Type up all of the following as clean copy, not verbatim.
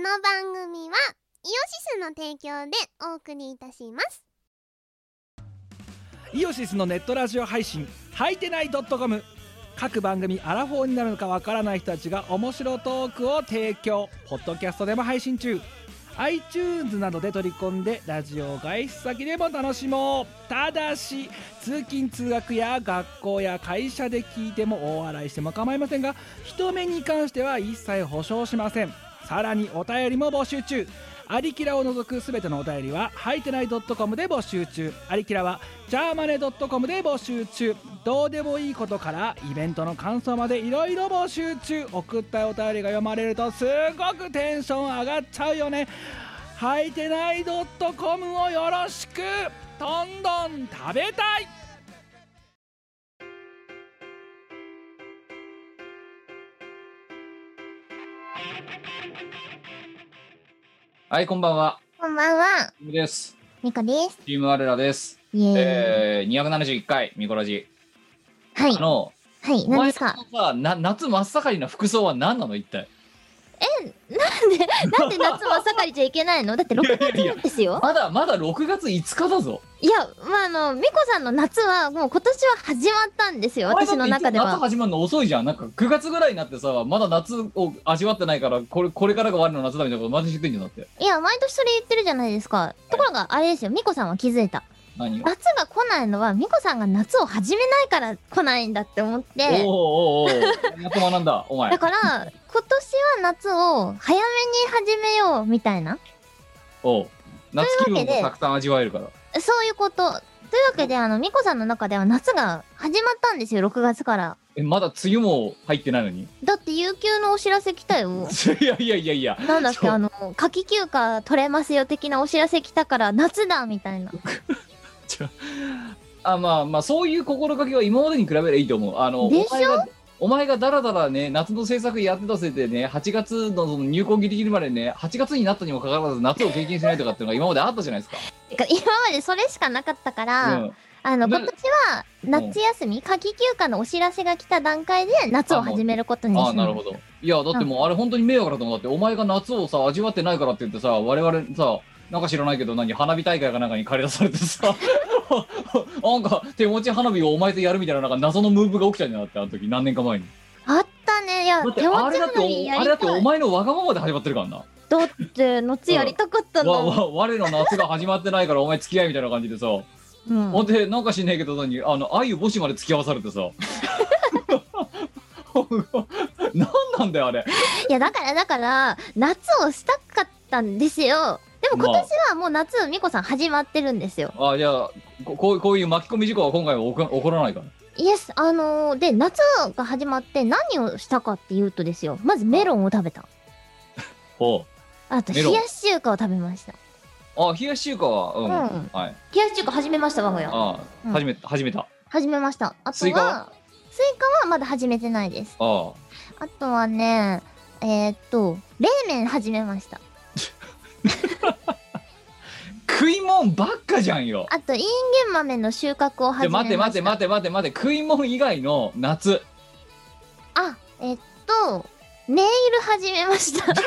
の番組はイオシスの提供でお送りいたします。 イオシスのネットラジオ配信はいてない .com、 各番組アラフォーになるのかわからない人たちが面白トークを提供。ポッドキャストでも配信中。 iTunes などで取り込んでラジオ外出先でも楽しもう。ただし通勤通学や学校や会社で聞いても大笑いしても構いませんが、人目に関しては一切保証しません。さらにお便りも募集中。アリキラを除くすべてのお便りははいてない .com で募集中。アリキラはジャーマネ .com で募集中。どうでもいいことからイベントの感想までいろいろ募集中。送ったお便りが読まれるとすごくテンション上がっちゃうよね。はいてない .com をよろしく。どんどん食べたい。 はい、こんばんは。 こんばんは、 みです。 ミコです。 チーム我らです。 イエーイ。 271回ミコラジ。 はい。はい、何ですか。 お前のさ、夏真っ盛りの服装は何なの一体。 なんで夏真っ盛りじゃいけないの？だって6月ですよ。 まだ6月5日だぞ。 いや、ミコさんの夏はもう今年は始まったんですよ、私の中では。 夏始まるの遅いじゃん。なんか9月ぐらいになってさ、まだ夏を味わってないから、これからが終わるの夏だみたいなことマジで言ってんじゃんだって。 いや、毎年それ言ってるじゃないですか。ところがあれですよ、ミコさんは気づいた。 何が？ 夏が来ないのはミコさんが夏を始めないから来ないんだって思って。 おー夏学んだお前。 だから今年は夏を早めに始めようみたいな。 おう、夏気分をたくさん味わえるから。 そういうこと。というわけでミコさんの中では夏が始まったんですよ、6月から。 まだ梅雨も入ってないのに。 だって有給のお知らせ来たよ。 いやなんだっけ、夏季休暇取れますよ的なお知らせ来たから夏だみたいな。 まあそういう心掛けは今までに比べればいいと思う。 でしょ？ お前がだらだらね、夏の制作やってたせいでね、8月のその入校ギリギリまでね、8月になったにもかかわらず夏を経験しないとかっていうのが今まであったじゃないですか。 てか今までそれしかなかったから、今年は夏休み、夏季休暇のお知らせが来た段階で夏を始めることにした。 なるほど。いやだってもうあれ本当に迷惑だと思う。だってお前が夏をさ味わってないからって言ってさ、我々さ、なんか知らないけど花火大会かなんかに駆り出されてさなんか手持ち花火をお前とやるみたいな、なんか謎のムーブが起きたんだって、あの時何年か前にあったね。いや、手持ち花火やりたい。 あれだってお前のわがままで始まってるからな。 だって夏やりたかったんだもん。 我の夏が始まってないからお前付き合いみたいな感じでさ、ほんでなんか知んないけど愛ゆ母子まで付き合わされてさ何なんだよあれ。 いやだから夏をしたかったんですよ。でも今年はもう夏、ミコさん始まってるんですよ。 じゃあこういう巻き込み事故は今回は起こらないから。 イエス。で夏が始まって何をしたかっていうとですよ、まずメロンを食べた。 ほう。 あと冷やし中華を食べました。 冷やし中華ははい。 冷やし中華始めました、我が家。 始めた。 始めました。あとはスイカはまだ始めてないです。あとはね、冷麺始めました。 食いもんばっかじゃんよ。 あとインゲン豆の収穫を始めました。 待て食いもん以外の夏。 ネイル始めました。 ち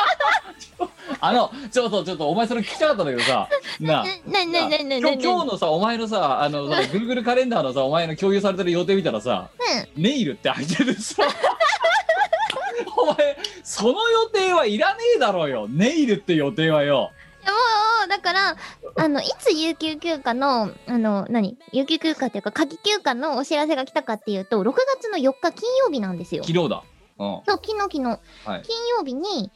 ょっとお前それ聞きたかったんだけどさ、今日のさお前のさGoogle カレンダーのさお前の共有されてる予定見たらさ、ネイルって入ってるさお前その予定はいらねえだろうよ。ネイルって予定はよ。 もうだからいつ有給休暇の有給休暇っていうか夏季休暇のお知らせが来たかっていうと、6月の4日金曜日なんですよ。 昨日だ。 そう、昨日、金曜日に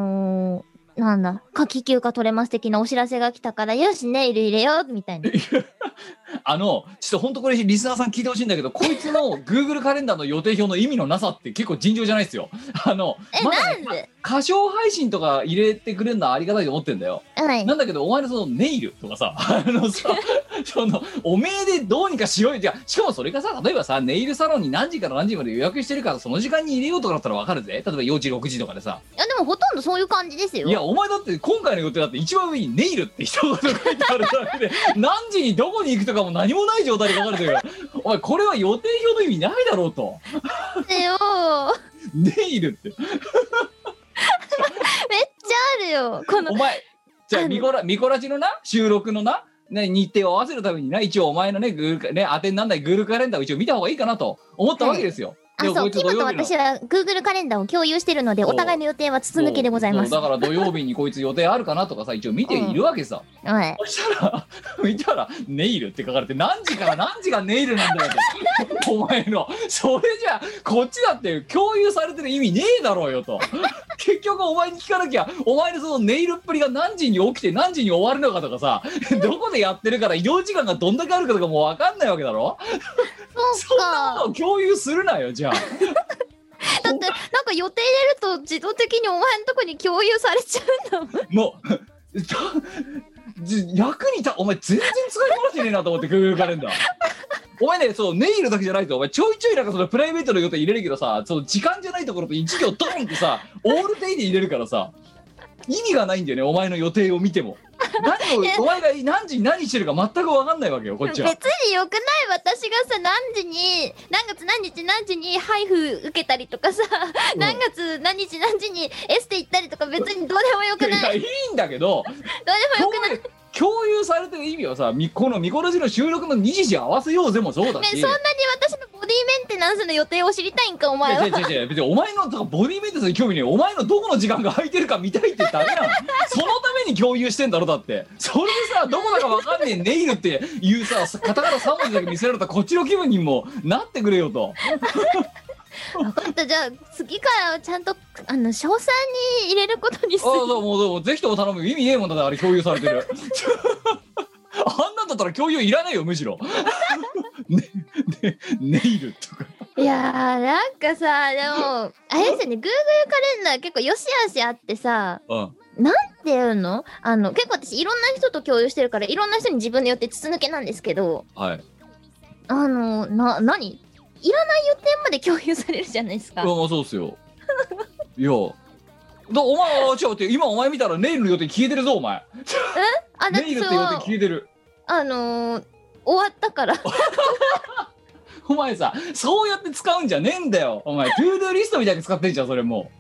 夏季休暇取れます的なお知らせが来たから、よしネイル入れようみたいな。 ちょっと本当これリスナーさん聞いてほしいんだけど、こいつの Google カレンダーの予定表の意味のなさって結構尋常じゃないですよ。 なんで歌唱配信とか入れてくれるのはありがたいと思ってんだよ。なんだけどお前のそのネイルとかさおめえでどうにかしろよ。じゃしかもそれがさ、例えばさネイルサロンに何時から何時まで予約してるからその時間に入れようとかだったら分かるぜ。例えば4時6時とかでさ。 いやでもほとんどそういう感じですよ。 いやお前だって今回の予定だって一番上にネイルって一言書いてあるだけで何時にどこに行くとかも何もない状態で書かれてるからお前これは予定表の意味ないだろうと。 ネイルってめっちゃめっちゃよこのお前じゃあミコラジのな収録のな日程を合わせるためにな、一応お前のね当てになんないグールカレンダーを一応見た方がいいかなと思ったわけですよ。 そう、キムと私は Google カレンダーを共有してるので、お互いの予定は筒抜けでございます。 だから土曜日にこいつ予定あるかなとかさ、一応見ているわけさ。そしたら、見たら、ネイルって書かれて、何時から何時がネイルなんだよって。お前の、それじゃ、こっちだって共有されてる意味ねえだろうよと。結局お前に聞かなきゃ、お前のそのネイルっぷりが何時に起きて何時に終わるのかとかさ、どこでやってるから移動時間がどんだけあるかとかもう分かんないわけだろ。そんなことを共有するなよ、じゃあ。だってなんか予定入れると自動的にお前のとこに共有されちゃうんだもん。 もう役にお前全然使いこなしてねえなと思って Google カレンダー。お前ね、そうネイルだけじゃないとお前ちょいちょいなんかそのプライベートの予定入れるけどさ、その時間じゃないところと1行ドーンってさオールデイで入れるからさ、意味がないんだよね、お前の予定を見ても。お前が何時に何してるか全く分かんないわけよ、こっちは。 別によくない？私がさ、何月何日何時に配布受けたりとかさ、何月何日何時にエステ行ったりとか別にどうでもよくない？ いいんだけど、どうでもよくない？ 共有されてる意味はさ、このミコラジの収録の日時合わせようぜもそうだし、 そんなに私のボディメンテナンスの予定を知りたいんか、お前は。 別にお前のボディメンテナンスに興味ねえ。お前のどこの時間が空いてるか見たいってだけなの。そのために共有してんだろ、だって。それでさ、どこだか分かんねえネイルっていうさ、カタカナ3文字だけ見せられたこっちの気分にもなってくれよと。 分かった、じゃあ次からはちゃんと詳細に入れることにする。 もうぜひとも頼む。意味ねえもんだって、あれ共有されてる。あんなんだったら共有いらないよ、むしろ。ネイルとか。 いやー、なんかさ、でもあれですよね、 Google カレンダー結構よしあしあってさ、なんていうの、結構私いろんな人と共有してるから、いろんな人に自分の予定筒抜けなんですけど、 はい、 何いらない予定まで共有されるじゃないですか。 そうっすよ。いやお前違うって、今お前見たらネイルの予定消えてるぞ、お前。ネイルって予定消えてる。 終わったから。 お前さ、そうやって使うんじゃねえんだよ。お前トゥードゥーリストみたいに使ってんじゃん、それも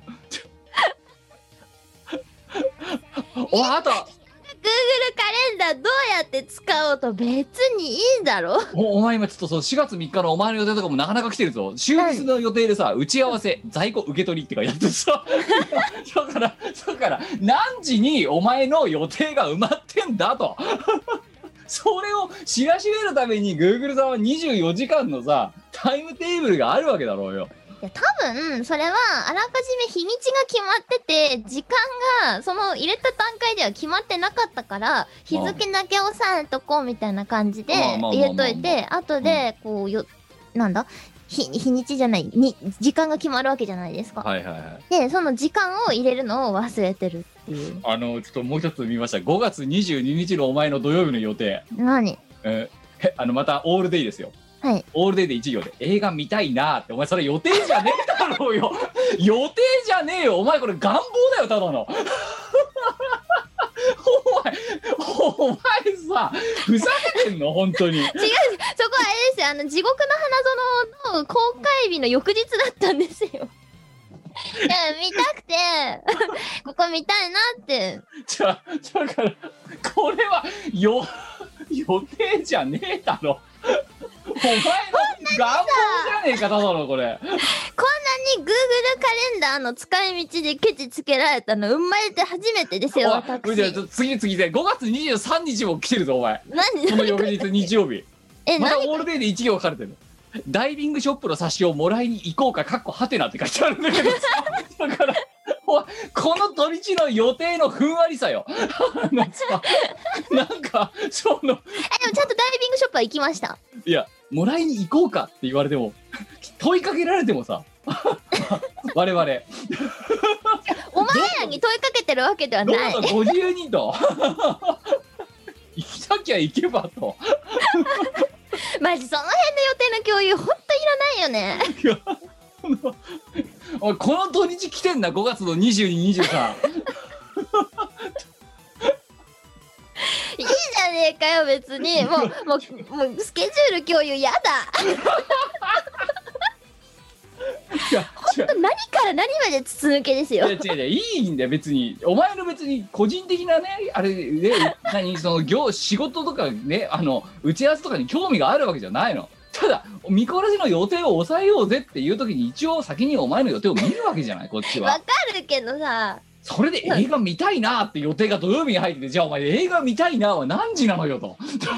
う。あと Google カレンダーどうやって使おうと別にいいんだろ。 お前今ちょっとその4月3日のお前の予定とかもなかなか来てるぞ。週日の予定でさ、打ち合わせ在庫受け取りって書いてあってさだから何時にお前の予定が埋まってんだとそれを知らしめるために Google さんは24時間のさタイムテーブルがあるわけだろうよ。 いや、多分それはあらかじめ日にちが決まってて、時間がその入れた段階では決まってなかったから、日付だけ押さえとこうみたいな感じで入れといて、後でこうなんだ日にちじゃないに時間が決まるわけじゃないですか。でその時間を入れるのを忘れてるっていう。 ちょっともう一つ見ました。5月22日のお前の土曜日の予定。 何？ またオールデイですよ。 はい、 オールデイで1行で映画見たいなって。お前それ予定じゃねえだろうよ予定じゃねえよ、お前これ願望だよ、ただのお前さふざけてんの本当に。違う、そこはあれですよ、地獄の花園の公開日の翌日だったんですよ。いや見たくてここ見たいなって。 だからこれは予定じゃねえだろお前の願望じゃねえか、ただのこれ。こんなに Google カレンダーの使い道でケチつけられたの生まれて初めてですよ、私。 じゃあ次で5月23日も来てるぞ、お前。 何？ その翌日日曜日。またオールデイで1行書かれてる。ダイビングショップの冊子をもらいに行こうかはてなって書いてあるんだけどだからこの土日の予定のふんわりさよなんかそのでもちゃんとダイビングショップは行きました。 いや、もらいに行こうかって言われても問いかけられてもさ我々 お前らに問いかけてるわけではない。 どうぞご自由にと行きたきゃ行けばとマジその辺の予定の共有ほんといらないよね。 いやこの土日来てんな、5月の22、23。いいじゃねえかよ、別に。もうスケジュール共有やだ。ほんと何から何まで筒抜けですよ。 違う違う、いいんだよ別に。お前の別に個人的なねあれでその仕事とかね打ち合わせとかに興味があるわけじゃないの。ただ見こらしの予定を抑えようぜっていう時に一応先にお前の予定を見るわけじゃないこっちは。 わかるけどさ。 それで映画見たいなって予定が土曜日に入ってて、じゃあお前映画見たいなは何時なのよと。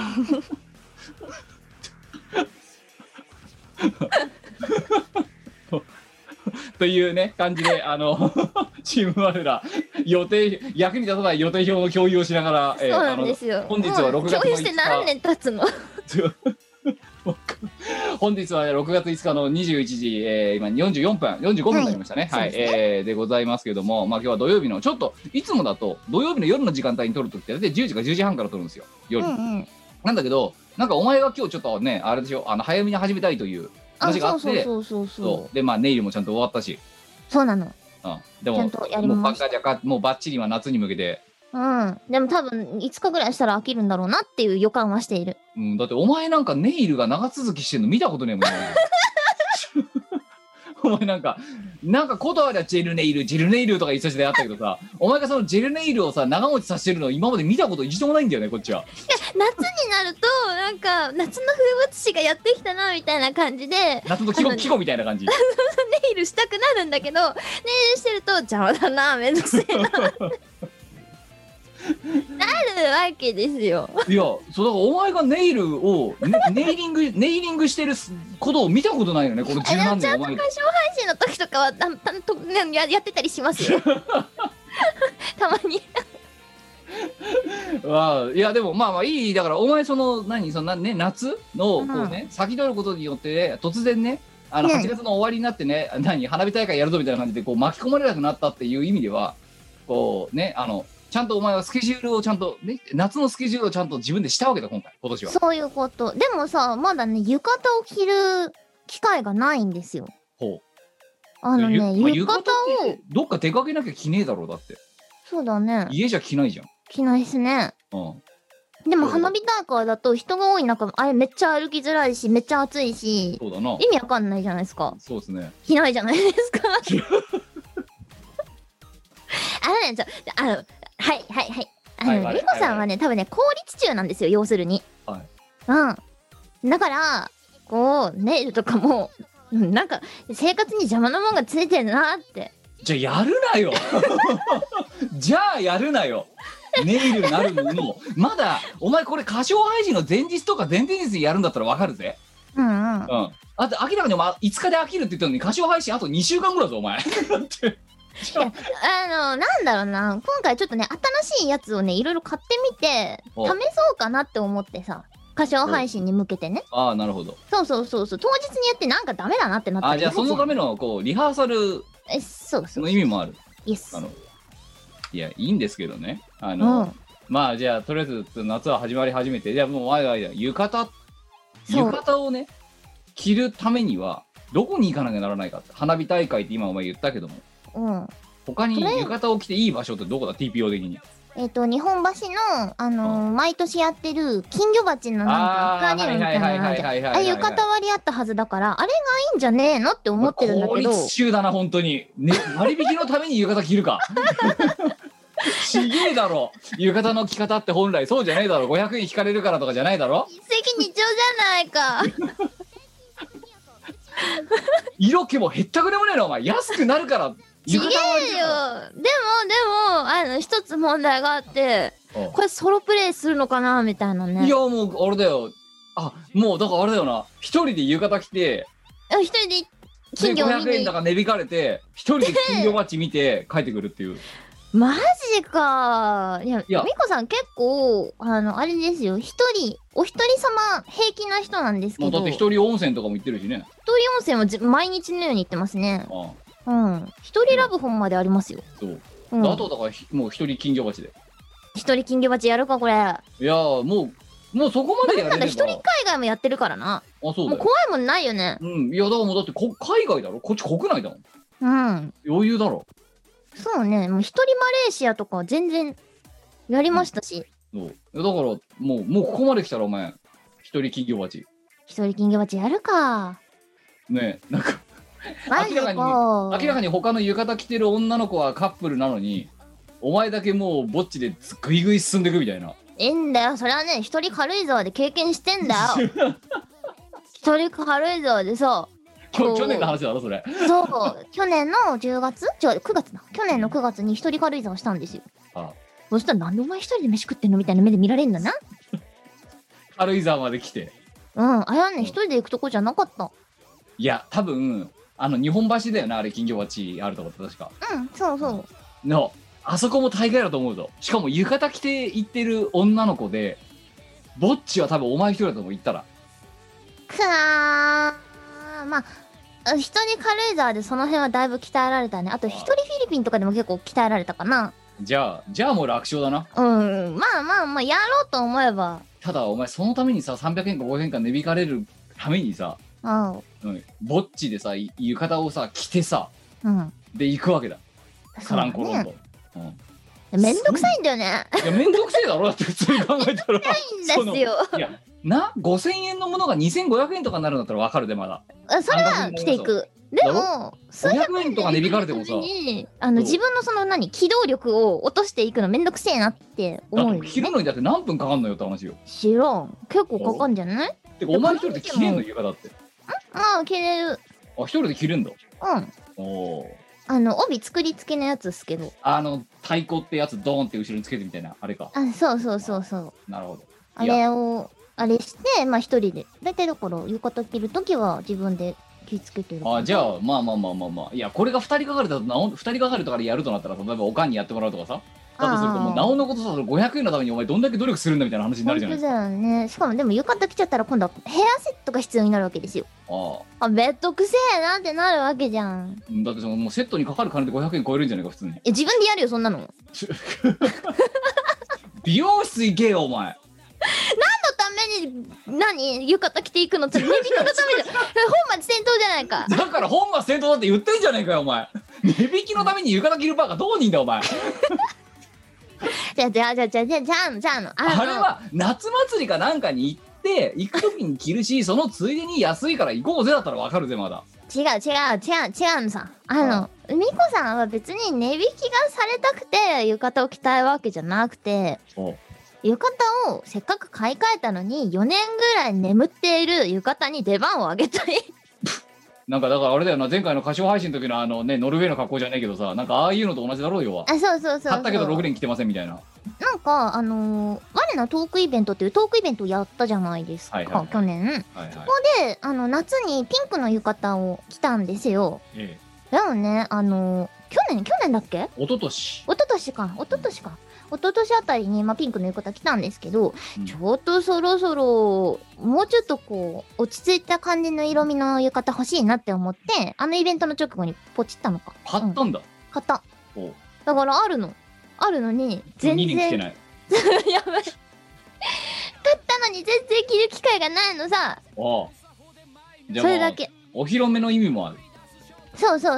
というね感じでチーム我ら予定役に立たない予定表の共有をしながら、 そうなんですよ。 本日は6月の5日共有して何年経つの？ 本日は6月5日の21時、今44分45分になりましたね。はい、でございますけども、まあ今日は土曜日のちょっといつもだと土曜日の夜の時間帯に撮るときって10時か10時半から撮るんですよ夜、なんだけどなんかお前が今日ちょっとねあれでしょ早めに始めたいという話があって、そうでまあネイルもちゃんと終わったし、 そうなの。 でももうバッチリは夏に向けて。 でも多分5日ぐらいしたら飽きるんだろうなっていう予感はしている。 だってお前なんかネイルが長続きしてるの見たことねえもん。お前なんかことありゃジェルネイルとか言いさせてあったけどさ、お前がそのジェルネイルをさ長持ちさせてるのを今まで見たこと一度もないんだよねこっちは。 いや夏になるとなんか夏の風物詩がやってきたなみたいな感じで、 夏の季語みたいな感じ。ネイルしたくなるんだけど、ネイルしてると邪魔だなめんどくせえな。なるわけですよ。 いやそうだからお前がネイルをネイリングしてることを見たことないよねこの十何年。 ちゃんと歌唱配信の時とかはやってたりしますよ。たまに。 いやでもまあいい。だからお前そのね夏のこうね、先取ることによって、突然ね8月の終わりになってね花火大会やるぞみたいな感じでこう巻き込まれなくなったっていう意味ではこうねちゃんとお前はスケジュールをちゃんと、ね、夏のスケジュールをちゃんと自分でしたわけだ今年は。 そういうこと。でもさまだね浴衣を着る機会がないんですよ。 ほう。 浴衣をどっか出かけなきゃ着ねえだろうだって。 そうだね。 家じゃ着ないじゃん。 着ないっすね。でも花火大会だと人が多い中あれめっちゃ歩きづらいしめっちゃ暑いし、 そうだな、 意味わかんないじゃないですか。 そうですね。 着ないじゃないですか。リコさんはね多分ね公立中なんですよ要するに。だからこうネイルとかもなんか生活に邪魔なもんがついてるなって。 じゃあやるなよ。じゃあやるなよ。ネイルなるのもまだお前これ歌唱配信の前日とか前々日にやるんだったらわかるぜ。あと明らかにお前5日で飽きるって言ったのに歌唱配信あと2週間ぐらいだぞお前。 なんだろうな、今回ちょっとね新しいやつをねいろいろ買ってみて試そうかなって思ってさ、歌唱配信に向けてね。 ああなるほど。 そう当日にやってなんかダメだなってなったら、 じゃあそのためのこうリハーサルの意味もある。 イエス。 いやいいんですけどね。まあじゃあとりあえず夏は始まり始めて、じゃあもう浴衣をね着るためにはどこに行かなきゃならないかって。花火大会って今お前言ったけども、他に浴衣を着ていい場所ってどこだ TPO 的に。 日本橋の毎年やってる金魚鉢のなんかアクアリウムみたいなのあるじゃん。浴衣割りあったはずだからあれがいいんじゃねえのって思ってるんだけど。 効率中だな本当に、ね、割引のために浴衣着るか。ちげえだろ。浴衣の着方って本来そうじゃねえだろ。500円引かれるからとかじゃないだろ。 一石二鳥じゃないか。 色気もへったくれもねえなお前。安くなるから浴衣割りよ。でも一つ問題があって、これソロプレイするのかなみたいなね。 いやもうあれだよ。もうだからあれだよな。一人で浴衣着て一人で金魚を見に 500円だから値引かれて一人で金魚鉢見て帰ってくるっていう。 マジか。いやミコさん結構あれですよ、お一人様平気な人なんですけど。 だって一人温泉とかも行ってるしね。 一人温泉は毎日のように行ってますね。一人ラブホンまでありますよ。 そう、あとだからもう一人金魚鉢で。 一人金魚鉢やるかこれ。 いやもうそこまでやれれば。 なんだ一人海外もやってるからな。 そうだよ。 もう怖いもんないよね。 いやだからもうだって海外だろ、こっち国内だもん。 余裕だろ。 そうね、もう一人マレーシアとか全然やりましたし。 だからもうここまで来たらお前一人金魚鉢。 一人金魚鉢やるか。 ねえなんか明らかに他の浴衣着てる女の子はカップルなのに、お前だけもうぼっちでグイグイ進んでいくみたいな。 いいんだよ、それはね、一人軽井沢で経験してんだよ。一人軽井沢でさ、 去年の話だろそれ。 そう、去年の10月9月だ。去年の9月に一人軽井沢したんですよ。そしたらなんでお前一人で飯食ってんのみたいな目で見られるんだな。 軽井沢まで来て。 あれはね、一人で行くとこじゃなかった。 いや、多分日本橋だよな、あれ金魚鉢あるとこって確か。 そうそう。 のあそこも大概だと思うぞ。しかも浴衣着て行ってる女の子で、ぼっちは多分お前一人だと思う、行ったら。 まあ一人軽井沢でその辺はだいぶ鍛えられたね。あと一人フィリピンとかでも結構鍛えられたかな。 じゃあもう楽勝だな。 まあやろうと思えば。 ただお前そのためにさ、300円か500円か値引かれるためにさ、ぼっちでさ浴衣をさ着てさ、で行くわけだ。カランコロンと。 めんどくさいんだよね。 いやめんどくせえだろ、だって普通に考えたら。 ないんですよ。 いや5000円のものが2500円とかになるんだったら分かるで、まだ。 それは着ていく。でも 500円とか値引かれてもさ、 自分のその機動力を落としていくのめんどくせえなって思うよね。 着るのにだって何分かかんのよって話よ。 知らん。結構かかんじゃない？ てかお前一人で着れんの浴衣って。 着れる。 一人で着れんだ。 帯作り付けのやつっすけど。 太鼓ってやつドーンって後ろにつけてみたいなあれか。 そう。 なるほど。 あれして、一人で。だいたいだから浴衣着るときは自分で気付けてる。 じゃあまあいや、これが2人がかりだと2人がかりとかでやるとなったら、例えばおかんにやってもらうとかさ、だとするともうなおのことさ、500円のためにお前どんだけ努力するんだみたいな話になるじゃないですか。 本当だよね。しかもでも浴衣着ちゃったら今度はヘアセットが必要になるわけですよ。めっとくせえなってなるわけじゃん。 だってもうセットにかかる金で500円超えるんじゃないか普通に。 自分でやるよそんなの。 美容室行けよお前。 何のために浴衣着ていくのって値引きのためじゃん。本末転倒じゃないか。 だから本末転倒だって言ってんじゃねえかよお前。値引きのために浴衣着るバカどう人だお前。 じゃああれは夏祭りかなんかに行く時に着るし、そのついでに安いから行こうぜだったらわかるぜまだ。 違うのさ。みこさんは別に値引きがされたくて浴衣を着たいわけじゃなくて、浴衣をせっかく買い替えたのに4年ぐらい眠っている浴衣に出番をあげたい。 なんかだからあれだよな、前回の歌唱配信の時のノルウェーの格好じゃねえけどさ、なんかああいうのと同じだろうよは。 そう買ったけど6年着てませんみたいな。 なんか我のトークイベントっていうトークイベントをやったじゃないですか、去年。そこで夏にピンクの浴衣を着たんですよ。でもね、去年だっけ？一昨年か。一昨年あたりに、ピンクの浴衣着たんですけど、ちょっとそろそろもうちょっとこう落ち着いた感じの色味の浴衣欲しいなって思って、イベントの直後にポチったのか。 買ったんだ。 買った。だからあるのに全然着てない。 やばい。買ったのに全然着る機会がないのさ。 じゃあそれだけ。 お披露目の意味もある。 そう。 じゃ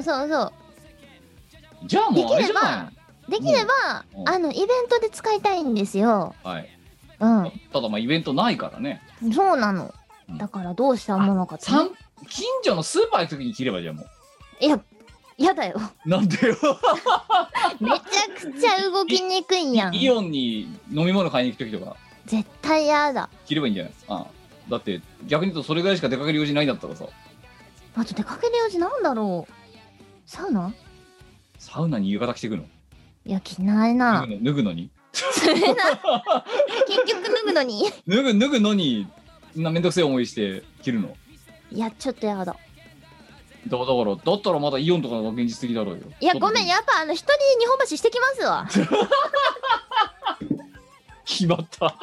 あもうあれじゃない。 できれば、イベントで使いたいんですよ。ただイベントないからね。 そうなの。だからどうしたものかって。 近所のスーパー行く時に着ればじゃあもう。 いや、やだよ。 なんでよ。 めちゃくちゃ動きにくいやん。 イオンに飲み物買いに行く時とか。 絶対やだ。 着ればいいんじゃない？だって逆に言うとそれぐらいしか出かける用事ないんだったらさ。 あと出かける用事なんだろう。サウナに浴衣着てくの？ いや着ないな。 脱ぐのに？ 結局脱ぐのに？ 脱ぐのにめんどくせえ思いして着るの？ いやちょっとやだ。 だったらまだイオンとかの現実的だろうよ。 いやごめん、やっぱ一人日本橋してきますわ。 決まった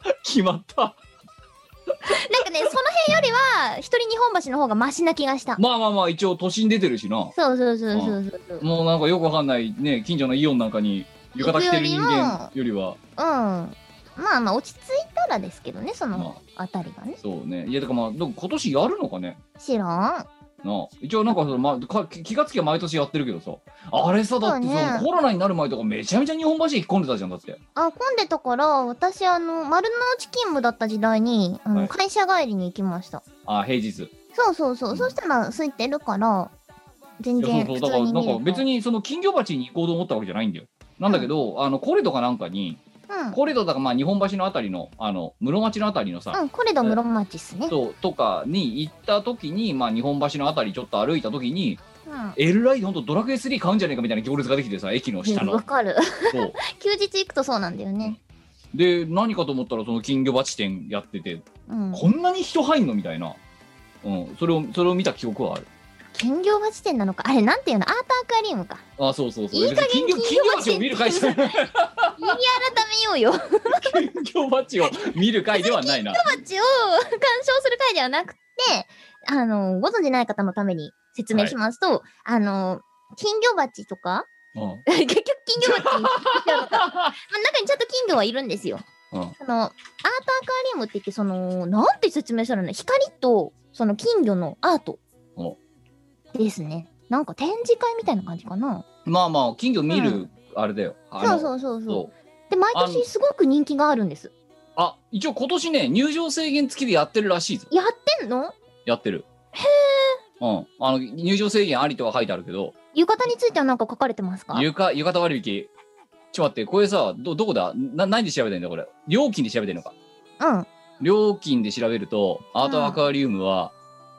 なんかね、その辺よりは一人日本橋の方がマシな気がした。 一応都心出てるしな。 そうもうなんかよくわかんないね、近所のイオンなんかに浴衣着てる人間よりは落ち着いたらですけどね、そのあたりがね。 そうね。いやだから今年やるのかね。 知らん。 一応なんか気がつきは毎年やってるけどさ、あれさ、だってさ、コロナになる前とかめちゃめちゃ日本橋駅混んでたじゃん。だって混んでたから、私丸の内勤務だった時代に会社帰りに行きました。 平日。 そう、そしたら空いてるから全然そうだからなんか別にその金魚鉢に行こうと思ったわけじゃないんだよ。なんだけど、コレドかなんかに、コレドだからまあ日本橋のあたりの室町のあたりのさ、 コレド室町っすね。 とかに行った時に、まあ日本橋のあたりちょっと歩いた時に、L ライドほんとドラクエ3買うんじゃねえかみたいな行列ができてさ、駅の下の。 わかる。そう休日行くとそうなんだよね。 で何かと思ったらその金魚鉢店やってて、こんなに人入んのみたいな、それを見た記憶はある。 金魚鉢店なのか、あれなんていうの、アートアクアリウムか。 あ、そうそうそう。 いい加減金魚鉢を見る会社。 改めようよ。 金魚鉢を見る会ではないな。 金魚鉢を鑑賞する会ではなくて、ご存じない方のために説明しますと、金魚鉢とか、結局金魚鉢にしちゃうのか。中にちゃんと金魚はいるんですよ。アートアクアリウムって言って、なんて説明したらね、光とその金魚のアートですね。なんか展示会みたいな感じかな。まあまあ金魚見る、あれだよ。 そうで毎年すごく人気があるんです。 一応今年ね、入場制限付きでやってるらしいぞ。 やってんの？ やってる。へえ。入場制限ありとは書いてあるけど。 浴衣については何か書かれてますか？ 浴衣割引。ちょっと待って、これさ、どこだ？何で調べてんだこれ。料金で調べてんのか。料金で調べると、アートアクアリウムは、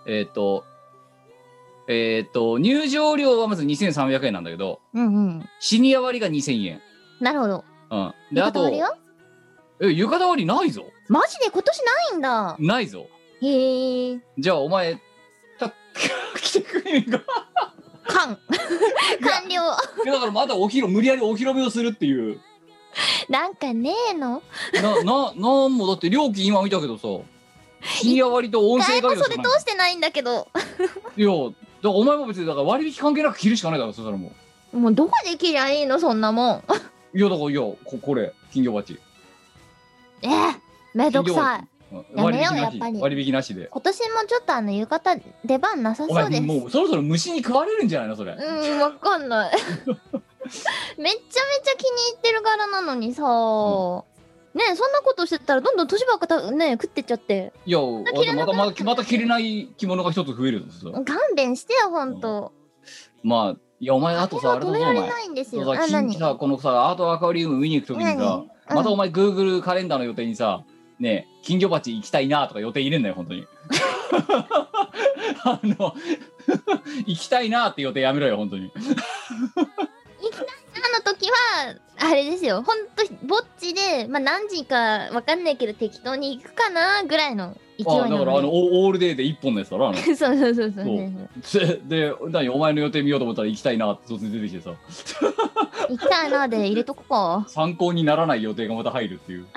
入場料はまず2300円なんだけど、シニア割が2000円。 なるほど。 で、あと、浴衣割ないぞ。 マジで今年ないんだ。 ないぞ。 へえ。 じゃあお前、来てくれんか。 完了。 だからまだ無理やりお披露目をするっていう。 なんかねえの。 なんもだって料金今見たけどさ、シニア割と音声ガイドそれ通してないんだけど。 いや、だからお前も別にだから割引関係なく着るしかないだろ、そしたらもう。もうどこで着りゃいいのそんなもん。 いやだからこれ金魚鉢。 めんどくさい。やめようやっぱり。 割引なしで。 今年もちょっと浴衣出番なさそうです。 もうそろそろ虫に食われるんじゃないのそれ。 わかんない。めちゃめちゃ気に入ってる柄なのにさ。ねえ、そんなことしてたらどんどん年ばっかね食ってっちゃって。 いや、また着れない着物が一つ増えるんですよ。 勘弁してよほんと。 まあいやお前あとさ、あれだぞお前。 止められないんですよ。 このさアートアクアリウム見に行くときにさ、またお前 Google カレンダーの予定にさ、ねえ金魚鉢行きたいなとか予定入れんなよ本当に。行きたいなって予定やめろよ本当に。行きたいなの時はあれですよ、ほんとぼっちで何時かわかんないけど適当に行くかなぐらいの勢いなので。 だからオールデーで1本のやつだろ。 そうで何お前の予定見ようと思ったら行きたいなって突然出てきてさ、 行きたいなで入れとくか。 参考にならない予定がまた入るっていう。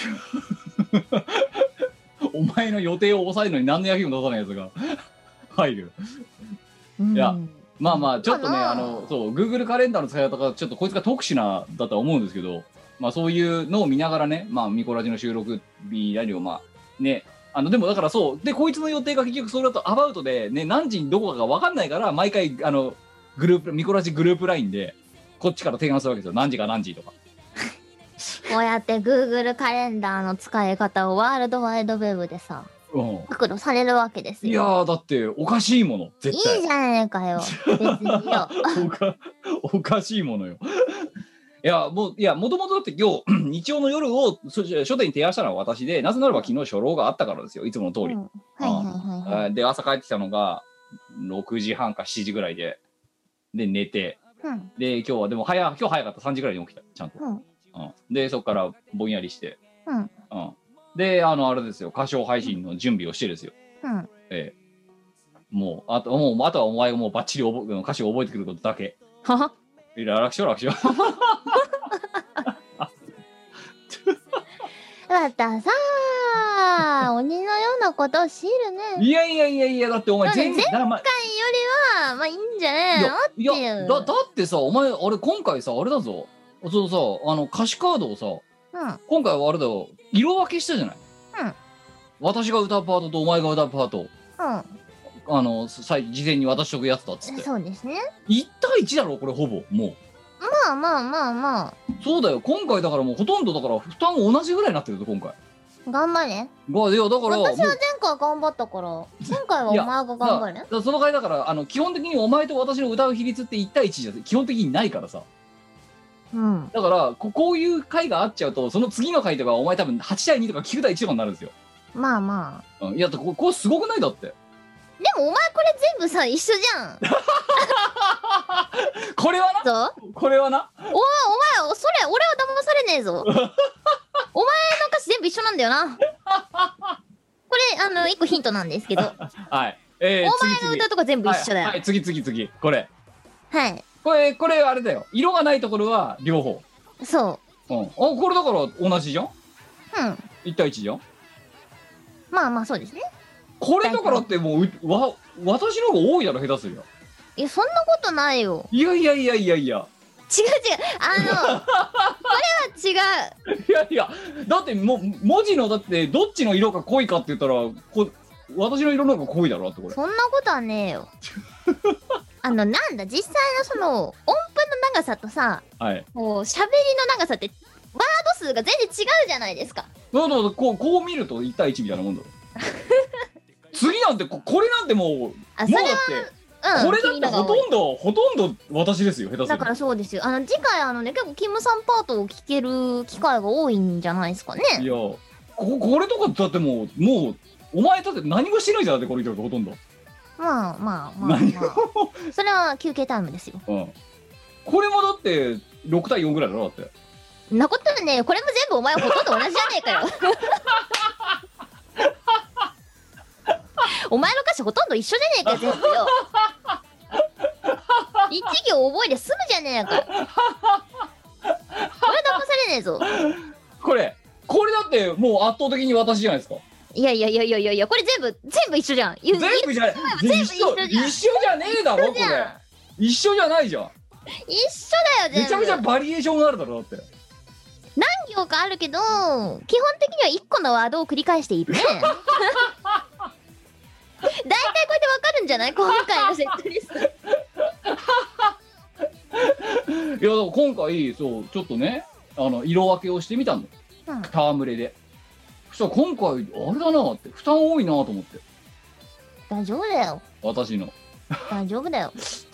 お前の予定を抑えるのに何の役にも立たないやつが入る。いやまあまあちょっとねそう Google カレンダーの使い方がちょっとこいつが特殊なだとは思うんですけど、まあそういうのを見ながらね、まあミコラジの収録日なりをまあね、でもだからそうでこいつの予定が結局それだとアバウトでね、何時にどこかが分かんないから毎回グループミコラジグループラインでこっちから提案するわけですよ。何時か何時とか。 こうやって Google カレンダーの使い方をワールドワイドウェブでさ暴露されるわけですよ。 いやだっておかしいもの絶対。 いいじゃねえかよ別によ。 おかしいものよ。もともとだって今日日曜の夜を書店に提案したのは私で、なぜならば昨日初老があったからですよ、いつもの通り。で朝帰ってきたのが6時半か7時ぐらいで寝て、で今日はでも今日早かった3時ぐらいに起きたちゃんと。でそこからぼんやりして、であれですよ、歌唱配信の準備をしてですよ。もうあとはお前がもうバッチリ歌詞を覚えてくることだけ。楽勝。 またさあ鬼のようなことを知るね。 いやだってお前前回よりはまあいいんじゃねえのっていう。 だってさお前あれ今回さあれだぞ、そうさ歌詞カードをさ、今回はあれだよ色分けしたじゃない。私が歌うパートとお前が歌うパート。事前に渡しとくやつだっつって。 そうですね。 1対1だろこれほぼもう。 まあ。 そうだよ今回だからもうほとんどだから負担同じぐらいになってるぞ今回。 頑張れ。いやだから私は前回頑張ったから、今回はお前が頑張れ。 その回だから基本的にお前と私の歌う比率って1対1じゃ基本的にないからさ。 うん。 だからこういう回があっちゃうと、その次の回とかお前多分8対2とか9対1とかになるんですよ。 まあまあ。いやこれすごくないだって。 でもお前これ全部さ一緒じゃん。 これはな。これはな。 お前それ俺は騙されねえぞ。お前の歌詞全部一緒なんだよな。これ1個ヒントなんですけど。 はい。 お前の歌とか全部一緒だよ。 はい、次これ。 はい。 これあれだよ。色がないところは両方。 そう。 うん。これだから同じじゃん。 うん。 1対1じゃん。 まあまあそうですね。 これだからってもう私の方が多いだろ下手するよ。 いやそんなことないよ。 いや。違う。 これは違う。いやだって文字のだってどっちの色が濃いかって言ったら私の色の方が濃いだろってこれ。 そんなことはねえよ。なんだ実際のその音符の長さとさ、 はい、 こう喋りの長さってワード数が全然違うじゃないですか。 こう見ると1対1みたいなもんだろ。次なんてこれなんてもうだって、これだってほとんど私ですよ下手する。 だからそうですよ。次回結構キムさんパートを聞ける機会が多いんじゃないですかね。 いやこれとかだってもうお前だって何もしてないじゃんだってこれ言ってるとほとんど。 まあそれは休憩タイムですよ。 うん。これもだって6対4ぐらいだろだって。 なことね、これも全部お前ほとんど同じじゃねえかよ。お前の歌詞ほとんど一緒じゃねえかよ全部よ。一行覚えりゃ済むじゃねえか。これ騙されねえぞ。 これだってもう圧倒的に私じゃないですか。 いやこれ全部一緒じゃん。 全部じゃ一緒じゃねえだろこれ。一緒じゃないじゃん。 一緒だよ全部。 めちゃめちゃバリエーションがあるだろだって。 何行かあるけど基本的には1個のワードを繰り返しているね。大体これでわかるんじゃない今回のセットリスト。 いや今回そうちょっとね色分けをしてみたの、戯れで。そしたら今回あれだなって負担多いなと思って。 大丈夫だよ私の。 大丈夫だよ。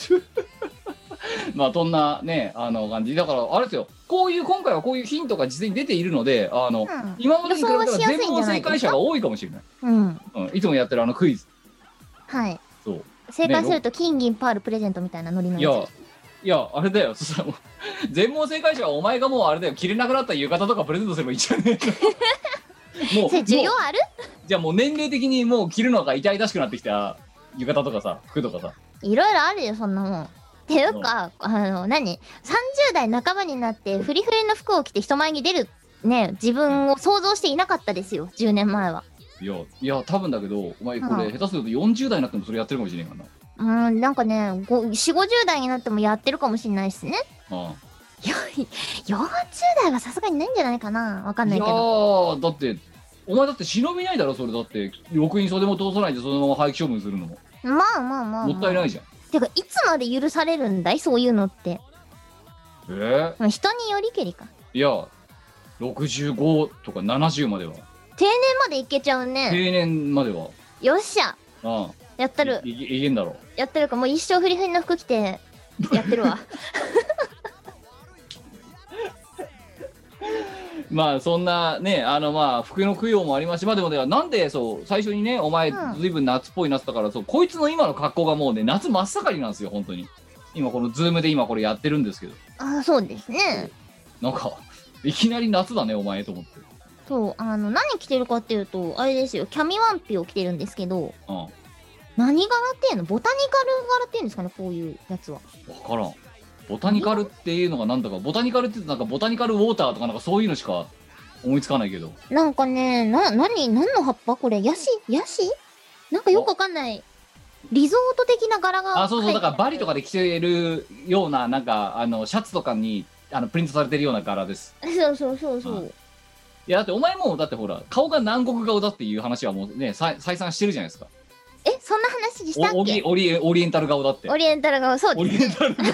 まあそんなね感じだからあれですよ。今回はこういうヒントが実際に出ているので今までに比べたら全問正解者が多いかもしれない。いつもやってるクイズ。 はい。 そう。 正解すると金銀パールプレゼントみたいなノリのやつ。 いやあれだよ。そしたらもう全問正解者はお前がもうあれだよ。着れなくなった浴衣とかプレゼントすればいいじゃねえか。もう需要ある？ じゃあもう年齢的にもう着るのが痛々しくなってきた浴衣とかさ服とかさ。 いろいろあるよそんなもん。っていうか30代半ばになってフリフリの服を着て人前に出るね自分を想像していなかったですよ10年前は。 いや多分だけどお前これ下手すると40代になってもそれやってるかもしれんかな。なんかね4050代になってもやってるかもしれないですね。40代はさすがにないんじゃないかな。わかんないけど。 いやだってお前だって忍びないだろそれ。だってろくに袖も通さないでそのまま廃棄処分するのもまあもったいないじゃん。 てかいつまで許されるんだいそういうのって。人によりけりか。 いや65とか70までは定年までいけちゃうね。 定年まではよっしゃやってる。 いけんだろ。 やってるかもう一生フリフリの服着てやってるわ。 まあそんなね服の供養もありますし、でもなんでそう最初にねお前ずいぶん夏っぽいなってたからこいつの今の格好がもうね夏真っ盛りなんですよ本当に。今このズームで今これやってるんですけど。 そうですね。 なんかいきなり夏だねお前と思って。 そう何着てるかっていうとあれですよキャミワンピを着てるんですけど、何柄っていうのボタニカル柄っていうんですかねこういうやつは。 分からん。ボタニカルっていうのがなんだかボタニカルって言うとなんかボタニカルウォーターとかなんかそういうのしか思いつかないけど。 なんかね何の葉っぱこれヤシなんかよくわかんないリゾート的な柄が。 そうだからバリとかで着てるようななんかシャツとかにプリントされてるような柄です。 そう。 いやだってお前もだってほら顔が南国顔だっていう話はもうね再三してるじゃないですか。 そんな話したっけ？ オリエンタル顔だって。 オリエンタル顔そうですね。オリエンタル顔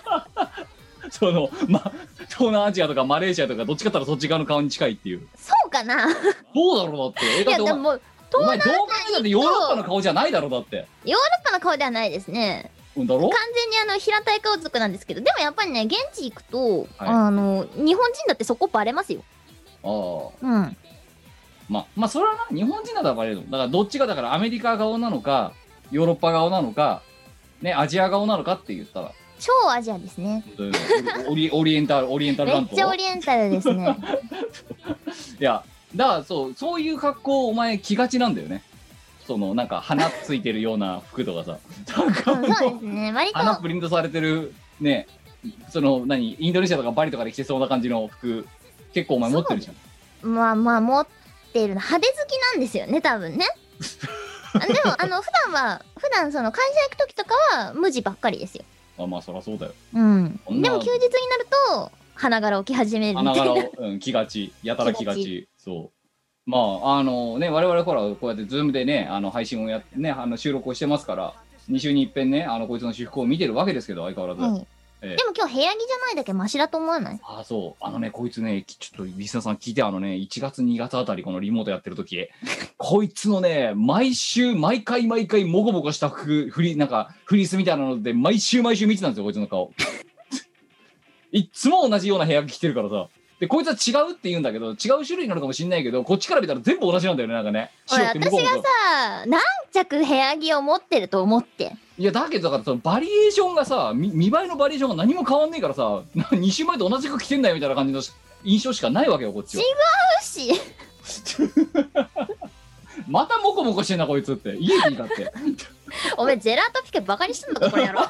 東南アジアとかマレーシアとかどっちかって言ったらそっち側の顔に近いっていう。 そうかな。 どうだろうだって。 いやでもお前どう考えたってヨーロッパの顔じゃないだろうだって。 ヨーロッパの顔ではないですね。 だろ？ 完全に平たい顔族なんですけど、でもやっぱりね、現地行くと、はい、日本人だってそこバレますよ。 ああ。 うん。 まあそれはな、日本人だったらバレるの。だからどっちがだからアメリカ顔なのか、ヨーロッパ顔なのか、ね、アジア顔なのかって言ったら。 超アジアですね。 オリエンタル担当。 めっちゃオリエンタルですね。 いや、だからそういう格好お前着がちなんだよね。そのなんか花ついてるような服とかさ。なんかそうですね。割と花プリントされてるね、そのインドネシアとかバリとかで着てそうな感じの服結構お前持ってるじゃん。 まあ持ってるの派手好きなんですよね、多分ね。でも普段その会社行く時とかは無地ばっかりですよ。 まあそりゃそうだよ。 うん。でも休日になると花柄を着始めるみたいな。 花柄を、着がち、やたら着がち。そう。まあね、我々ほらこうやってズームでね配信をやってね収録をしてますから、2週に一遍ねこいつの私服を見てるわけですけど、相変わらず。はいでも今日部屋着じゃないだけマシだと思わない？ そうこいつね、ちょっとリスナーさん聞いて1月2月あたりこのリモートやってる時こいつのね毎回モコモコしたフリースみたいなので毎週見てたんですよ、こいつの顔。いっつも同じような部屋着着てるからさ。でこいつは違うって言うんだけど、違う種類なのかもしんないけど、こっちから見たら全部同じなんだよね、なんかね。 俺私がさ何着部屋着を持ってると思って。 いやだけどだからそのバリエーションがさ、見栄えのバリエーションが何も変わんねえからさ、2週前と同じ服着てんだよみたいな感じの印象しかないわけよ、こっちは。 違うしまたモコモコしてんなこいつって、家にいたってお前ジェラートピケバカにしてんのかこれやろ。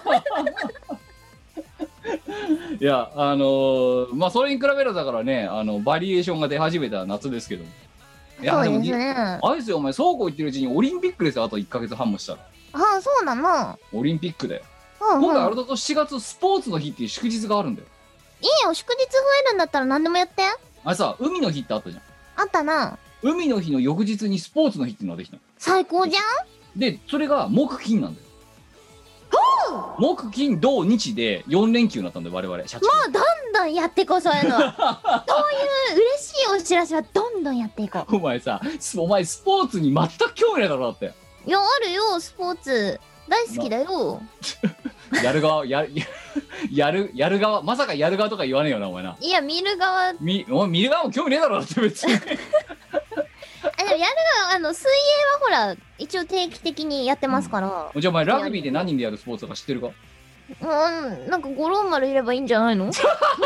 いやまあそれに比べるだからね、バリエーションが出始めた夏ですけど。いやそうですね。 あれですよ、お前そうこう言ってるうちにオリンピックですよ、あと1ヶ月半もしたら。 ああそうなの。 オリンピックで、今回あれだと7月スポーツの日っていう祝日があるんだよ。 いいよ、祝日増えるんだったら何でもやって。 あれさ、海の日ってあったじゃん。 あったな。 海の日の翌日にスポーツの日っていうのができたの。 最高じゃん。 でそれが木金なんだよ。木金土日で4連休になったんだよ、我々社長。 もうどんどんやっていこう、そういうのは。そういう嬉しいお知らせはどんどんやっていこう。 お前スポーツに全く興味ないだろ。だっていやあるよ、スポーツ大好きだよ。 やる側やる側、まさかやる側とか言わねえよなお前な。 いや見る側お前見る側も興味ねえだろだって別に。 でもやる側水泳はほら一応定期的にやってますから、 じゃあお前ラグビーで何人でやるスポーツとか知ってるか？ なんか五郎丸いればいいんじゃないの？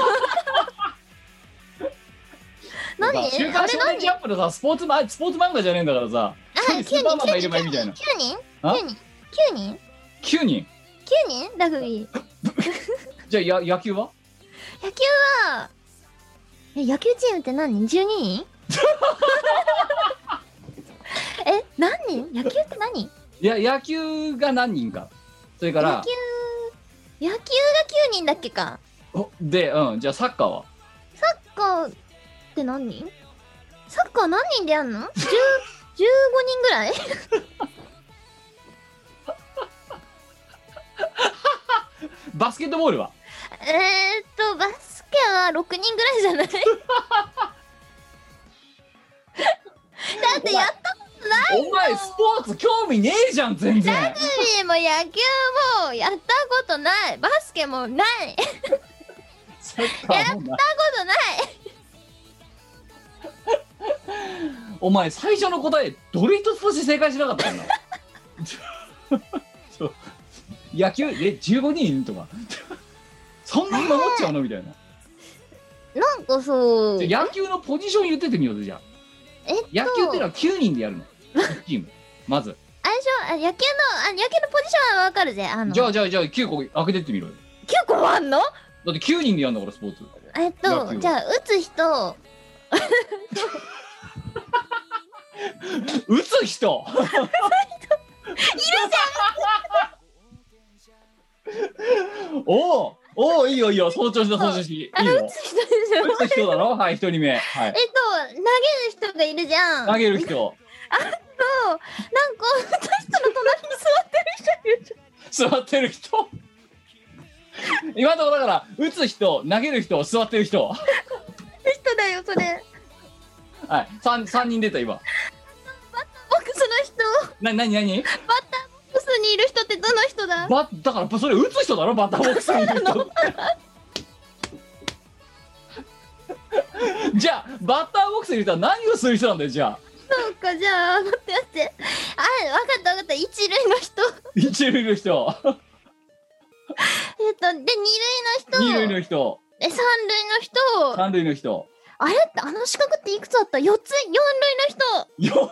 何？ 週刊少年ジャンプのさスポーツ漫画じゃねえんだからさ。 9人スーパーマンがいればいいみたいな。 9人ラグビー。 じゃあ野球は？ 野球は野球チームって何人？12人？何人？野球って何？いや野球が何人か。それから野球が9人だっけか。 でじゃあサッカーは？ サッカーって何人？サッカー何人でやんの？15人ぐらい？ バスケットボールは？ バスケは6人ぐらいじゃない？だってやったことないの。 お前スポーツ興味ねえじゃん全然。 ラグビーも野球もやったことない。バスケもない。やったことない。 お前最初の答えどれ一つとして正解しなかったんだ。野球15人とかそんなに守っちゃうのみたいな。 なんかそう。 野球のポジション言っててみようぜじゃあ。野球ってのは9人でやるの。チームまず。 あれでしょ、野球のポジションはわかるぜ。 じゃあ9個開けてってみろよ。 9個もあんの？だって9人でやるんだからスポーツ。 じゃあ打つ人。 打つ人。いるじゃん。 おおいいよその調子だその調子。いいよ。 打つ人でしょ。 打つ人だろ。はい、1人目。はい。 投げる人がいるじゃん。 投げる人。 なんか打つ人の隣に座ってる人いる。 座ってる人。今のところだから打つ人、投げる人、座ってる人。 人だよそれ。 はい、3人出た今。 ボックスの人。 何バッターボックスにいる人ってどの人だ？ だからそれ打つ人だろ、バッターボックスにいる人。じゃあバッターボックスにいる人は何をする人なんだよ、じゃあ。 そうか、じゃあ待って。分かった、一塁の人。 一塁の人。 で二塁の人。三塁の人。 三塁の人。 あれってあの四角っていくつあった？4塁の人。 4塁の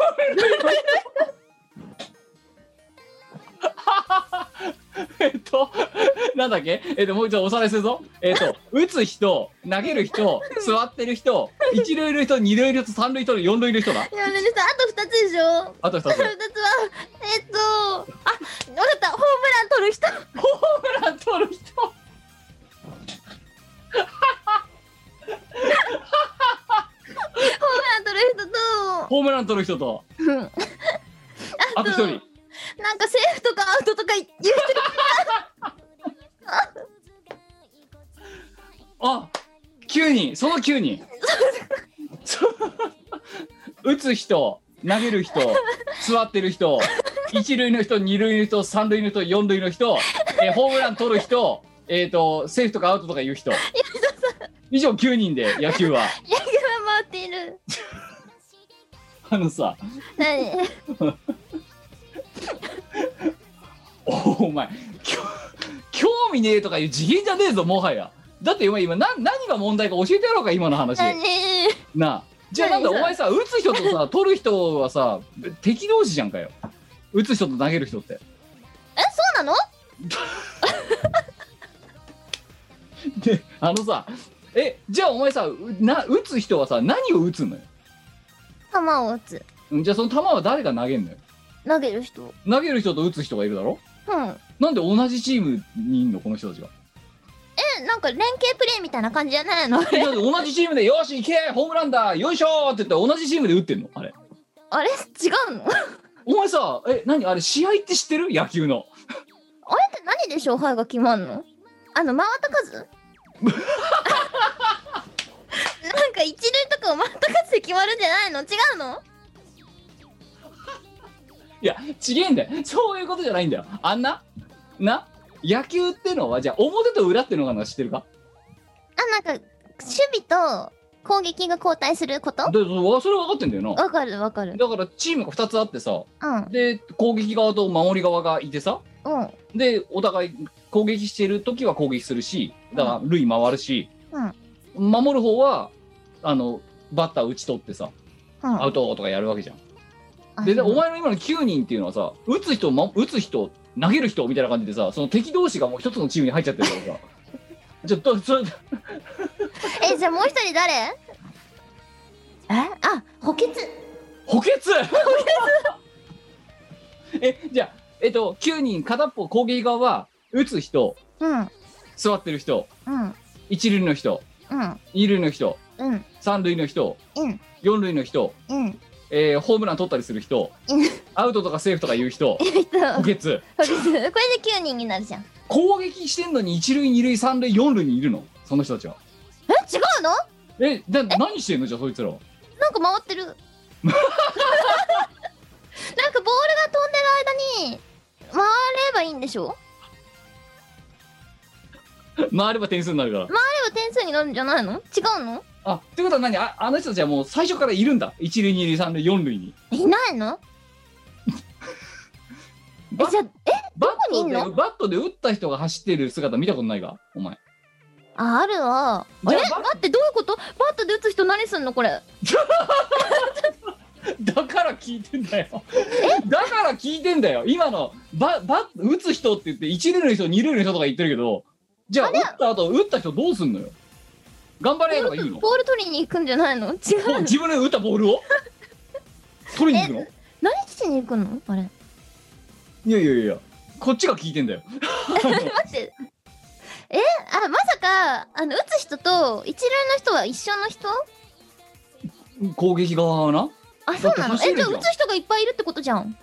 人。なんだっけ？もう一度おさらいするぞ。打つ人、投げる人、座ってる人、一塁の人、二塁の人、三塁の人、四塁の人だ。 あと2つでしょ。 あと2つ。 2つは分かった。ホームラン取る人。 ホームラン取る人。ホームラン取る人と。あと1人。 なんかセーフとかアウトとか言う人。 あ、9人、その9人。打つ人、投げる人、座ってる人、一塁の人、二塁の人、三塁の人、四塁の人、ホームラン取る人、セーフとかアウトとか言う人。以上9人で野球は。 野球は回っている。 さ。 何？ お前興味ねえとかいう次元じゃねえぞ、もはや。だって今何が問題か教えてやろうか、今の話。なあ、じゃあなんだお前さ、打つ人とさ取る人はさ敵同士じゃんかよ。打つ人と投げる人って。 そうなの？ でさ、じゃあお前さ打つ人はさ何を打つのよ。 球を打つ。 じゃあその球は誰が投げんのよ。 投げる人と打つ人がいるだろ。 うん。 なんで同じチームにいんのこの人たちが。 なんか連携プレーみたいな感じじゃないの？ だって同じチームでよし行けホームランだよいしょーって言って同じチームで打ってんのあれ。 あれ違うの？ お前さ何あれ試合って知ってる？野球のあれって何で勝敗が決まんの？回った数？なんか一塁とかを回った数で決まるんじゃないの？違うの？ いや違えんだよ、そういうことじゃないんだよ。野球ってのはじゃあ表と裏ってのが知ってるか？ なんか守備と攻撃が交代すること？ でそれ分かってんだよな。 わかる。だからチームが2つあってさ、 うん、 で攻撃側と守り側がいてさ、 うん、 でお互い攻撃してる時は攻撃するし、だから塁回るし、うん、守る方はバッター打ち取ってさ、うん、アウトとかやるわけじゃん。でお前の今の9人っていうのはさ、打つ人投げる人みたいな感じでさ、その敵同士がもう一つのチームに入っちゃってるからさ。ちょっとそれじゃあもう一人誰？補欠じゃあ 9人片っぽ攻撃側は打つ人、 うん、 座ってる人、 うん、 一塁の人、 うん、 二塁の人、 うん、 三塁の人、 うん、 四塁の人、 うん、 ホームラン取ったりする人、アウトとかセーフとか言う人、補欠。これで9人になるじゃん。 攻撃してんのに一塁二塁三塁四塁にいるのその人たちは。 違うの？ 何してんのじゃあそいつらは。 なんか回ってる。なんかボールが飛んでる間に回ればいいんでしょ？ 回れば点数になるから。 回れば点数になるんじゃないの？違うの？ ってことは何？あの人たちはもう最初からいるんだ。一塁二塁三塁四塁に。 いないの？じゃあどこにいんの？ バットで打った人が走ってる姿見たことないかお前。 あるわ。待ってどういうこと？バットで打つ人何すんのこれ？ だから聞いてんだよ。今の打つ人って言って一塁の人二塁の人とか言ってるけど、じゃあ打った後打った人どうすんのよ。頑張れとか言うの？ ボール取りに行くんじゃないの？違う。 自分で打ったボールを取りに行くの？ 何しに行くのあれ？ いやこっちが聞いてんだよ。 待ってまさか打つ人と一塁の人は一緒の人？ 攻撃側はな。 そうなの？じゃあ打つ人がいっぱいいるってことじゃん。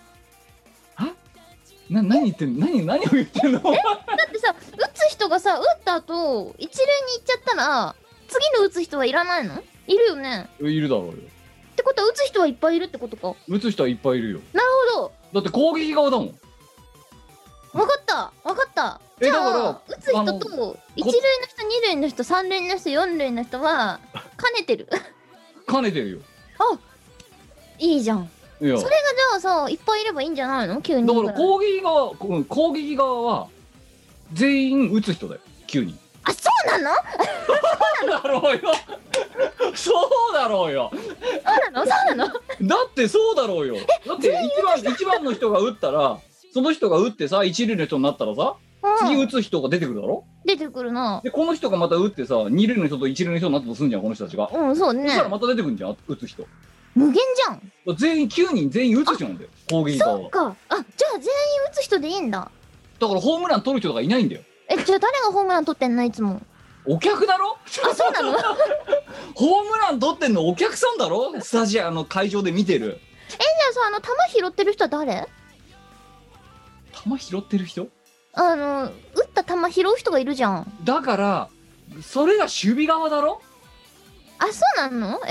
何言ってんの？何を言ってんの？だってさ、打つ人がさ打った後一塁に行っちゃったら次の打つ人はいらないの？いるよね。 いるだろうよ。っってことは打つ人はいっぱいいるってことか。 打つ人はいっぱいいるよ。 なるほど。 だって攻撃側だもん。 わかったわかった。じゃあ打つ人と一塁の人、二塁の人、三塁の人、四塁の人は兼ねてる。 兼ねてるよ。 あ、いいじゃん。 いやそれがじゃあさ、いっぱいいればいいんじゃないの？9人だかぐらい。 ら攻撃側は全員打つ人だよ。9人。 あ、そうなの？ そうだろうよ。そうだろうよ。 そうなの？そうなの？ だってそうだろうよ。だって一番の人が打ったら、その人が打ってさ、一塁の人になったらさ、次打つ人が出てくるだろ。 出てくるな。 でこの人がまた打ってさ、二塁の人と一塁の人になったとするんじゃん、この人たちが。 うん、そうね。 そしたらまた出てくるんじゃん、打つ人。 無限じゃん。 全員9人全員打つ人なんだよ、攻撃側は。 そうか。あ、じゃあ全員打つ人でいいんだ。 だからホームラン取る人とかいないんだよ。 じゃあ誰がホームラン取ってんのいつも。 お客だろ。 あ、そうなの？ ホームラン取ってんのお客さんだろ、スタジアム会場で見てる。 じゃあさ、球拾ってる人は誰？ 球拾ってる人？ 打った球拾う人がいるじゃん。 だからそれが守備側だろ。 あ、そうなの？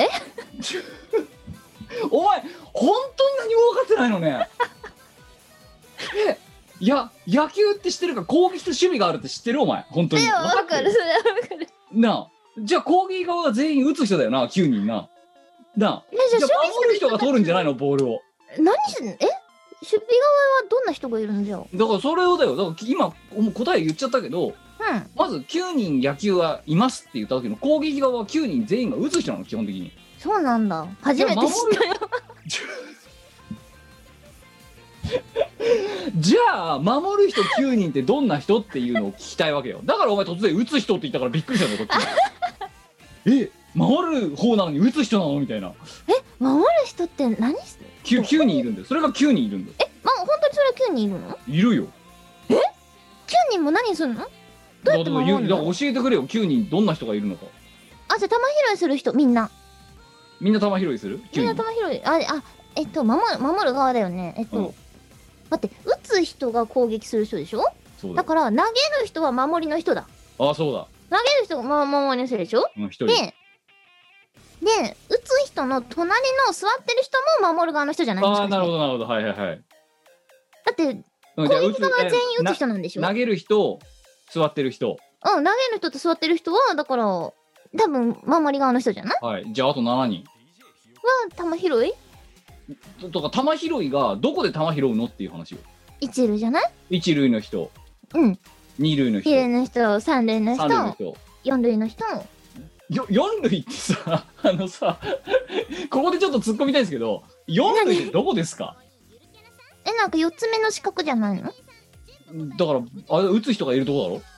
お前本当に何も分かってないのね。いや、野球って知ってるか？攻撃と守備があるって知ってる？お前本当に分かる。それは分かるなあ。じゃあ攻撃側が全員打つ人だよな、9人な。なあ。 じゃあ守る人が取るんじゃないの、ボールを。 何してんの？守備側はどんな人がいるんじゃ。 だからそれをだよ。だから今もう答え言っちゃったけど、まず9人野球はいますって言った時の攻撃側は9人全員が打つ人なの、基本的に。 そうなんだ。初めて知ったよ。 じゃあ守る人9人ってどんな人っていうのを聞きたいわけよ。だからお前突然打つ人って言ったからびっくりしたんだよ、こっち。守る方なのに打つ人なのみたいな。 守る人って何 9人いるんだよ。それが9人いるんだよ。 本当にそれは9人いるの？ いるよ。 9人も何するの？どうやって守るの？ だから教えてくれよ、9人どんな人がいるのか。 じゃあ球拾いする人、みんな球拾いする？ みんな球拾い。守る側だよね。待って、打つ人が攻撃する人でしょ？ そうだから投げる人は守りの人だ。 あ、そうだ。 投げる人が守りの人でしょ？ 一人で、打つ人の隣の座ってる人も守る側の人じゃないんですか？ ああ、なるほどなるほど。はいはいはい。 だって攻撃側は全員打つ人なんでしょ？ 投げる人、座ってる人。 投げる人と座ってる人はだから多分守り側の人じゃない？ はい。じゃああと7人は球拾いとか、球拾いがどこで球拾うのっていう話よ。 一塁じゃない？ 一塁の人、二塁の人、 二塁の人、三塁の人、四塁の人。 四塁ってさ、ここでちょっと突っ込みたいんですけど、四塁ってどこですか？ なんか4つ目の四角じゃないの？ だからあれ打つ人がいるとこだろ？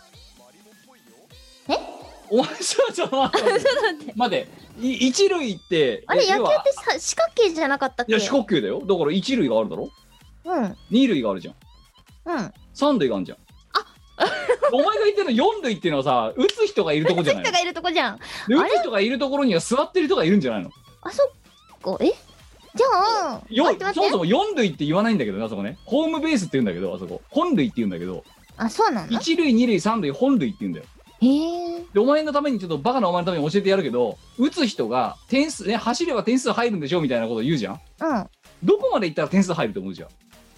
お前ちょっと待って待って、一塁ってあれ野球ってさ四角形じゃなかったっけ？ いや四角形だよ。だから一塁があるだろ？二塁があるじゃん。三塁があるじゃん。お前が言ってるの四塁っていうのはさ、打つ人がいるとこじゃないの？ 打つ人がいるとこじゃん。 打つ人がいるところには座ってる人がいるんじゃないの？ あ、そっか。じゃあそもそも四塁って言わないんだけどね、あそこね。ホームベースって言うんだけど、あそこ本塁って言うんだけど。 あ、そうなの？ 一塁二塁三塁本塁って言うんだよ。でお前のためにちょっとバカなお前のために教えてやるけど、打つ人が点数ね、走れば点数入るんでしょみたいなこと言うじゃん。どこまで行ったら点数入ると思うじゃん。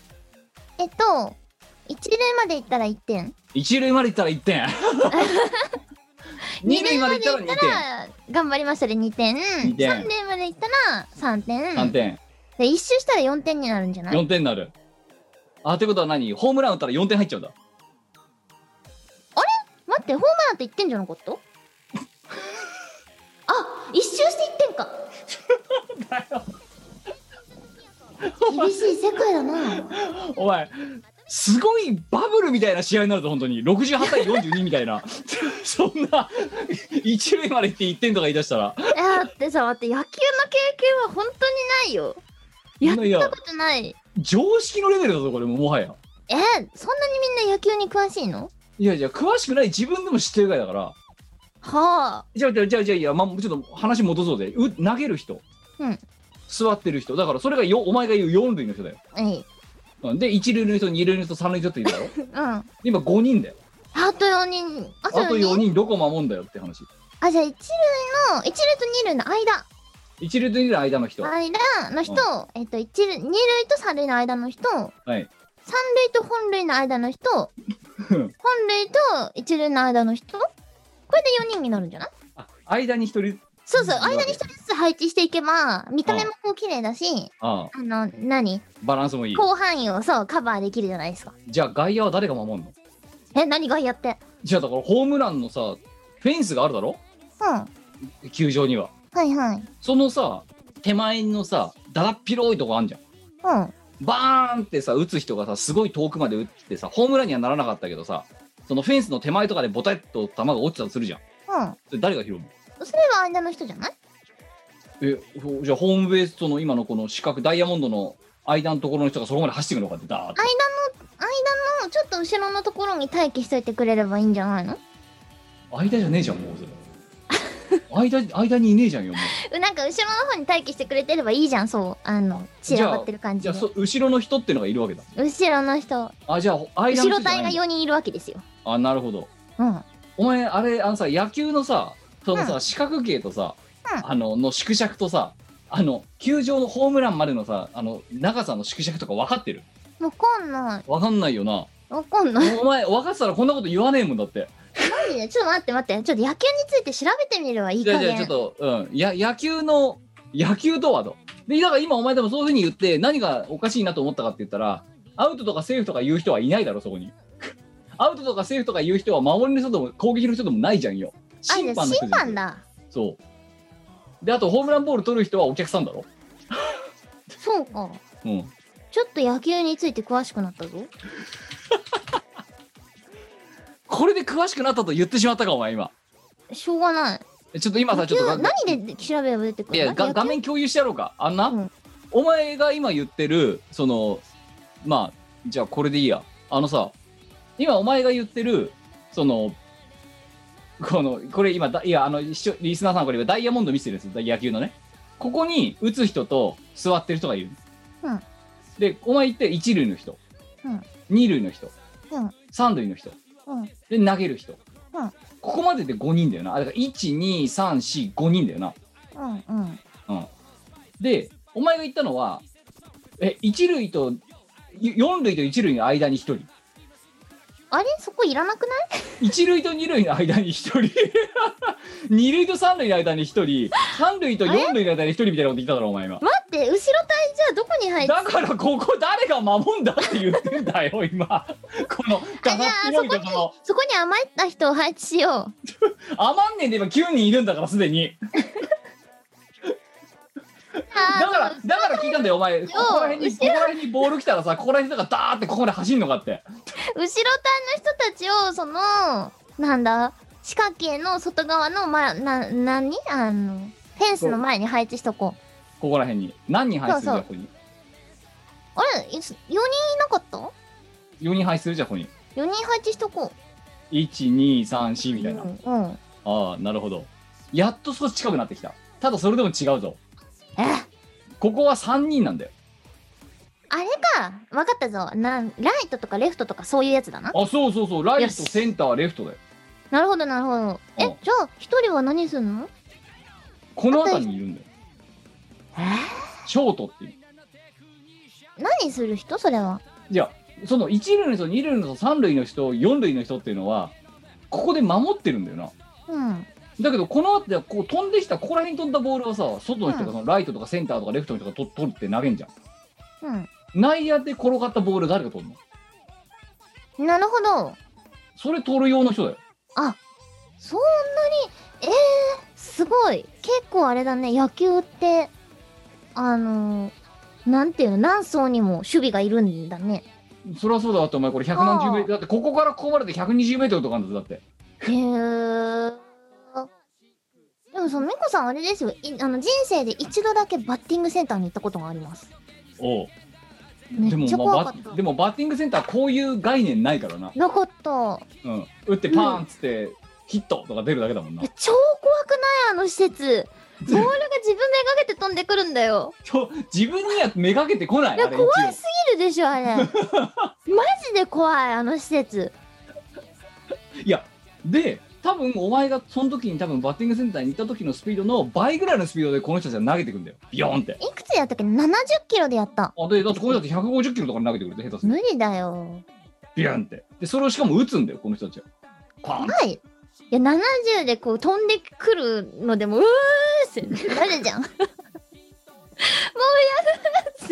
一塁まで行ったら1点。 一塁まで行ったら1点。二塁まで行ったら2点。 頑張りましたで2点。三塁まで行ったら3点。 3点。 で一周したら4点になるんじゃない？ 4 点になる。ってことは何？ホームラン打ったら4点入っちゃうんだ。 待って、ホームランって1点じゃなかった？一周して1点か。厳しい世界だな。 お前すごいバブルみたいな試合になると本当に68対42みたいな。そんな一塁まで行って1点とか言い出したら。 だってさ、待って、野球の経験は本当にないよ。やったことない。 常識のレベルだぞこれもはや。 そんなにみんな野球に詳しいの？ いや詳しくない。自分でも知ってるぐらいだから。じゃあいや、ちょっと話戻そうぜ。投げる人、座ってる人だから、それがお前が言う4塁の人だよ。で一塁の人、二塁の人、三塁の人って言うだろ。今5人だよ。 あと4人。 あと4人どこ守んだよって話。 じゃあ一塁と二塁の間。 一塁と二塁の間の人。 間の人、二塁と三塁の間の人、 はい。 三塁と本塁の間の人、本塁と一塁の間の人、これで4人になるんじゃない？ あ、間に一人。 そうそう、間に一人ずつ配置していけば、見た目もこう綺麗だし、 バランスもいい。 広範囲をそうカバーできるじゃないですか。 じゃあ外野は誰が守んの？ 何外野って？ じゃあだからホームランのさ、フェンスがあるだろ？ うん。 球場には。 はいはい。 そのさ、手前のさ、だだっ広いとこあんじゃん。 うん。 バーンってさ、打つ人がさ、すごい遠くまで打ってさ、ホームランにはならなかったけどさ、そのフェンスの手前とかでボタッと球が落ちたとするじゃん。 うん。 それ誰が拾うの？ それは間の人じゃない？ じゃあホームベースとの今のこの四角ダイヤモンドの間のところの人がそこまで走ってくるのかってダーッと。 間のちょっと後ろのところに待機しといてくれればいいんじゃないの？ 間じゃねえじゃんもうそれ。間にいねえじゃんよもう。 なんか後ろの方に待機してくれてればいいじゃん。そう散らばってる感じで。 じゃあ後ろの人ってのがいるわけだ。 後ろの人。 じゃあ間後ろ隊が4人いるわけですよ。 なるほど。 うん。 お前あれさ野球のさそのさ、四角形とさ、の縮尺とさ球場のホームランまでのさ長さの縮尺とか分かってる？ 分かんない。 分かんないよな。 分かんない。 お前分かってたらこんなこと言わねえもんだって。 マジでちょっと待ってちょっと野球について調べてみるわ。いい加減。 じゃあちょっと野球とはと。でだから今お前でもそういうふうに言って何がおかしいなと思ったかって言ったらアウトとかセーフとか言う人はいないだろそこに。アウトとかセーフとか言う人は守りの人でも攻撃の人でもないじゃんよ。審判の人。 審判だ。 そうであとホームランボール取る人はお客さんだろ。 そうか。 うん。 ちょっと野球について詳しくなったぞ。 これで詳しくなったと言ってしまったかお前今。 しょうがない。 ちょっと今さちょっと何で調べれば出てくる？ いや画面共有してやろうか。お前が今言ってるそのじゃあこれでいいや。今お前が言ってるそのこれ今リスナーさんこれダイヤモンド見せてるんです野球のね。ここに打つ人と座ってる人がいる。でお前言って一塁の人、二塁の人、三塁の人、で投げる人、ここまでで5人だよな。だから12345人だよな。でお前が言ったのは一塁と四塁と一塁の間に1人。 あれそこいらなくない？ 一塁と二塁の間に1人二塁と三塁の間に1人三塁と四塁の間に1人みたいなこと言っただろお前今。 待って後ろ隊じゃあどこに入ってだからここ誰が守んだって言ってんだよ今このガサ広いところ。 そこに余った人を配置しよう。 余んねんで今9人いるんだからすでにだから聞いたんだよお前。ここら辺にボール来たらさここら辺とかダーってここまで走んのかって。 後ろ隊の人たちを四角形の外側のフェンスの前に配置しとこう。ここら辺に何人配置するじゃここに。 あれ4人いなかった？ 4 人配置するじゃここに。 4人配置しとこう。1234みたいな。 ああなるほど。やっと少し近くなってきた。ただそれでも違うぞ。ここは3人なんだよ。 あれか分かったぞ。ライトとかレフトとかそういうやつだな。 そうライトセンターレフトだよ。 なるほどじゃあ一人は何すんの？ この辺りにいるんだよ。ショートっていう。 何する人それは？ いやその一塁の人二塁の人三塁の人四塁の人っていうのはここで守ってるんだよな。だけどこの後でこう飛んできたここら辺に飛んだボールはさ外の人がそのライトとかセンターとかレフトの人が取って投げんじゃん。内野で転がったボール誰が取るの？なるほど。 それ取る用の人だよ。 そんなにすごい結構あれだね。野球ってなんていうの何層にも守備がいるんだね。 そりゃそうだってお前これ100何十メートルだってここからここまでで120メートルとかあるんだって。 でもみこさんあれですよ。人生で一度だけバッティングセンターに行ったことがあります。めっちゃ怖かった。 でもバッティングセンターこういう概念ないからな。 なかった。 打ってパーンっつって、ヒットとか出るだけだもんな。 超怖くない施設。ボールが自分めがけて飛んでくるんだよ。 自分にはめがけてこない。 怖すぎるでしょあれ。マジで怖い施設。 いやで多分お前がその時に多分バッティングセンターに行った時のスピードの倍ぐらいのスピードでこの人たちは投げてくんだよ。ビヨーンって。 いくつやったっけ？ 70 キロでやった。 でだってこの人たち150キロとかで投げてくるって下手する。 無理だよ。 ビヨーンって。でそれをしかも打つんだよこの人たちは。パーン。 はい。いや70でこう飛んでくるのでもうーってなるじゃん。もうやだって。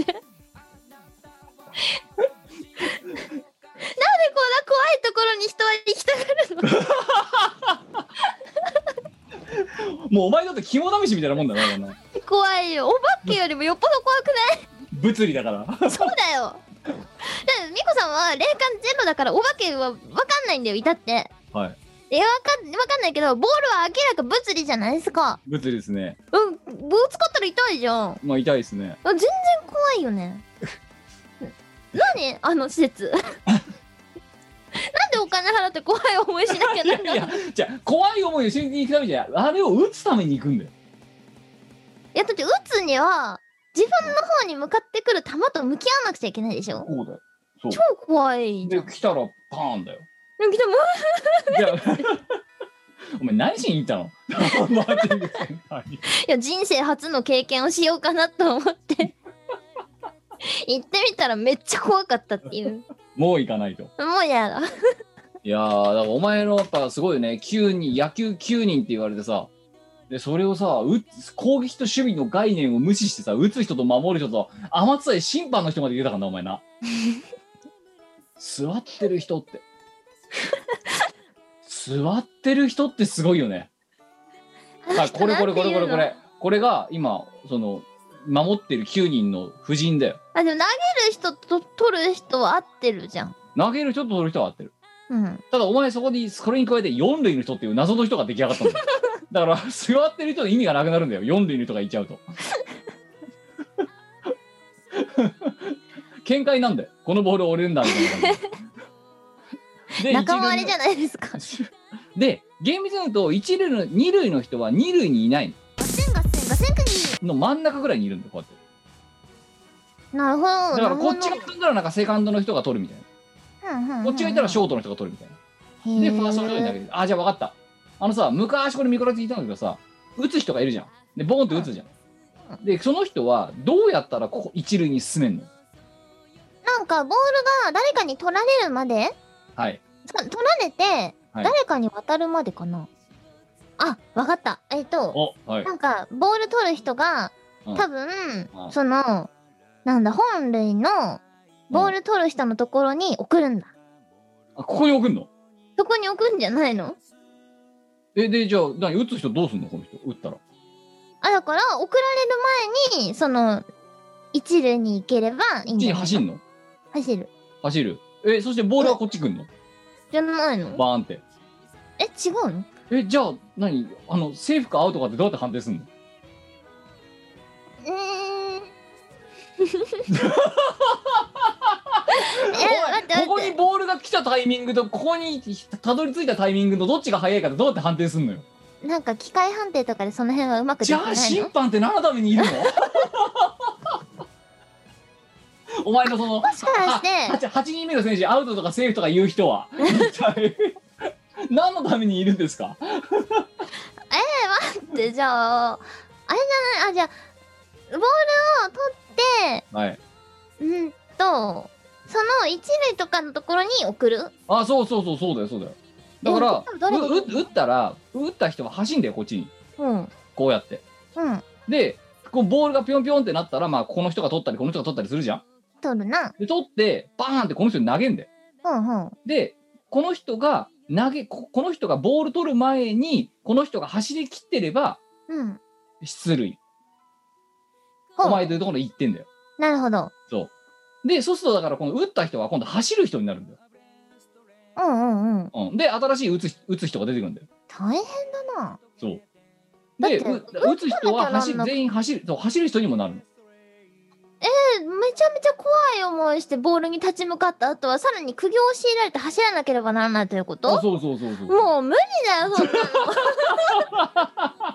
なんでこんな怖いところに人は行きたがるの？ もうお前だって肝試しみたいなもんだな。 怖いよ。お化けよりもよっぽど怖くない？ 物理だから。 そうだよ。でミコさんは霊感ゼロだからお化けは分かんないんだよ、いたって。 はい。 分かんないけどボールは明らか物理じゃないですか。 物理ですね。 ぶつかったら痛いじゃん。 まあ痛いですね。 全然怖いよね。何あの施設。なんでお金払って怖い思いしなきゃなんないの？ いやじゃあ怖い思いをしに行くためじゃあれを打つために行くんだよ。 いやだって打つには自分の方に向かってくる球と向き合わなくちゃいけないでしょ。 そうだよ。そう。 超怖いじゃん。 で来たらパーンだよ。 来たもうお前何しに行ったの？ いや人生初の経験をしようかなと思って行ってみたらめっちゃ怖かったっていう。 もう行かないと。 もうやだ。 いやーだからお前のやっぱすごいよね。9人野球9人って言われてさ、でそれをさ攻撃と守備の概念を無視してさ、打つ人と守る人と天津い審判の人まで入れたからなお前な。座ってる人って座ってる人ってすごいよね。これが今その守ってる9人の夫人だよ。 でも投げる人と取る人は合ってるじゃん。 投げる人と取る人は合ってる。 うん。 ただお前そこにそれに加えて4塁の人っていう謎の人が出来上がったんだよ。だから座ってる人の意味がなくなるんだよ。4塁の人がいちゃうと。見解なんだよ。このボール折れるんだみたいな感じで。 仲間割れじゃないですか。 で厳密に言うと1塁の2塁の人は2塁にいないの真ん中ぐらいにいるんだよこうやって。なるほど。だからこっちが飛んだらなんかセカンドの人が取るみたいな。こっちがいたらショートの人が取るみたいな。でファーストの人に投げる。じゃあ分かった。昔これ見こらって聞いたんだけどさ、打つ人がいるじゃん。でボーンって打つじゃん。でその人はどうやったらここ一塁に進めんの？なんかボールが誰かに取られるまで、はい、取られて、はい、誰かに渡るまでかな。わかった。はい、なんかボール取る人が多分、そのなんだ本塁のボール取る人のところに送るんだ。ここに送るの？そこに置くんじゃないの？でじゃあ打つ人どうすんのこの人打ったら。だから送られる前にその一塁に行ければいいんじゃない？走んの？走る。そしてボールはこっち来んの？じゃないの？バーンって。違うの？じゃあセーフかアウトかってどうやって判定すんの？ここにボールが来たタイミングとここにたどり着いたタイミングのどっちが早いかってどうやって判定すんのよ？なんか機械判定とかでその辺はうまくできてないの？じゃあ審判って何のためにいるの？お前のそのもしかして8人目の選手アウトとかセーフとか言う人は一体何のためにいるんですか？待ってじゃああれじゃないじゃあボールを取ってはいその一塁とかのところに送る。そうだよ。だから打った人は走んだよこっちに。こうやって。でこうボールがピョンピョンってなったらこの人が取ったりこの人が取ったりするじゃん。取るな。で取ってバーンってこの人に投げんだよ。でこの人がこの人がボール取る前にこの人が走り切ってれば出塁。お前というところに行ってんだよ。なるほど。でそうするとだからこの打った人は今度走る人になるんだよ。で新しい打つ人が出てくるんだよ。大変だな。そうで打つ人は全員走る人にもなるの。めちゃめちゃ怖い思いしてボールに立ち向かった後はさらに苦行を強いられて走らなければならないということ？そうもう無理だよそんなの。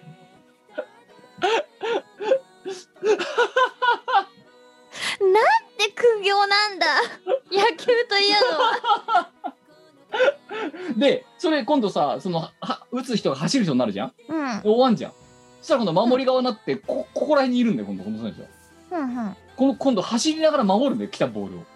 なんて苦行なんだ野球というのは。でそれ今度さ、打つ人が走る人になるじゃん。 うん。 終わんじゃん。そしたら今度守り側になって、ここら辺にいるんだよ、今度この選手は。今度走りながら守るんだよ、来たボールを。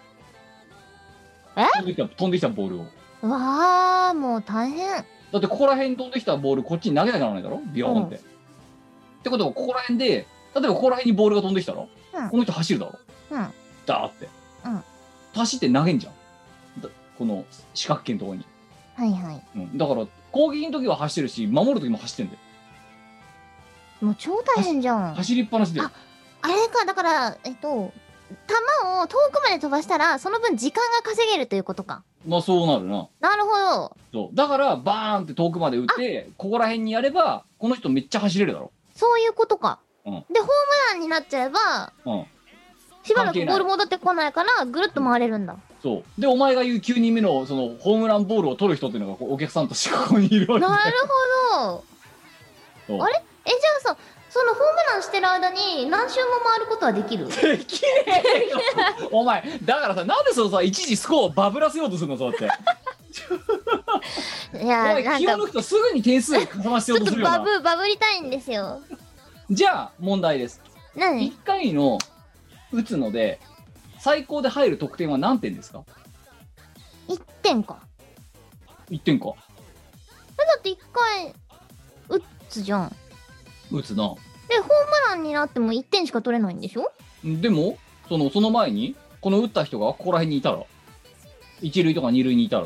飛んできたボールを。 わあ、もう大変。 だってここら辺に飛んできたボールこっちに投げなきゃならないだろ、ビヨーンって。ってことはここら辺で、例えばここら辺にボールが飛んできたら、この人走るだろ。ダーって。走って投げんじゃん。この四角形のところに。 はいはい。 だから攻撃の時は走ってるし、守る時も走ってんだよ。 もう超大変じゃん。 走りっぱなしで。 あれか、だから球を遠くまで飛ばしたらその分時間が稼げるということか。 まあそうなるな。 なるほど。 そうだからバーンって遠くまで打ってここら辺にやればこの人めっちゃ走れるだろ。 そういうことか。でホームランになっちゃえば、しばらくボール戻ってこないからぐるっと回れるんだ。 そうでお前が言う9人目のそのホームランボールを取る人っていうのがお客さんとしてここにいるわけだよ。 なるほど。あれじゃあさ、そのホームランしてる間に何周も回ることはできる？ できねえよお前だからさ、なんでそのさ一時スコアをバブらせようとするのそうやっていやなんか気を抜くとすぐに点数重なせようとするよな。 ちょっとバブりたいんですよ。 じゃあ問題です。 何？ 1 回の打つので最高で入る得点は何点ですか ？1点か。 1点か。だって1回打つじゃん。 打つな。 でホームランになっても1点しか取れないんでしょ？でもその前にこの打った人がここら辺にいたら、一塁とか二塁にいたら、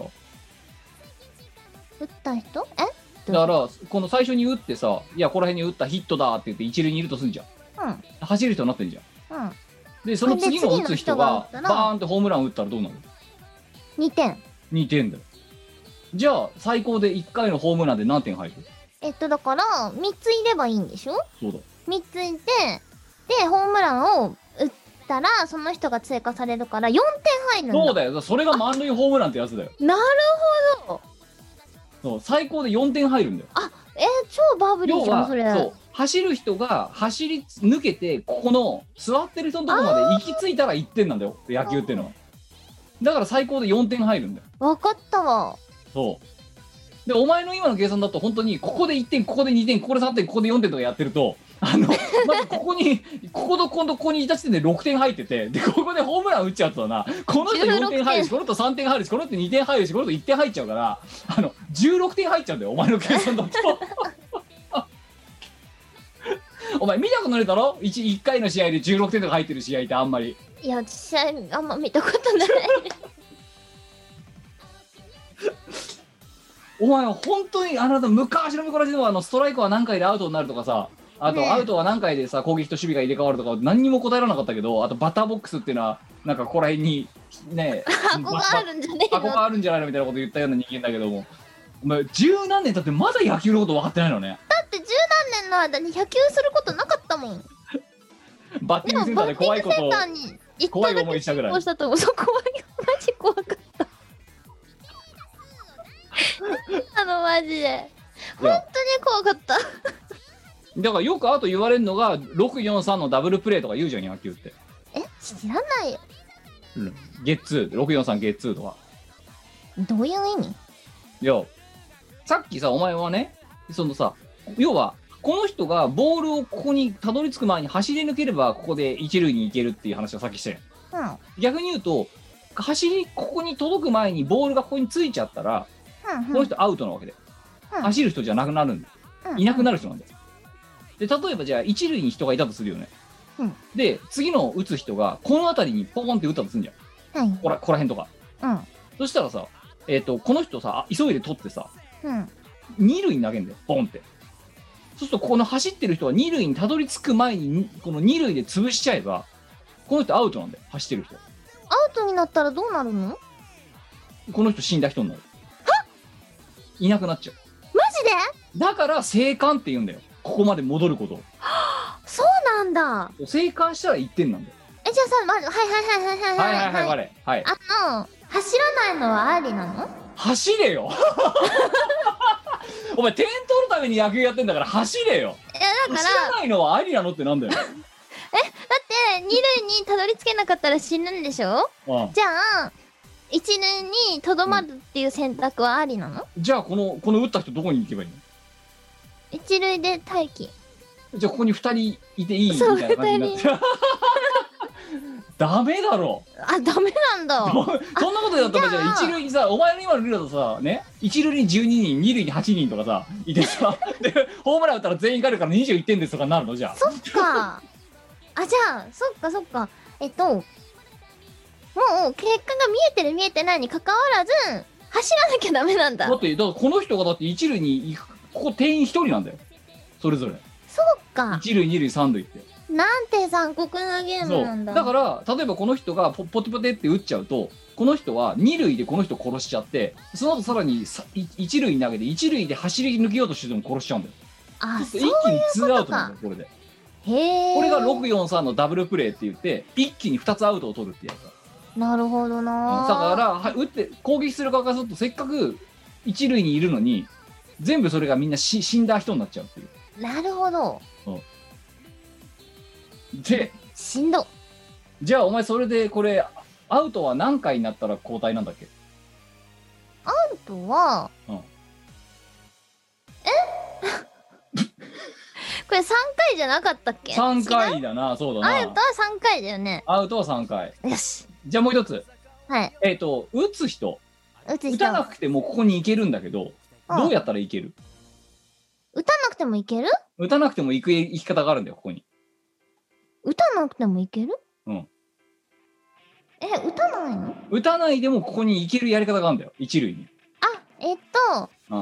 打った人？ だからこの最初に打ってさ、いやここら辺に打ったヒットだって言って一塁にいるとすんじゃん。走る人になってんじゃん。でその次の打つ人がバーンってホームラン打ったらどうなる ？2点。 2点だよ。じゃあ最高で1回のホームランで何点入る？ だから3ついればいいんでしょ？ そうだ。 3ついて、でホームランを打ったらその人が追加されるから4点入るんだ。 そうだよ。それが満塁ホームランってやつだよ。 なるほど。 そう最高で4点入るんだよ。 超バブリーじゃんそれ。 そう走る人が走り抜けてここの座ってる人のとこまで行き着いたら1点なんだよ、野球っていうのは。だから最高で4点入るんだよ。 分かったわ。 そうでお前の今の計算だと本当にここで1点ここで2点ここで3点ここで4点とかやってるとまずここと今度ここにいた時点で6点入ってて、でここでホームラン打っちゃうとな、この人4点入るしこの人3点入るしこの人2点入るしこの人1点入っちゃうから16点入っちゃうんだよお前の計算だとお前見たことないだろ 1回の試合で16点とか入ってる試合ってあんまり。 いや試合あんま見たことないお前は本当に昔のストライクは何回でアウトになるとかさ、あとアウトは何回でさ攻撃と守備が入れ替わるとか何にも答えられなかったけど、あとバッターボックスっていうのはなんかここら辺にね箱があるんじゃねえの、 箱があるんじゃないのみたいなこと言ったような人間だけども、お前十何年経ってまだ野球のこと分かってないのね。 だって十何年の間に野球することなかったもん。 バッティングセンターで怖いこと怖い思いしたぐらい。 そう怖い、マジ怖かったマジで本当に怖かっただからよくあと言われるのが643のダブルプレーとか言うじゃん野球って。 知らないよ。 ゲッツー643ゲッツーとかどういう意味？ いやさっきさお前はね要はこの人がボールをここにたどり着く前に走り抜ければここで一塁に行けるっていう話をさっきしてる。逆に言うとここに届く前にボールがここについちゃったら、この人アウトなわけで、走る人じゃなくなるんだ、いなくなる人なんだよ。で例えばじゃあ一塁に人がいたとするよね、で次の打つ人がこの辺りにポーンって打ったとするんじゃん、ここら辺とか、そしたらさこの人さ急いで取ってさ、二塁に投げんだよポンって。そうするとこの走ってる人は二塁にたどり着く前にこの二塁で潰しちゃえばこの人アウトなんだよ。走ってる人アウトになったらどうなるの？ この人死んだ人になる。いなくなっちゃう。 マジで？だから生還って言うんだよ、ここまで戻ることを。 そうなんだ。 生還したら1点なんだよ。 じゃあさ、はい走らないのはありなの？ 走れよお前点取るために野球やってんだから走れよ。 だから走らないのはありなのってなんだよだって二塁にたどり着けなかったら死ぬんでしょ？じゃあ一塁にとどまるっていう選択はありなの？ じゃあこの打った人どこに行けばいいの？ 一塁で待機。 じゃあここに2人いていいみたそういな感じになってダメだろ。 あ、ダメなんだ。 そんなことやったらじゃあ一塁にさ、お前の今のルールだとさね、一塁に12人二塁に8人とかさいてさでホームラン打ったら全員受かるから21点ですとかなるの？じゃあそっか。あ、じゃあそっかそっか。もう結果が見えてる見えてないに関わらず走らなきゃダメなんだ。 だってこの人がだって一塁に行く、ここ定員1人なんだよそれぞれ。 そうか。 一塁二塁三塁ってなんて残酷なゲームなんだ。 だから例えばこの人がポテポテって打っちゃうと、この人は二塁でこの人殺しちゃって、その後さらに一塁に投げて一塁で走り抜けようとしても殺しちゃうんだよ。 あ、 そう一気にツーアウトなんだよこれで。 へえ。 これが643のダブルプレーって言って一気に2つアウトを取るってやつだ。 なるほどな。 だから打って攻撃する側からするとせっかく一塁にいるのに全部それがみんな死んだ人になっちゃうっていう。 なるほど。 でしんど。 じゃあお前それでこれアウトは何回になったら交代なんだっけ？ アウトは、これ3回じゃなかったっけ ？3回だな。そうだな。 アウトは3回だよね。 アウトは3回。 よし。 じゃあもう一つ。 はい。 打つ人。打たなくてもここに行けるんだけど、どうやったら行ける？ 打たなくても行ける？ 打たなくても行き方があるんだよここに。 打たなくても行ける？ うん。 打たないの？ 打たないでもここに行けるやり方があるんだよ一塁に。 うん。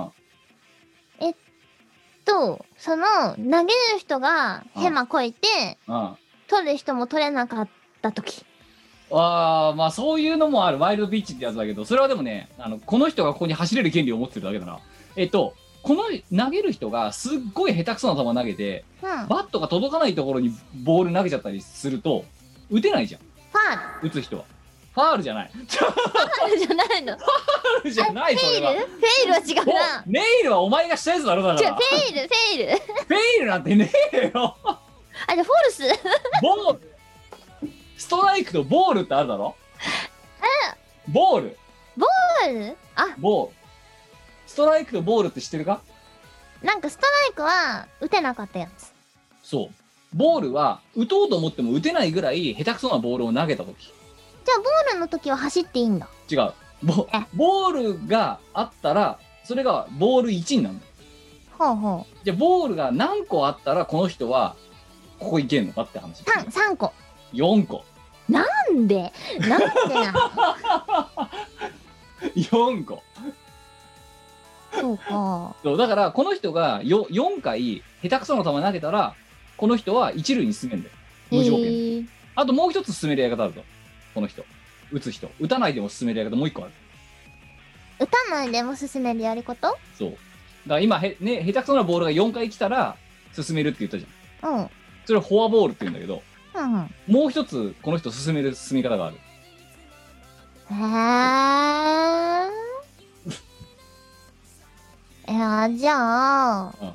その投げる人がヘマこいて、取る人も取れなかった時。 まあそういうのもある。ワイルドピッチってやつだけど、それはでもね、この人がここに走れる権利を持ってるだけだな。この投げる人がすっごい下手くそな球投げて、バットが届かないところにボール投げちゃったりすると打てないじゃん。 ファール。 打つ人はファールじゃない。 ファールじゃないの？ ファールじゃない。それはフェイルは違うな。 ネイルはお前がしたやつだろ。だから違う、フェイル。 フェイルなんてねえよ。 あ、じゃあフォルス。 ボール、ストライクとボールってあるだろ。ボールボール、ストライクとボールって知ってるか？ なんかストライクは打てなかったやつ。 そう。ボールは打とうと思っても打てないぐらい下手くそなボールを投げた時。 じゃあボールの時は走っていいんだ。 違う。ボールがあったらそれがボール1になるの。 ほうほう。 じゃあボールが何個あったらこの人はここ行けんのかって話。 3個。 4個。 なんでなの 4個。 そうか。 そうだからこの人が4回下手くそな球投げたらこの人は一塁に進めんだよ。無条件で。あともう一つ進めるやり方あると。この人打つ人、打たないでも進めるやり方もう一個ある。 打たないでも進めるやり方？ そうだから今下手くそなボールが4回来たら進めるって言ったじゃん。それフォアボールって言うんだけど、もう一つこの人進める進み方がある。 じゃあ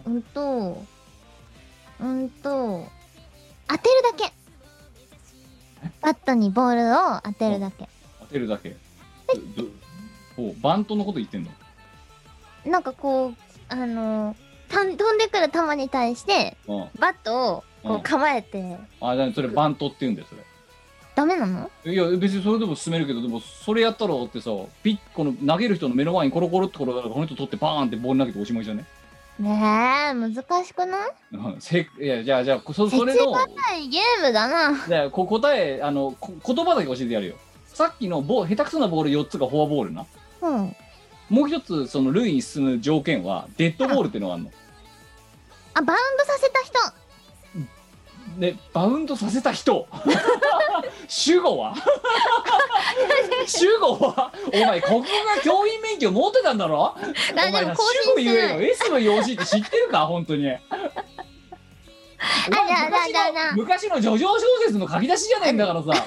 当てるだけ。バットにボールを当てるだけ。 当てるだけ。バントのこと言ってんの？ なんかこう飛んでくる球に対してバットをこう構えて。 それバントって言うんだよそれ。 ダメなの？いや別にそれでも進めるけど、でもそれやったらってさ、この投げる人の目の前にコロコロって転がるからこの人取ってバーンってボール投げておしまいじゃね？ ねえ、難しくない？ いやじゃあそれの切ないゲームだな。 じゃあ答え言葉だけ教えてやるよ。さっきの下手くそなボール4つがフォアボールな。もう一つその塁に進む条件はデッドボールっていうのがあるの。 バウンドさせた人。 バウンドさせた人。主語はお前国語が教員免許持ってたんだろ。お前主語言えよ。 S の用紙って知ってるか本当に。昔の叙情小説の書き出しじゃねえんだからさ。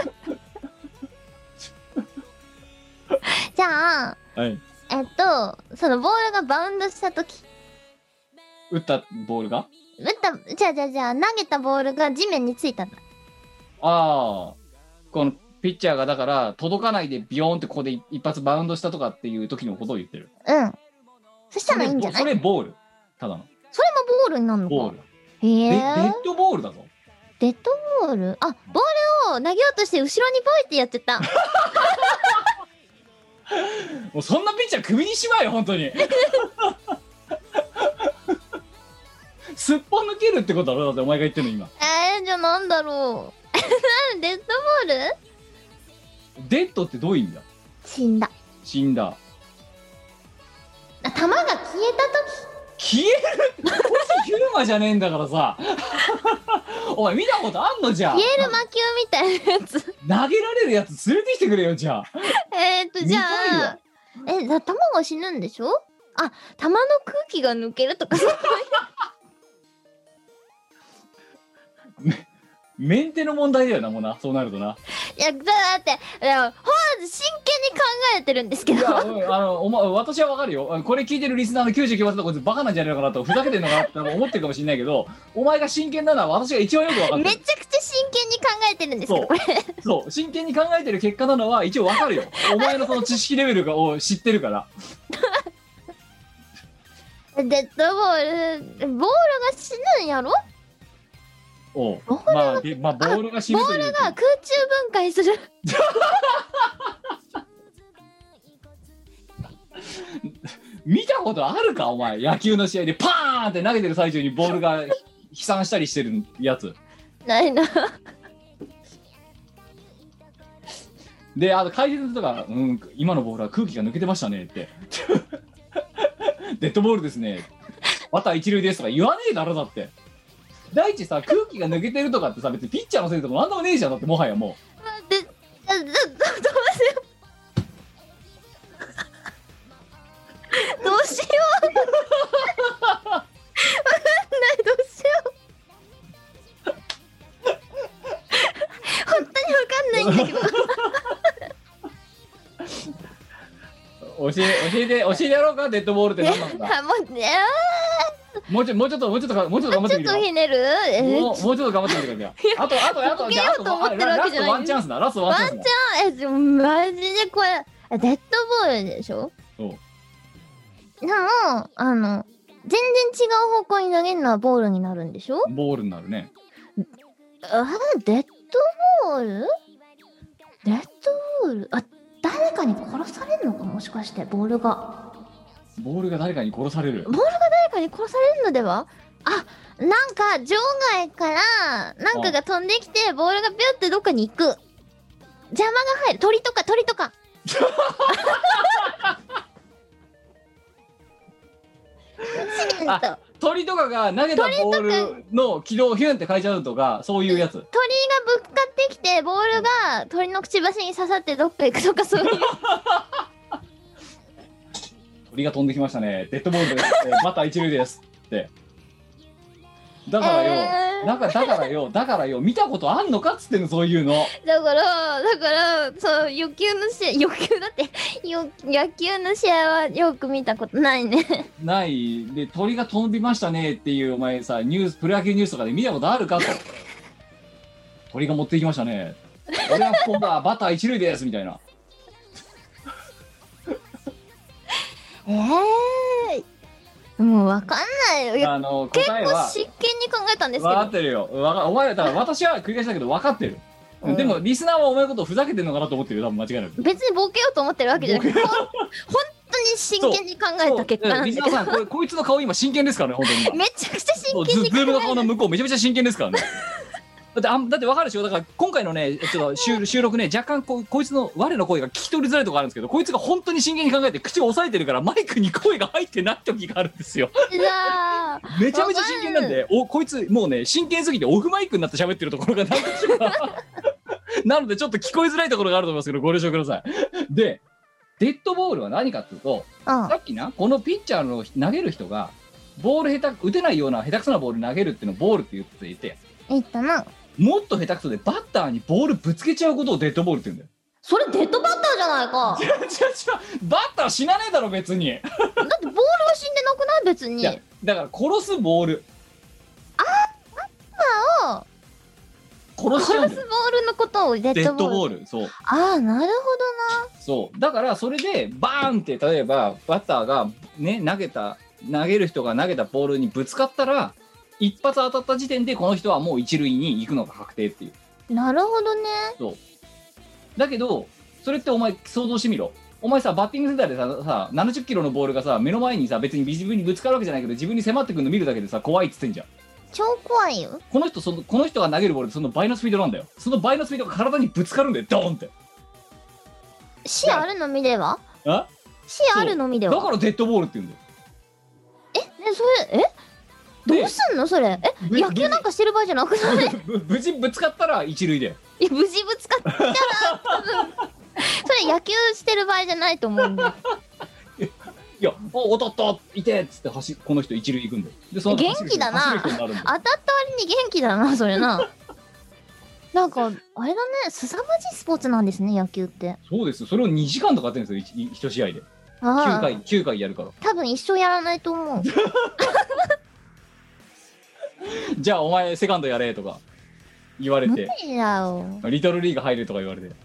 じゃあ、そのボールがバウンドしたとき、 打ったボールがじゃあ投げたボールが地面についたんだ。 このピッチャーがだから届かないでビヨーンってここで一発バウンドしたとかっていう時のことを言ってる。 そしたらいいんじゃない？ それボール。ただの。 それもボールになるのか。 ボール。 デッドボールだぞ。 デッドボール？ボールを投げようとして後ろにポイってやっちゃった。 もうそんなピッチャー首にしまえよ本当に。すっぽ抜けるってことだろだってお前が言ってるの今。 じゃあなんだろう。デッドボール？ デッドってどういう意味だ？ 死んだ。 死んだ。 弾が消えた時。 消える？こいつヒューマじゃねえんだからさ。お前見たことあんのじゃん。 消える魔球みたいなやつ。 投げられるやつ連れてきてくれよじゃあ。 じゃあ弾が死ぬんでしょ？弾の空気が抜けるとかそういう。 メンテの問題だよなもうな、そうなるとな。 いやだって真剣に考えてるんですけど。いや、 私はわかるよ。これ聞いてるリスナーの 99% こいつバカなんじゃないのかなと、ふざけてんのかなって思ってるかもしれないけど、お前が真剣なのは私が一番よくわかってる。 めちゃくちゃ真剣に考えてるんですけど、これ。 そう真剣に考えてる結果なのは一応わかるよ。お前のその知識レベルを知ってるから。 デッドボールが死ぬんやろ？ ボールが死ぬという。 ボールが空中分解する。 見たことあるかお前、野球の試合でパーンって投げてる最中にボールが飛散したりしてるやつ。 ないな。 で解説とか、今のボールは空気が抜けてましたねってデッドボールですね、バター一塁ですとか言わねえだろだって。第一さ、空気が抜けてるとかってさ、別にピッチャーのせいとかなんでもねえじゃんだって、もはやもう。 どうしよう。どうしよう。わかんない、どうしよう。本当にわかんないんだけど。 教えてやろうか、デッドボールって何なんだ。もうちょっと頑張ってみる。 ちょっとひねる？ もうちょっと頑張ってみてください。あとじゃあラストワンチャンスだ。ラストワンチャンスだ。 マジでこれデッドボールでしょ？でも全然違う方向に投げるのはボールになるんでしょ？ ボールになるね。 デッドボール？誰かに殺されるのか、もしかしてボールが誰かに殺される。 ボールが誰かに殺されるのでは？なんか場外からなんかが飛んできてボールがビュってどっかに行く。邪魔が入る。鳥とか鳥とかが投げたボールの軌道をヒュンって変えちゃうとか、そういうやつ。鳥がぶつかってきてボールが鳥のくちばしに刺さってどっか行くとか、そういう。 鳥が飛んできましたね。デッドボールです。バター一塁ですって。だからよ、見たことあんのかっつってんの、そういうの。だからそう、野球の試合はよく見たことないね。 ないで、鳥が飛びましたねっていうお前さ、プロ野球ニュースとかで見たことあるかと。鳥が持っていきましたね。俺は今度はバター一塁ですみたいな。 もうわかんないよ。結答えは構真剣に考えたんですけど。 分かってるよ。お前だから私は繰り返しだけど分かってる。でもリスナーはお前のことをふざけてるのかなと思ってるよ、多分間違いなく。 別にボケようと思ってるわけじゃなくて、本当に真剣に考えた結果なんだけど。 リスナーさん、こいつの顔今真剣ですからね、本当に。 めちゃくちゃ真剣に考えた。 ズームの顔の向こうめちゃめちゃ真剣ですからね。だって分かるでしょ。だから今回のね、ちょっと収録ね、若干こいつの我の声が聞き取りづらいところあるんですけど、こいつが本当に真剣に考えて口を押さえてるからマイクに声が入ってない時があるんですよ。めちゃめちゃ真剣なんで、こいつもうね、真剣すぎてオフマイクになって喋ってるところが何かしらなのでちょっと聞こえづらいところがあると思いますけど、ご了承ください。で、デッドボールは何かっていうと、さっきな、このピッチャーの投げる人がボール打てないような下手くそなボール投げるっていうのをボールって言っていて、 言ったな。 もっと下手くそでバッターにボールぶつけちゃうことをデッドボールって言うんだよ。 それデッドバッターじゃないか。 違うバッター死なねえだろ別に。だってボールは死んでなくない別に。 だから殺すボール。 バッターを殺しちゃうんだよ。 殺すボールのことをデッドボール。 そう。 ああ、なるほどな。 そうだからそれでバーンって例えばバッターがね投げる人が投げたボールにぶつかったら一発当たった時点でこの人はもう一塁に行くのが確定っていう。 なるほどね。 そうだけどそれってお前想像してみろ。お前さバッティングセンターでさ70キロのボールがさ目の前にさ別に自分にぶつかるわけじゃないけど自分に迫ってくるの見るだけでさ怖いっつってんじゃん。 超怖いよ。 この人が投げるボールってその倍のスピードなんだよ。その倍のスピードが体にぶつかるんだよドーンって。 視野あるのみでは？ あ？ 視野あるのみでは？ だからデッドボールって言うんだよ。 それどうすんのそれ？野球なんかしてる場合じゃなくない？ 無事ぶつかったら一塁だよ。 無事ぶつかったらそれ野球してる場合じゃないと思うんだよ。 いや、当たったいてっつってこの人一塁行くんだよ。でその元気だな。当たった割に元気だなそれな。なんかあれだね、凄まじいスポーツなんですね野球って。 そうですよ。それを2時間とかやってるんですよ1試合で。9回やるから。多分一生やらないと思う。 じゃあお前セカンドやれとか言われて、 無理だよ。 リトルリーグ入るとか言われて。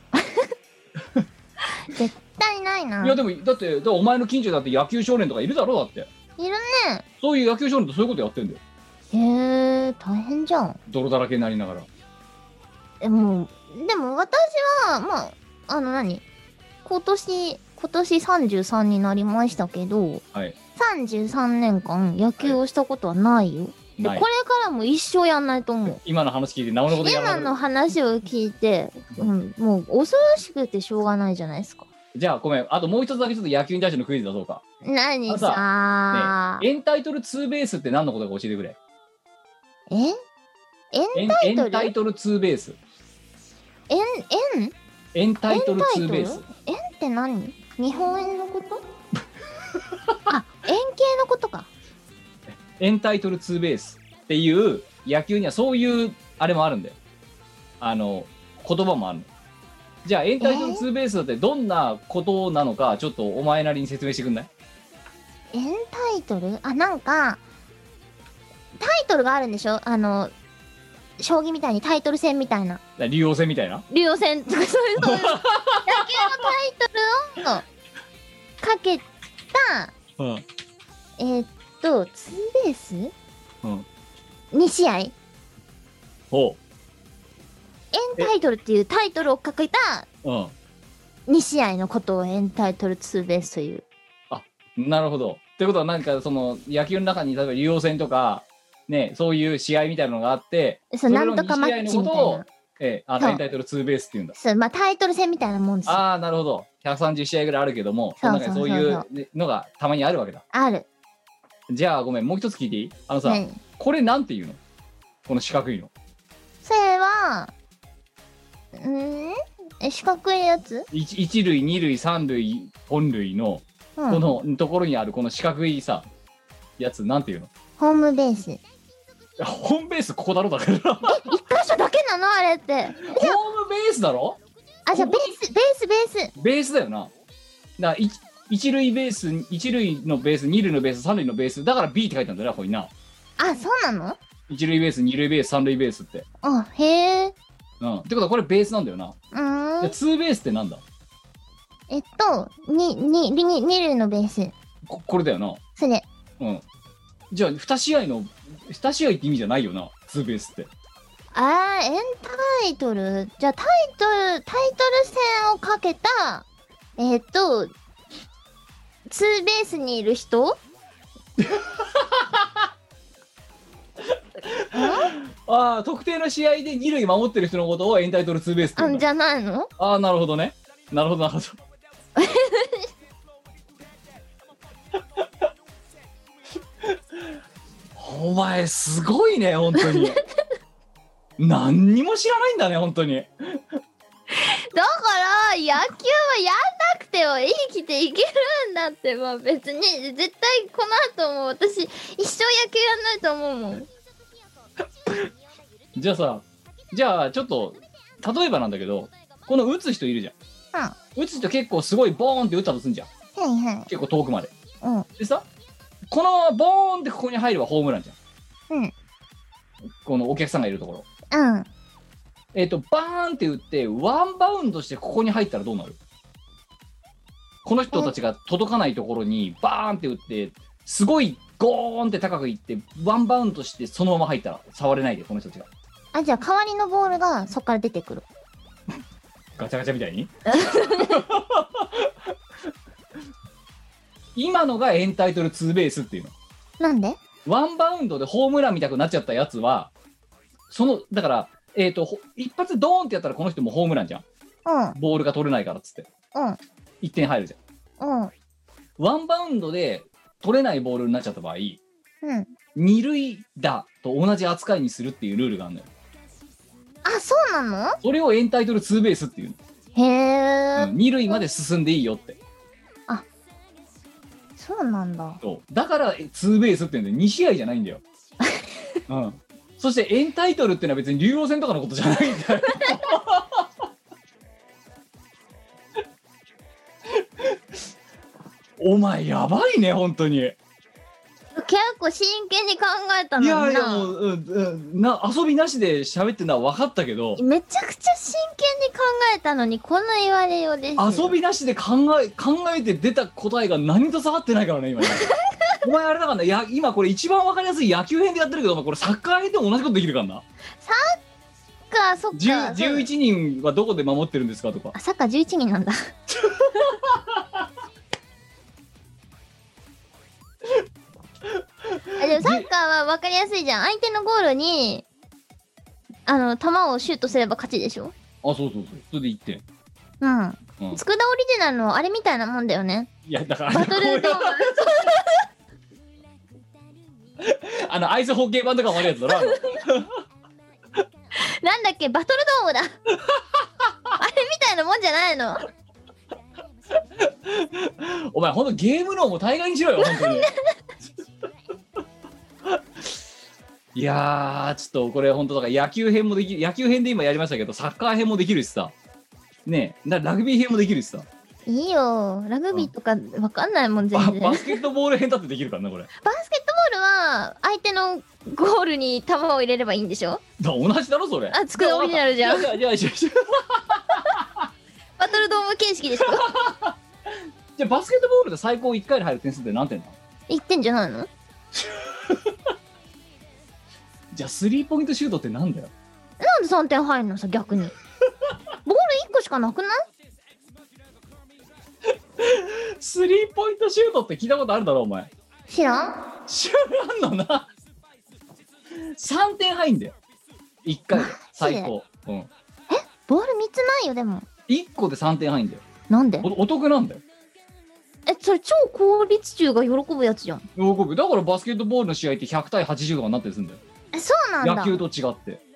絶対ないな。 いやでもだってお前の近所だって野球少年とかいるだろ。だっているね。 そういう野球少年とそういうことやってんだよ。 へえ、大変じゃん。 泥だらけになりながら。 でも私はまあ今年33になりましたけど、 はい、 33年間野球をしたことはないよ。でこれからも一生やんないと思う。 今の話聞いてなおのことやらない。 今の話を聞いて、もう恐ろしくてしょうがないじゃないですか。 じゃあごめん、あともう一つだけちょっと野球に対してのクイズ出そうか。 何さ、 エンタイトルツーベースって何のことか教えてくれ。 エンタイトルツーベース。エンタイトルツーベース。 円って何？日本円のこと？あ、円形のことか。 エンタイトルツーベースっていう野球にはそういうあれもあるんだよ。言葉もあるの。じゃあエンタイトルツーベースだってどんなことなのかちょっとお前なりに説明してくんない？ エンタイトル？なんかタイトルがあるんでしょ？将棋みたいにタイトル戦みたいな。 竜王戦みたいな？竜王戦とかそういう野球のタイトルをかけた、ツーベース、2試合。 ほう。 エンタイトルっていうタイトルをかけた2試合のことをエンタイトルツーベースという。 あ、なるほど。ってことは何かその野球の中に例えば竜王戦とかね、そういう試合みたいなのがあって、 なんとかマッチみたいな。 エンタイトルツーベースっていうんだ。 そう、まあタイトル戦みたいなもんですよ。 ああ、なるほど。130試合ぐらいあるけども、そういうのがたまにあるわけだ。 ある。 じゃあごめん、もう一つ聞いていい？さ、これなんていうの？この四角いの。 それは、四角いやつ？ 一塁、二塁、三塁、本塁の、このところにあるこの四角いさ、やつなんていうの？ ホームベース。 ホームベースここだろだから。 一箇所だけなのあれって。ホームベースだろ？ じゃあベースだよな。だから一塁ベース、一塁のベース、二塁のベース、三塁のベースだから B って書いてあるんだよな、ここにな。 あ、そうなの？ 一塁ベース、二塁ベース、三塁ベースって。 あ、へえ。 ってことはこれベースなんだよな。ツーベースってなんだ？ 二塁のベース。 これだよな。 それ。 じゃあ2試合って意味じゃないよな、ツーベースって。 エンタイトル。じゃあタイトル戦をかけたツーベースにいる人？ 特定の試合で二塁守ってる人のことをエンタイトルツーベースって言うんだ。 じゃないの？ なるほどね。なるほど。お前すごいね本当に。何にも知らないんだね本当に。 だから野球はやんなくても生きていけるんだって。まあ別に絶対この後も私一生野球やんないと思うもん。 じゃあちょっと例えばなんだけど、この打つ人いるじゃん。打つ人結構すごいボーンって打ったとすんじゃん。結構遠くまで。でさ、このままボーンってここに入ればホームランじゃん。このお客さんがいるところ。 バーンって打ってワンバウンドしてここに入ったらどうなる？この人たちが届かないところにバーンって打ってすごいゴーンって高くいってワンバウンドしてそのまま入ったら触れないでこの人たちが。 あ、じゃあ代わりのボールがそっから出てくる。 ガチャガチャみたいに今のがエンタイトルツーベースっていうの。 なんで？ ワンバウンドでホームランみたくなっちゃったやつはそのだから一発ドーンってやったらこの人もホームランじゃん。 うん。 ボールが取れないからっつってうん。 1点入るじゃん。 うん。 ワンバウンドで取れないボールになっちゃった場合、 うん。 二塁打と同じ扱いにするっていうルールがあるのよ。 あ、そうなの？ それをエンタイトルツーベースっていうの。 へー。 二塁まで進んでいいよって。 そうなんだ。 そうだからツーベースって言うんで2試合じゃないんだよ。うん。そしてエンタイトルってのは別に竜王戦とかのことじゃないんだよ。お前やばいね本当に。 結構真剣に考えたのにな。 いやいやもう、遊びなしで喋ってるのは分かったけど、 めちゃくちゃ真剣に考えたのにこんな言われようですよ。 遊びなしで考えて出た答えが何と下がってないからね今ね。お前あれだからね、今これ一番分かりやすい野球編でやってるけど、お前これサッカー編でも同じことできるからな。 サッカー、そっか。 11人はどこで守ってるんですかとか。 あ、サッカー11人なんだ。でもサッカーは分かりやすいじゃん。相手のゴールに球をシュートすれば勝ちでしょ。 あ、そうそれで1点。 うん。佃オリジナルのあれみたいなもんだよね。 いやだからバトルドーム。 アイスホッケー版とかもあるやつだろ。 なんだっけ、バトルドームだ。あれみたいなもんじゃないの。 お前ほんとゲーム脳も大概にしろよ本当に。いやーちょっとこれ本当だから野球編もできる、野球編で今やりましたけどサッカー編もできるしさねえ、ラグビー編もできるしさ。 いいよ、ラグビーとかわかんないもん全然。 バスケットボール編だってできるからなこれ。 バスケットボールは相手のゴールに球を入れればいいんでしょ。 同じだろそれ。 あ、佃オリジナルじゃん。 いやバトルドーム形式でしょ。 じゃあバスケットボールで最高1回で入る点数って何点だ。 1点じゃないの。 じゃあスリーポイントシュートってなんだよ。 なんで3点入るのさ逆に。ボール1個しかなくない？ スリーポイントシュートって聞いたことあるだろお前。 知らんのな。3点入んだよ1回で最高。うん。 ボール3つないよでも。 1個で3点入んだよ。 なんで？ お得なんだよ。 それ超効率中が喜ぶやつじゃん。 喜ぶ。だからバスケットボールの試合って100対80とかになったりするんだよ。 そうなんだ。 野球と違って。へえ。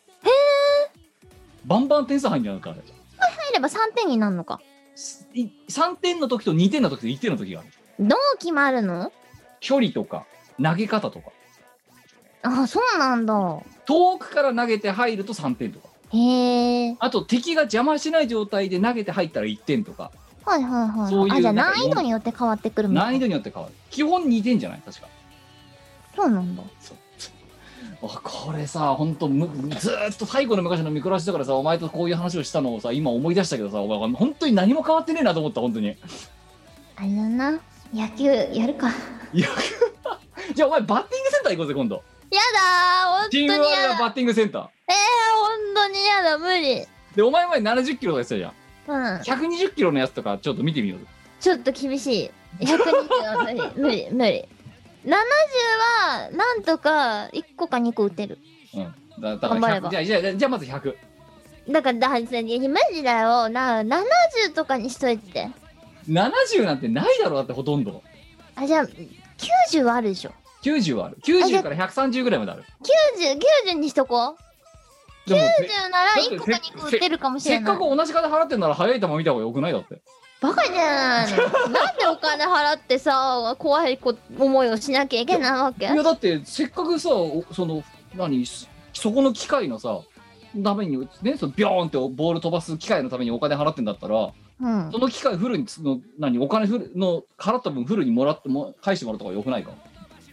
バンバン点数入んじゃなかったあれ。 入れば3点になるのか。 3点の時と2点の時と1点の時がある。 どう決まるの？ 距離とか投げ方とか。 あ、そうなんだ。 遠くから投げて入ると3点とか。 へえ。 あと敵が邪魔しない状態で投げて入ったら1点とか。 はいはいはい。 そういうあ、じゃあ難易度によって変わってくるみたいな。 難易度によって変わる。基本2点じゃない確か。 そうなんだ。 これさほんとずーっと最後の昔の見暮らしだからさお前とこういう話をしたのをさ今思い出したけどさお前本当に何も変わってねえなと思った本当に。 あれだな、野球やるか。 野球じゃあお前バッティングセンター行こうぜ今度。 やだー、本当にチームワールやだ。 ドバッティングセンター。 本当にやだ、無理。 でお前前70キロとか言ってたじゃん。 うん。 120キロのやつとかちょっと見てみよう。 ちょっと厳しい。120は無理無理無理。70はなんとか1個か2個打てる。 うん。だから100じゃあまず100。 だから無理だよな。70とかにしといて。 70なんてないだろだってほとんど。 あ、じゃあ90はあるでしょ。 90はある。90から130ぐらいまである。 90にしとこう。90なら1個か2個打てるかもしれない。 せっかく同じ金払ってんなら速い球見た方がよくないだって。 バカじゃないの。なんでお金払ってさ怖い思いをしなきゃいけないわけ？いやだってせっかくさそのそこの機械のさためにねそのビョーンってボール飛ばす機械のためにお金払ってんだったら、 うん、 その機械フルにお金の払った分フルにもらって返してもらった方がよくないか？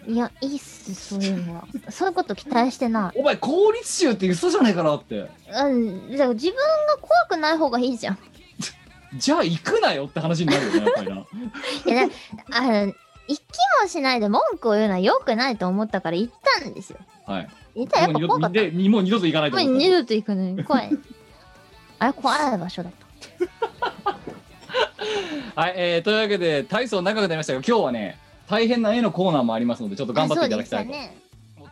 いや、いいっす、そういうのは。そういうこと期待してない。 お前公立中って嘘じゃないかなって。 だから自分が怖くない方がいいじゃん。 じゃあ行くなよって話になるよね、やっぱりな。 いや、行きもしないで文句を言うのは良くないと思ったから行ったんですよ。 はい。 行ったらやっぱ怖かった。 もう二度と行かないと思った。 もう二度と行かない。怖い。あれ怖い場所だった。 はい、というわけで体操長くなりましたが、今日はね大変な絵のコーナーもありますので、ちょっと頑張っていただきたいと思っております。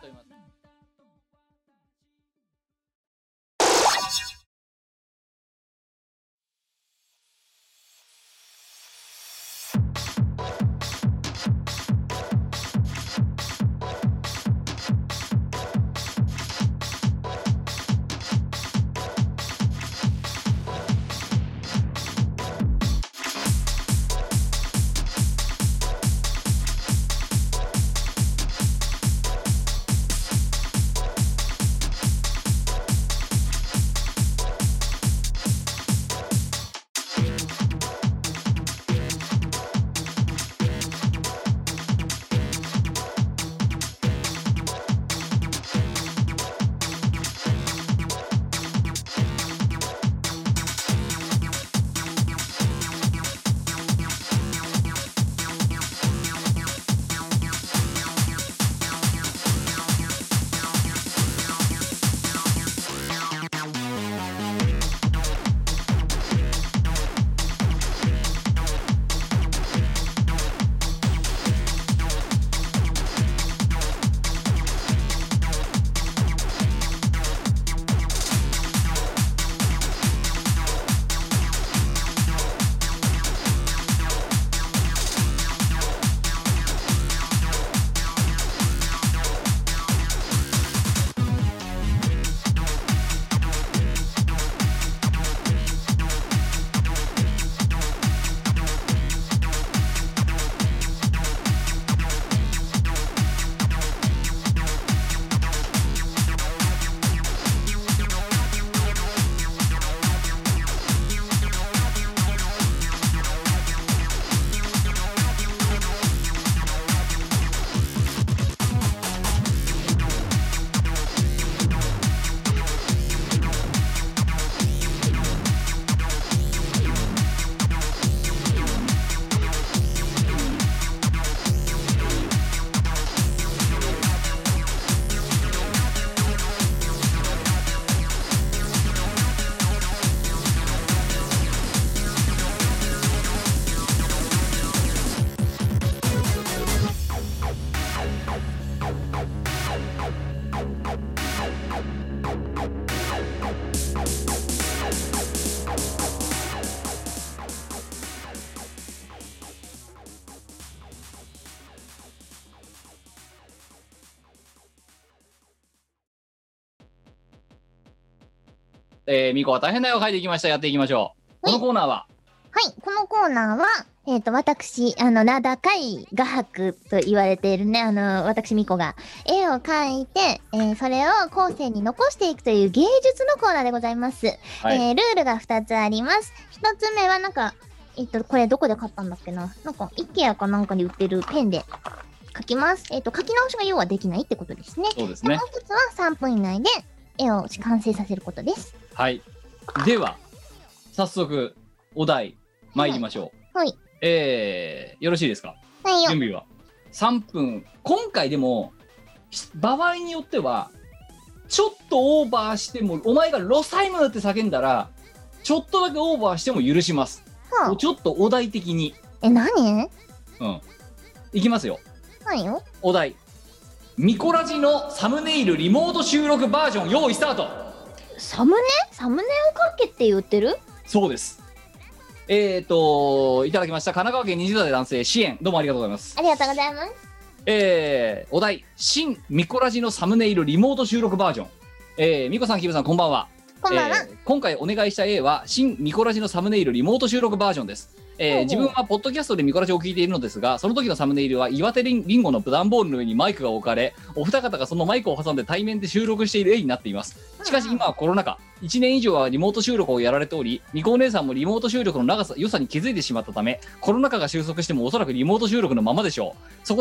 みこは大変な絵を描いていきました。やっていきましょう。このコーナーは、 はい、このコーナーは、私、名高い画伯と言われているね、私、みこが絵を描いて、それを後世に残していくという芸術のコーナーでございます。はい、ルールが2つあります。1つ目は、なんか、これどこで買ったんだっけな。なんか、IKEA かなんかに売ってるペンで描きます。書き直しが要はできないってことですね。 そうですね。 もう1つは3分以内で絵を完成させることです。 はい。では、早速、お題、参りましょう。はい。 よろしいですか？ はいよ。 準備は。3分。今回でも、場合によっては、ちょっとオーバーしても、お前がロスタイムって叫んだら、ちょっとだけオーバーしても許します。はあ、ちょっとお題的に。 何？ うん。いきますよ。 はいよ。 お題。ミコラジのサムネイルリモート収録バージョン用意スタート。 サムネを書けって言ってる？ そうです。いただきました。神奈川県20代男性支援、どうもありがとうございます。 ありがとうございます。 お題、新ミコラジのサムネイルリモート収録バージョン。ミコさん、キムさん、こんばんは。 こんばんは。 今回お願いした A は新ミコラジのサムネイルリモート収録バージョンです。自分はポッドキャストでミコラジを聞いているのですが、その時のサムネイルは岩手リンゴの段ボールの上にマイクが置かれ、お二方がそのマイクを挟んで対面で収録している絵になっています。しかし今はコロナ禍、1年以上はリモート収録をやられており、ミコお姉さんもリモート収録の良さに気づいてしまったため、コロナ禍が収束してもおそらくリモート収録のままでしょう。そこで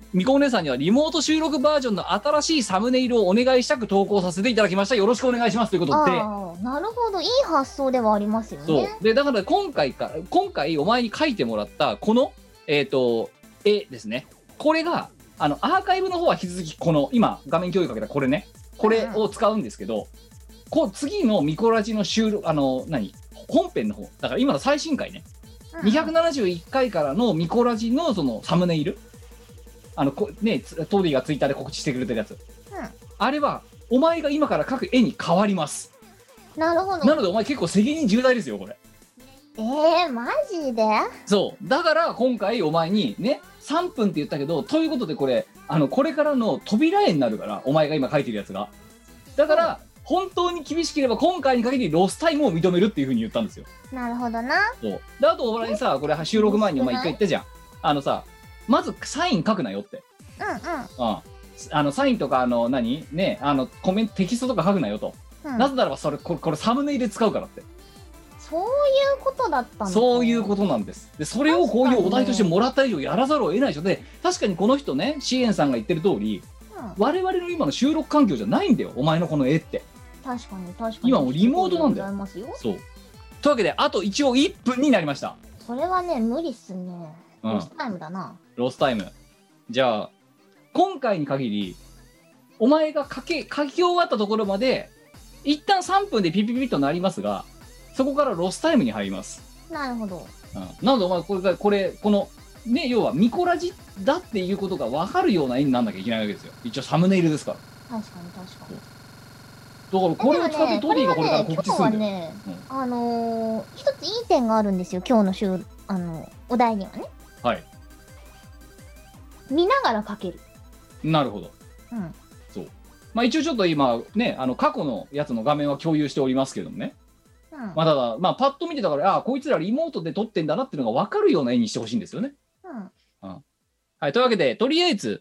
みこお姉さんにはリモート収録バージョンの新しいサムネイルをお願いしたく投稿させていただきました。よろしくお願いしますということで。 なるほど、いい発想ではありますよね。 そうでだから今回お前に書いてもらったこの絵ですね。これがアーカイブの方は引き続きこの今画面共有かけたこれね、これを使うんですけど、次のミコラジの収録本編の方だから今の最新回ね、271回からのミコラジのそのサムネイル、トーディがツイッターで告知してくれてるやつ、あれはお前が今から描く絵に変わります。 なるほど。 なのでお前結構責任重大ですよこれ。 マジで？ そうだから今回お前にね3分って言ったけど、ということでこれこれからの扉絵になるから、お前が今描いてるやつがだから、本当に厳しければ今回に限りロスタイムを認めるっていうふうに言ったんですよ。 なるほどな。 そうであとお前にさ、これ収録前にお前一回言ったじゃん。さまずサイン書くなよって。サインとかコメントテキストとか書くなよと、なぜならばこれサムネイルで使うからって。 そういうことだったんだ。 そういうことなんです。でそれをこういうお題としてもらった以上やらざるを得ないでしょ。で確かにこの人ね、シエンさんが言ってる通り、我々の今の収録環境じゃないんだよ、お前のこの絵って。 確かに今もうリモートなんだよ。そうというわけであと一応1分になりました。 それはね無理っすね。ロスタイムだな。ロスタイム。じゃあ今回に限りお前が書き終わったところまで一旦3分でピピピッとなりますが、そこからロスタイムに入ります。 なるほど。 なのでお前このね、要はミコラジだっていうことが分かるような絵になんなきゃいけないわけですよ。一応サムネイルですから。 確かに確かに。 だからこれを使ってトディがこれから告知するんだよ。 一ついい点があるんですよ、今日のお題にはね。 はい。 見ながら描ける。 なるほど。そう。まあ一応ちょっと今ね、過去のやつの画面は共有しておりますけどもね。まあただパッと見てたから、こいつらリモートで撮ってんだなっていうのが分かるような絵にしてほしいんですよね。はい、というわけでとりあえず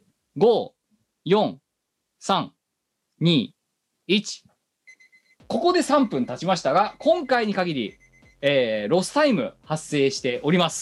5、4、3、2、1、ここで3分経ちましたが、今回に限り、ロスタイム発生しております。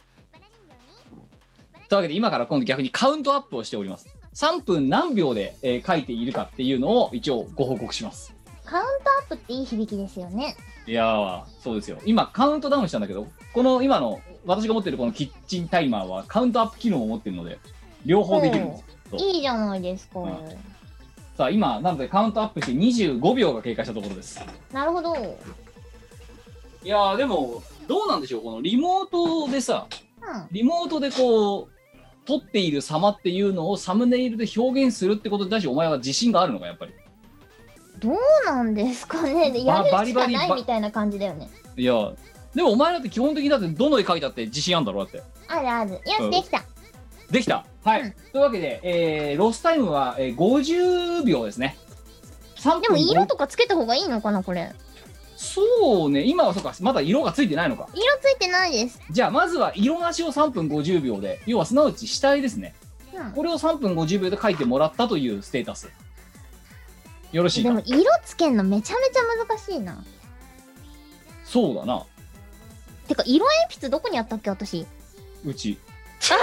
というわけで今から今度逆にカウントアップをしております。3分何秒で、書いているかっていうのを一応ご報告します。 カウントアップっていい響きですよね。 いやー、そうですよ。今カウントダウンしたんだけど、この今の私が持ってるこのキッチンタイマーはカウントアップ機能を持ってるので両方できるんです。 いいじゃないですか。 さあ今なのでカウントアップして25秒が経過したところです。 なるほど。 いやーでもどうなんでしょう、このリモートでさ、リモートでこう撮っている様っていうのをサムネイルで表現するってことに対してお前は自信があるのか、やっぱり。 どうなんですかね。やるしかないみたいな感じだよね。 いやでもお前だって基本的にだってどの絵描いたって自信あるんだろうだって。 あるある。よし、できた。 できた。はい。というわけで、ロスタイムは、50秒ですね。 でも色とかつけた方がいいのかなこれ。 そうね、今はそうか、まだ色がついてないのか。 色ついてないです。 じゃあまずは色なしを3分50秒で、要はすなわち下絵ですね。これを3分50秒で描いてもらったというステータス。よろしいか。 でも色つけんのめちゃめちゃ難しいな。 そうだな。 てか色鉛筆どこにあったっけ私。 うち。 あ、そっ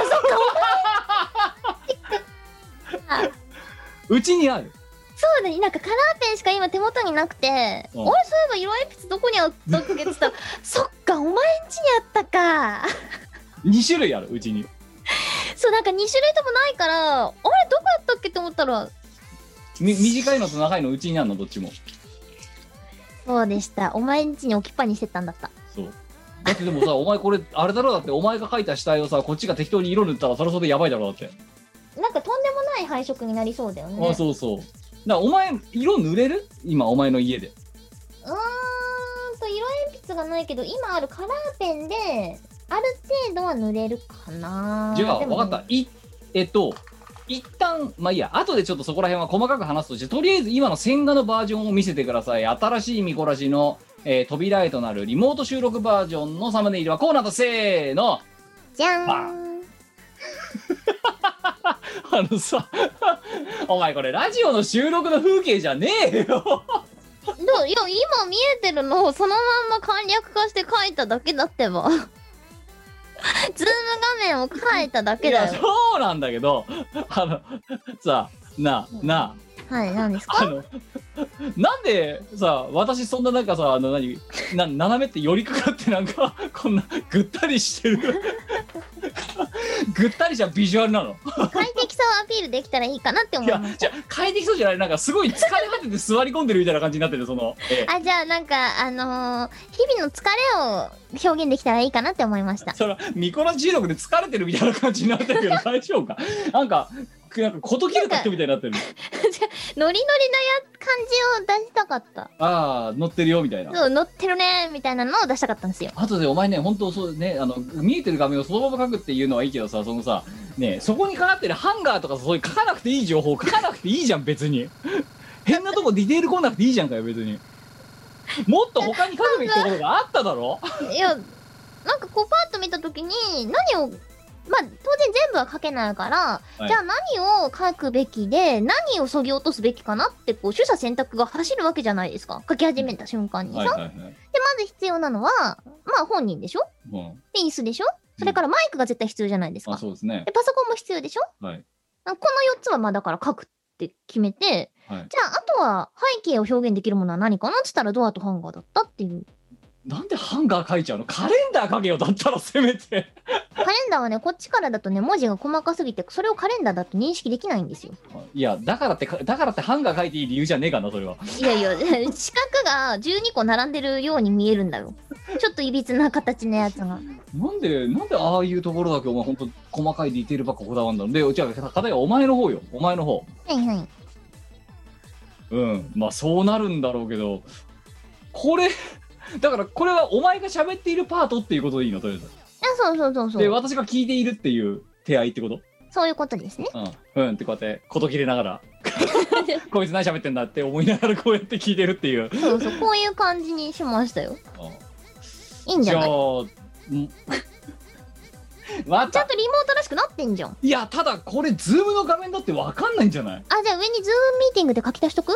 か。うちにある。 そうだ、なんかカラーペンしか今手元になくて、俺そういえば色鉛筆どこにあったっけって言ったらそっか、お前ん家にあったか。 2種類ある、うちに。 そう、なんか2種類ともないから、あれどこやったっけって思ったら短いのと長いのうちにあるの、どっちも。 そうでした。お前ん家に置きっぱにしてたんだった。 そうだってでもさ、お前これあれだろう、だってお前が描いた下絵をさ、こっちが適当に色塗ったらそれそれでやばいだろうだって。 なんかとんでもない配色になりそうだよね。 あ、そうそう。だからお前色塗れる？今お前の家で。 色鉛筆がないけど今あるカラーペンである程度は塗れるかな。 じゃあ分かった。一旦まあいいや、後でちょっとそこら辺は細かく話すとして、とりあえず今の線画のバージョンを見せてください。新しいミコラジの、扉絵となるリモート収録バージョンのサムネイルはこうなった。せーの、 じゃーん。 さお前これラジオの収録の風景じゃねえよ。いや今見えてるのをそのまんま簡略化して書いただけだってば。 ズーム画面を変えただけだよ。 いやそうなんだけど、さはい、何ですか？ なんでさ、私そんななんかさ、斜めって寄りかかってなんかこんなぐったりしてるぐったりしたビジュアルなの。 快適さをアピールできたらいいかなって思いました。 いや、じゃあ快適そうじゃない、なんかすごい疲れ果てて座り込んでるみたいな感じになってる、その。 あ、じゃあなんか日々の疲れを表現できたらいいかなって思いました。 そのミコラ16で疲れてるみたいな感じになってるけど大丈夫か？なんかこと切れた人みたいになってる。 ノリノリな感じを出したかった。 ああ、乗ってるよみたいな。 そう、乗ってるねみたいなのを出したかったんですよ。 あとでお前ね、本当そうね、見えてる画面をそのまま書くっていうのはいいけどさ、そのさ、ね、そこにかかってるハンガーとかそういう書かなくていい情報書かなくていいじゃん別に。変なとこディテールこんなくていいじゃんかよ別に。もっと他に書くべきところがあっただろ。 いや、なんかこうパッと見たときに何を、まあ当然全部は書けないから、はい、じゃあ何を書くべきで何をそぎ落とすべきかなってこう取捨選択が走るわけじゃないですか、書き始めた瞬間にさ、でまず必要なのはまあ本人でしょ、で椅子でしょ、それからマイクが絶対必要じゃないですか、 そうですね、 でパソコンも必要でしょ、はい、この4つはまあだから書くって決めて、はい、じゃああとは背景を表現できるものは何かなっつったらドアとハンガーだったっていう。なんでハンガー書いちゃうの？カレンダー書けよだったらせめて。 カレンダーはね、こっちからだとね文字が細かすぎてそれをカレンダーだと認識できないんですよ。 いやだからってハンガー書いていい理由じゃねえかなそれは。 いやいや四角が12個並んでるように見えるんだよ。ちょっといびつな形のやつが。 なんでああいうところだけお前ほんと細かいディテールばっかこだわんだろ。でじゃあ片やお前の方よ、お前の方。 はいはい。 まあそうなるんだろうけど、これだからこれはお前が喋っているパートっていうことでいいのとりあえず。 そうで私が聞いているっていう手合いってこと？ そういうことですね。 ってこうやってこと切れながらこいつ何喋ってんだって思いながらこうやって聞いてるっていう。 そうこういう感じにしましたよ。いいんじゃない？ちゃんとリモートらしくなってんじゃん。 いやただこれズームの画面だって分かんないんじゃない？ じゃあ上にズームミーティングで書き足しとく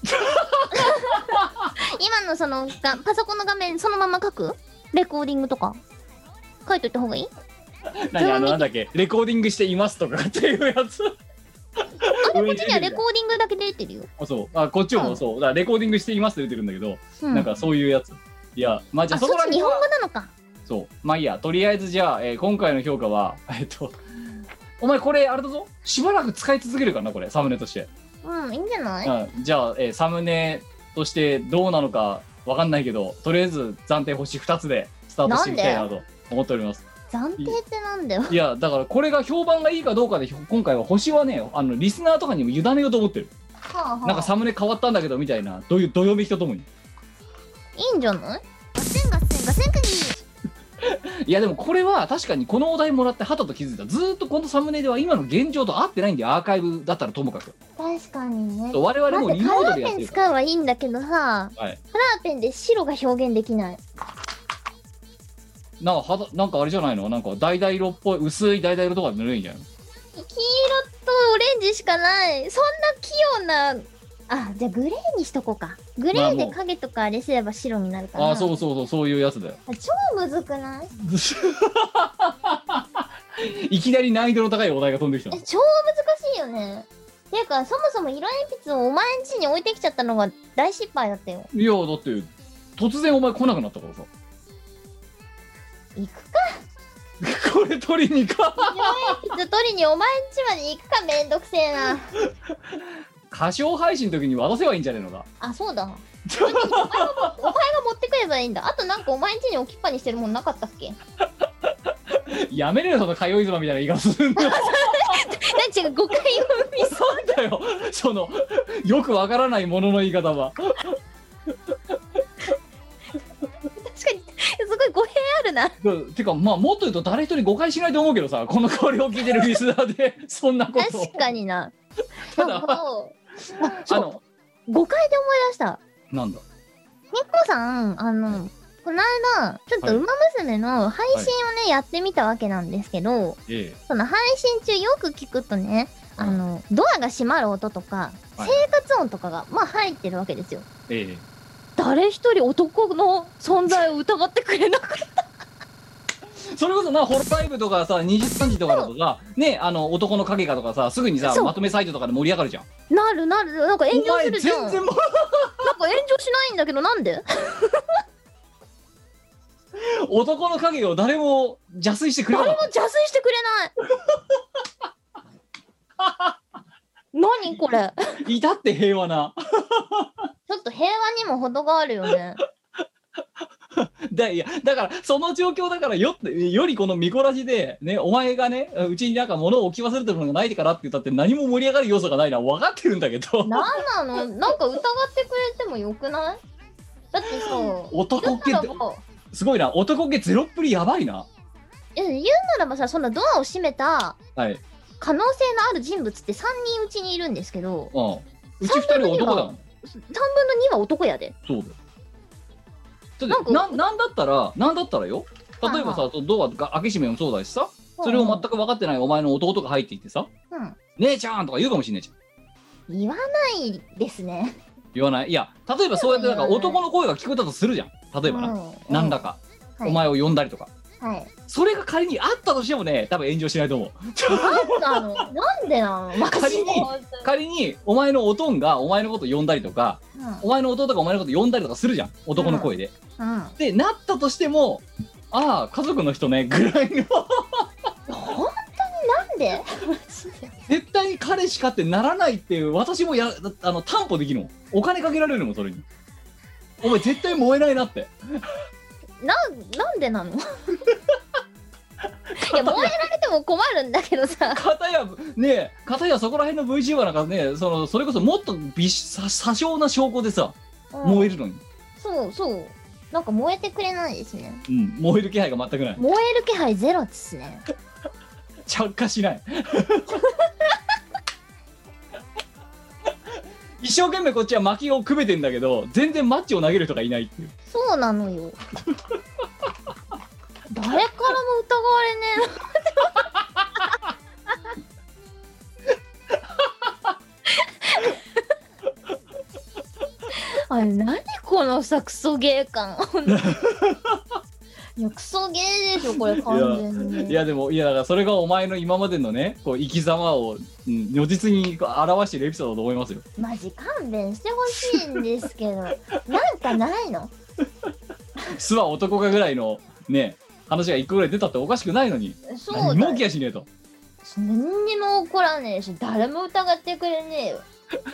今のそのパソコンの画面そのまま書く？レコーディングとか書いといた方がいい？ なんだっけ、レコーディングしていますとかっていうやつこっちにはレコーディングだけ出てるよ。 こっちもそうだからレコーディングしていますって出てるんだけど、なんかそういうやつ。いやまあじゃあそっち日本語なのか。 そうまあいいや、とりあえずじゃあ、今回の評価はお前これあれだぞ、しばらく使い続けるかなこれサムネとして。 いいんじゃない？ じゃあ、サムネとしてどうなのかわかんないけど、とりあえず暫定星2つでスタートしていきたいなと思っております。 暫定ってなんだよ。 いやだからこれが評判がいいかどうかで今回は星はねリスナーとかにも委ねようと思ってる。なんかサムネ変わったんだけどみたいなどよめきとともに。 いいんじゃない？ガセンクニいやでもこれは確かにこのお題もらってはたと気づいた。ずーっとこのサムネでは今の現状と合ってないんで、アーカイブだったらともかく。 確かにね。 我々もリモートでやってるから。カラーペン使うはいいんだけどさ、はい、カラーペンで白が表現できない。 なんかあれじゃないの？なんか橙色っぽい薄い橙色とかで塗るんじゃん。黄色とオレンジしかない。そんな器用な。じゃあグレーにしとこうか。グレーで影とかあれすれば白になるかな。 そういうやつだよ。 超むずくない？ いきなり難易度の高いお題が飛んできた。 超難しいよね。ていうかそもそも色鉛筆をお前ん家に置いてきちゃったのが大失敗だったよ。 いやだって突然お前来なくなったからさ。 行くか。 これ取りに行か。 色鉛筆取りにお前ん家まで行くか、めんどくせえな。 歌唱配信の時に渡せばいいんじゃねえのか。 そうだ。お前が持ってくればいいんだ。あとなんかお前ん家に置きっぱにしてるもんなかったっけ？ やめれよその通い妻みたいな言い方するんだよ。 何違う誤解を生みそうだよ。そのよくわからないものの言い方は。確かにすごい語弊あるな。 てかまあもっと言うと誰一人誤解しないと思うけどさ、このこれを聞いてるリスナーでそんなこと。 確かにな。 ただ誤解で思い出した。 なんだ。 ニッコさんこの間ちょっとウマ娘の配信をね、やってみたわけなんですけど、その配信中よく聞くとね、ドアが閉まる音とか、生活音とかがまあ入ってるわけですよ。誰一人男の存在を疑ってくれなかった。 それこそな、ホロライブとかさ、23時とかだとさ、ね、男の影かとかさ、すぐにさ、まとめサイトとかで盛り上がるじゃん。 なる、なんか炎上するじゃん。 全然なんか炎上しないんだけど、なんで男の影を誰も邪推してくれない。 誰も邪推してくれない何これ至って平和なちょっと平和にも程があるよね。 いやだからその状況だからよりこのミコラジでね、お前がね、うちになんか物を置き忘れてるものがないからって言ったって何も盛り上がる要素がないのは分かってるんだけど。 なんなの、なんか疑ってくれてもよくない？だってさ、 男っ気すごいな、男気ゼロっぷりやばいな。 言うならばさ、そんなドアを閉めた可能性のある人物って3人うちにいるんですけど、 うち2人男だもん。3分の 2は男やで。 そうだよ。なんだったらよ、例えばさ、ドアが開け閉めもそうだしさ、それを全く分かってないお前の弟が入っていってさ、姉ちゃんとか言うかもしんないじゃん。言わないですね。 言わない。いや、例えばそうやってなんか男の声が聞こえたとするじゃん。例えばな、なんだか、お前を呼んだりとか。それが仮にあったとしてもね、多分炎上しないと思う。 なんでなの仮にお前のおとんがお前のこと呼んだりとか、お前の弟がお前のこと呼んだりとかするじゃん、男の声で。でなったとしても、ああ家族の人ねぐらいの本当になんで絶対に彼しかってならないっていう、私も担保できるもん。お金かけられるもん、それに。お前絶対燃えないなってなんでなのいや、燃えられても困るんだけどさ。 片やそこら辺の VTuber なんかね、それこそもっと詐称な証拠でさ、燃えるのに。 そうなんか燃えてくれないですね。 燃える気配が全くない。 燃える気配ゼロですね。 着火しない一生懸命こっちは薪をくべてんだけど、全然マッチを投げる人がいないっていう。 そうなのよ誰からも疑われねえあれ何このさ、クソゲー感いやクソゲーでしょこれ完全に。 いやでもだからそれがお前の今までのね、こう生き様を、如実に表しているエピソードだと思いますよ。 マジ勘弁してほしいんですけどなんかないの巣は男かぐらいのね話が1個ぐらい出たっておかしくないのに、 そうだよ、 何も起きやしねえと。 何にも起こらねえし、誰も疑ってくれねえよ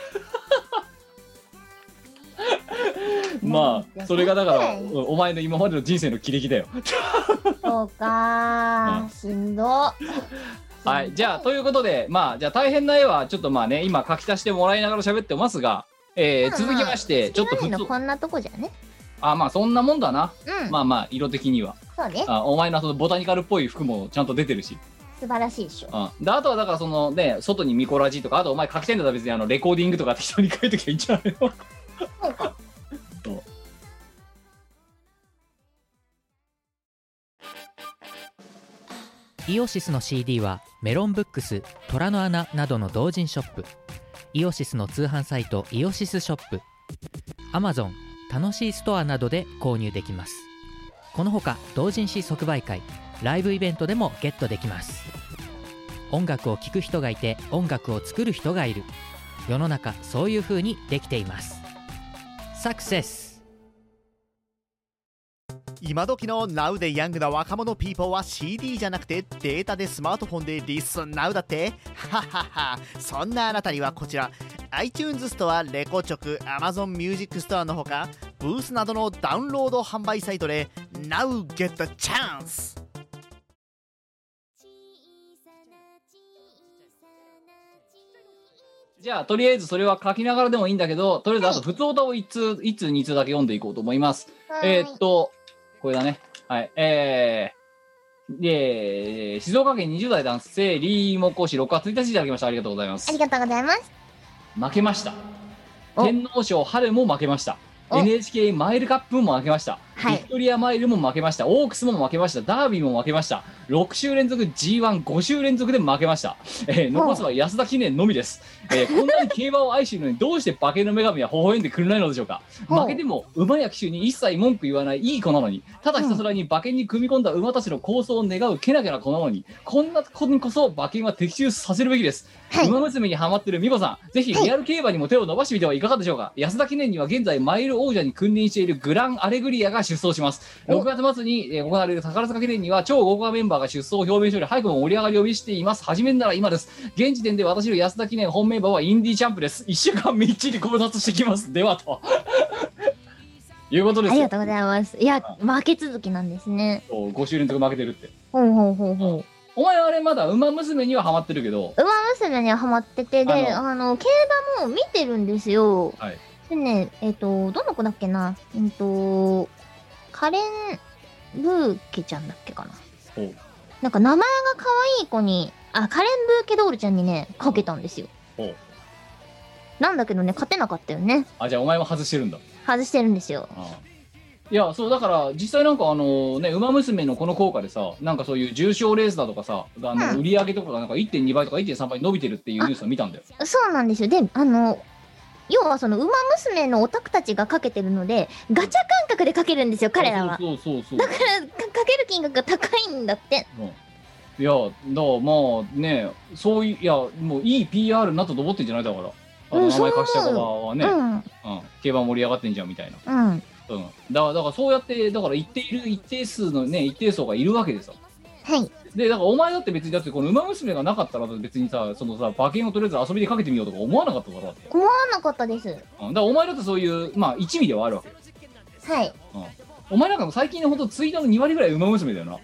まあそれがだからお前の今までの人生の切り気だよそうかしんど。はい、じゃあということで、じゃあ大変な絵はちょっとね今書き足してもらいながら喋ってますが、続きましてちょっとこんなとこじゃね。 そんなもんだな。色的にはそうね。 お前のそのボタニカルっぽい服もちゃんと出てるし、 素晴らしいでしょ。 であとはだからそのね、外にミコラジとか、あとお前書きたいんだったら別にレコーディングとか適当に書いときゃいいんじゃないのそうかイオシスの CD はメロンブックス、虎の穴などの同人ショップ、イオシスの通販サイトイオシスショップ、Amazon、楽しいストアなどで購入できます。このほか同人誌即売会、ライブイベントでもゲットできます。音楽を聴く人がいて音楽を作る人がいる。世の中そういう風にできています。サクセス。 今時の Now でヤングな若者ピーポーは CD じゃなくてデータでスマートフォンでリスン Now だってははは。そんなあなたにはこちら iTunes ストア、レコチョク、Amazon Music ストアのほかブースなどのダウンロード販売サイトで Now get the chance。 じゃあとりあえずそれは書きながらでもいいんだけど、とりあえずあと普通歌を1通2通だけ読んでいこうと思います。これだね。はい。静岡県20代男性リーモコ氏6月1日いただきました。ありがとうございます。 ありがとうございます。 負けました。天皇賞春も負けました。NHK マイルカップも負けました。 ビクトリアマイルも負けました、オークスも負けました、ダービーも負けました。6週連続 G15 週連続で負けました。残すは安田記念のみです。こんなに競馬を愛しているのにどうして馬券の女神は微笑んでくれないのでしょうか。負けても馬や騎手に一切文句言わないいい子なのに、ただひたすらに馬券に組み込んだ馬たちの構想を願うけなげな子なのに、こんな子にこそ馬券は的中させるべきです。馬娘にハマってる美子さん、ぜひリアル競馬にも手を伸ばしてみてはいかがでしょうか。安田記念には現在マイル王者に君臨しているグランアレグリアが出走します。6月末に行われる宝塚記念には超豪華メンバーが出走を表明しており、早くも盛り上がりを見せています。始めるなら今です。現時点で私の安田記念本メンバーはインディチャンプです。1週間みっちり考察してきます。ではということです。 ありがとうございます。いや、負け続きなんですね。 そう5週連続負けてるって。 ほうほうほうほう。 お前あれまだ馬娘にはハマってるけど、 馬娘にはハマってて、で競馬も見てるんですよ。 はい、 でね、どの子だっけな、カレンブーケちゃんだっけかな。なんか名前が可愛い子に、カレンブーケドールちゃんにねかけたんですよ。なんだけどね、勝てなかったよね。 じゃあお前も外してるんだ。 外してるんですよ。 いや、そうだから実際なんか馬娘のこの効果でさ、なんかそういう重賞レースだとかさ、売り上げとかがなんか 1.2 倍とか 1.3 倍伸びてるっていうニュースを見たんだよ。 そうなんですよ。で、要はその馬娘のオタクたちがかけてるので、ガチャ感覚でかけるんですよ、彼らは。 そうだからかける金額が高いんだって。 いや、だからまあね、そういう、いや、もういい PR になったと思ってんじゃないだから。名前貸した側はね、競馬盛り上がってんじゃんみたいな。だからそうやって、だから一定数のね、一定層がいるわけですよ。 はい。 で、だからお前だって別に、だってこの馬娘がなかったら別にさ、そのさ、馬券をとりあえず遊びでかけてみようとか思わなかったからって。 思わなかったです。 だからお前だってそういう、まあ一味ではあるわけよ。 はい。 お前なんかも最近のほんとツイートの2割ぐらい馬娘だよな。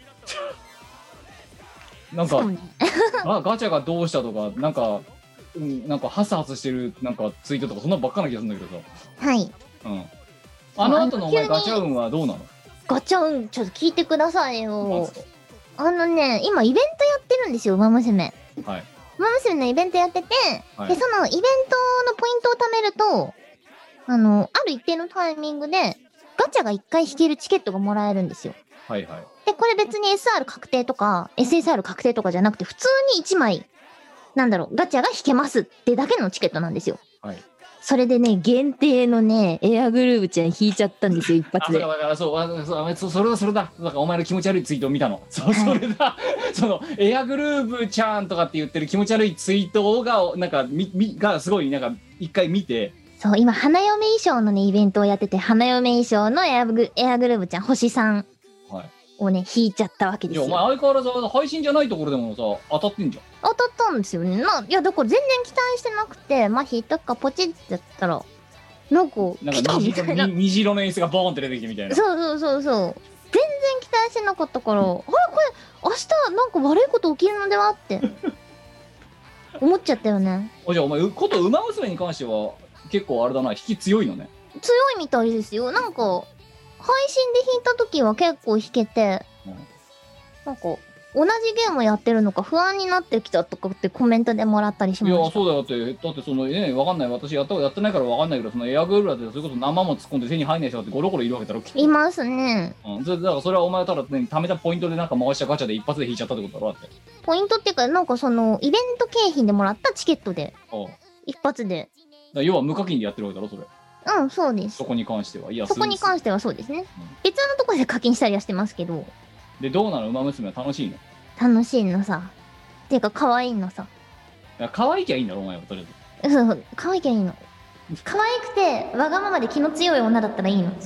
なんか、ガチャがどうしたとか、なんかハスハスしてるなんかツイートとかそんなばっかな気がするんだけどさ。はい。 あの後のお前ガチャ運はどうなの？ ガチャ運ちょっと聞いてくださいよ。今イベントやってるんですよ、馬娘。 はい。 馬娘のイベントやってて、でそのイベントのポイントを貯めると、ある一定のタイミングでガチャが1回引けるチケットがもらえるんですよ。 はいはい。 でこれ別に SR 確定とか SSR 確定とかじゃなくて、普通に1枚ガチャが引けますってだけのチケットなんですよ。 はい。 それでね、限定のね、エアグルーヴちゃん引いちゃったんですよ、一発で。 だからそれだ。だからお前の気持ち悪いツイートを見たの。それだ。そのエアグルーヴちゃんとかって言ってる気持ち悪いツイートがなんかがすごいなんか一回見て。 そう、今花嫁衣装のねイベントをやってて、花嫁衣装のエアグルーヴちゃん星3をね引いちゃったわけですよ。 いやお前相変わらず配信じゃないところでもさ当たってんじゃん。 当たったんですよね。いやだから全然期待してなくて、まあ引いたかポチってやったらなんか来たみたいな、 虹色の演出がボーンって出てきてみたいな。 そう全然期待してなかったから、あれこれ明日なんか悪いこと起きるのではって思っちゃったよね。 じゃあお前こと馬娘に関しては結構あれだな、引き強いのね。 強いみたいですよ。なんか配信で引いた時は結構引けて、なんか同じゲームやってるのか不安になってきたとかってコメントでもらったりしました。 いやそうだよ。だってそのね、わかんない、私やってないからわかんないけど、そのエアグルーラーってそれこそ生も突っ込んで手に入んない人だってゴロゴロいるわけだろ。 いますね。 だからそれはお前ただね、貯めたポイントでなんか回したガチャで一発で引いちゃったってことだろ。だってポイントっていうか、なんかそのイベント景品でもらったチケットで一発で。 要は無課金でやってるわけだろそれ。 そうです。 そこに関しては。いやそこに関してはそうですね。別のところで課金したりはしてますけど。 でどうなの、馬娘は楽しいの？ 楽しいのさ。っていうか可愛いのさ。 可愛いきゃいいんだろお前はとりあえず。そう、可愛いきゃいいの。可愛くてわがままで気の強い女だったらいいの。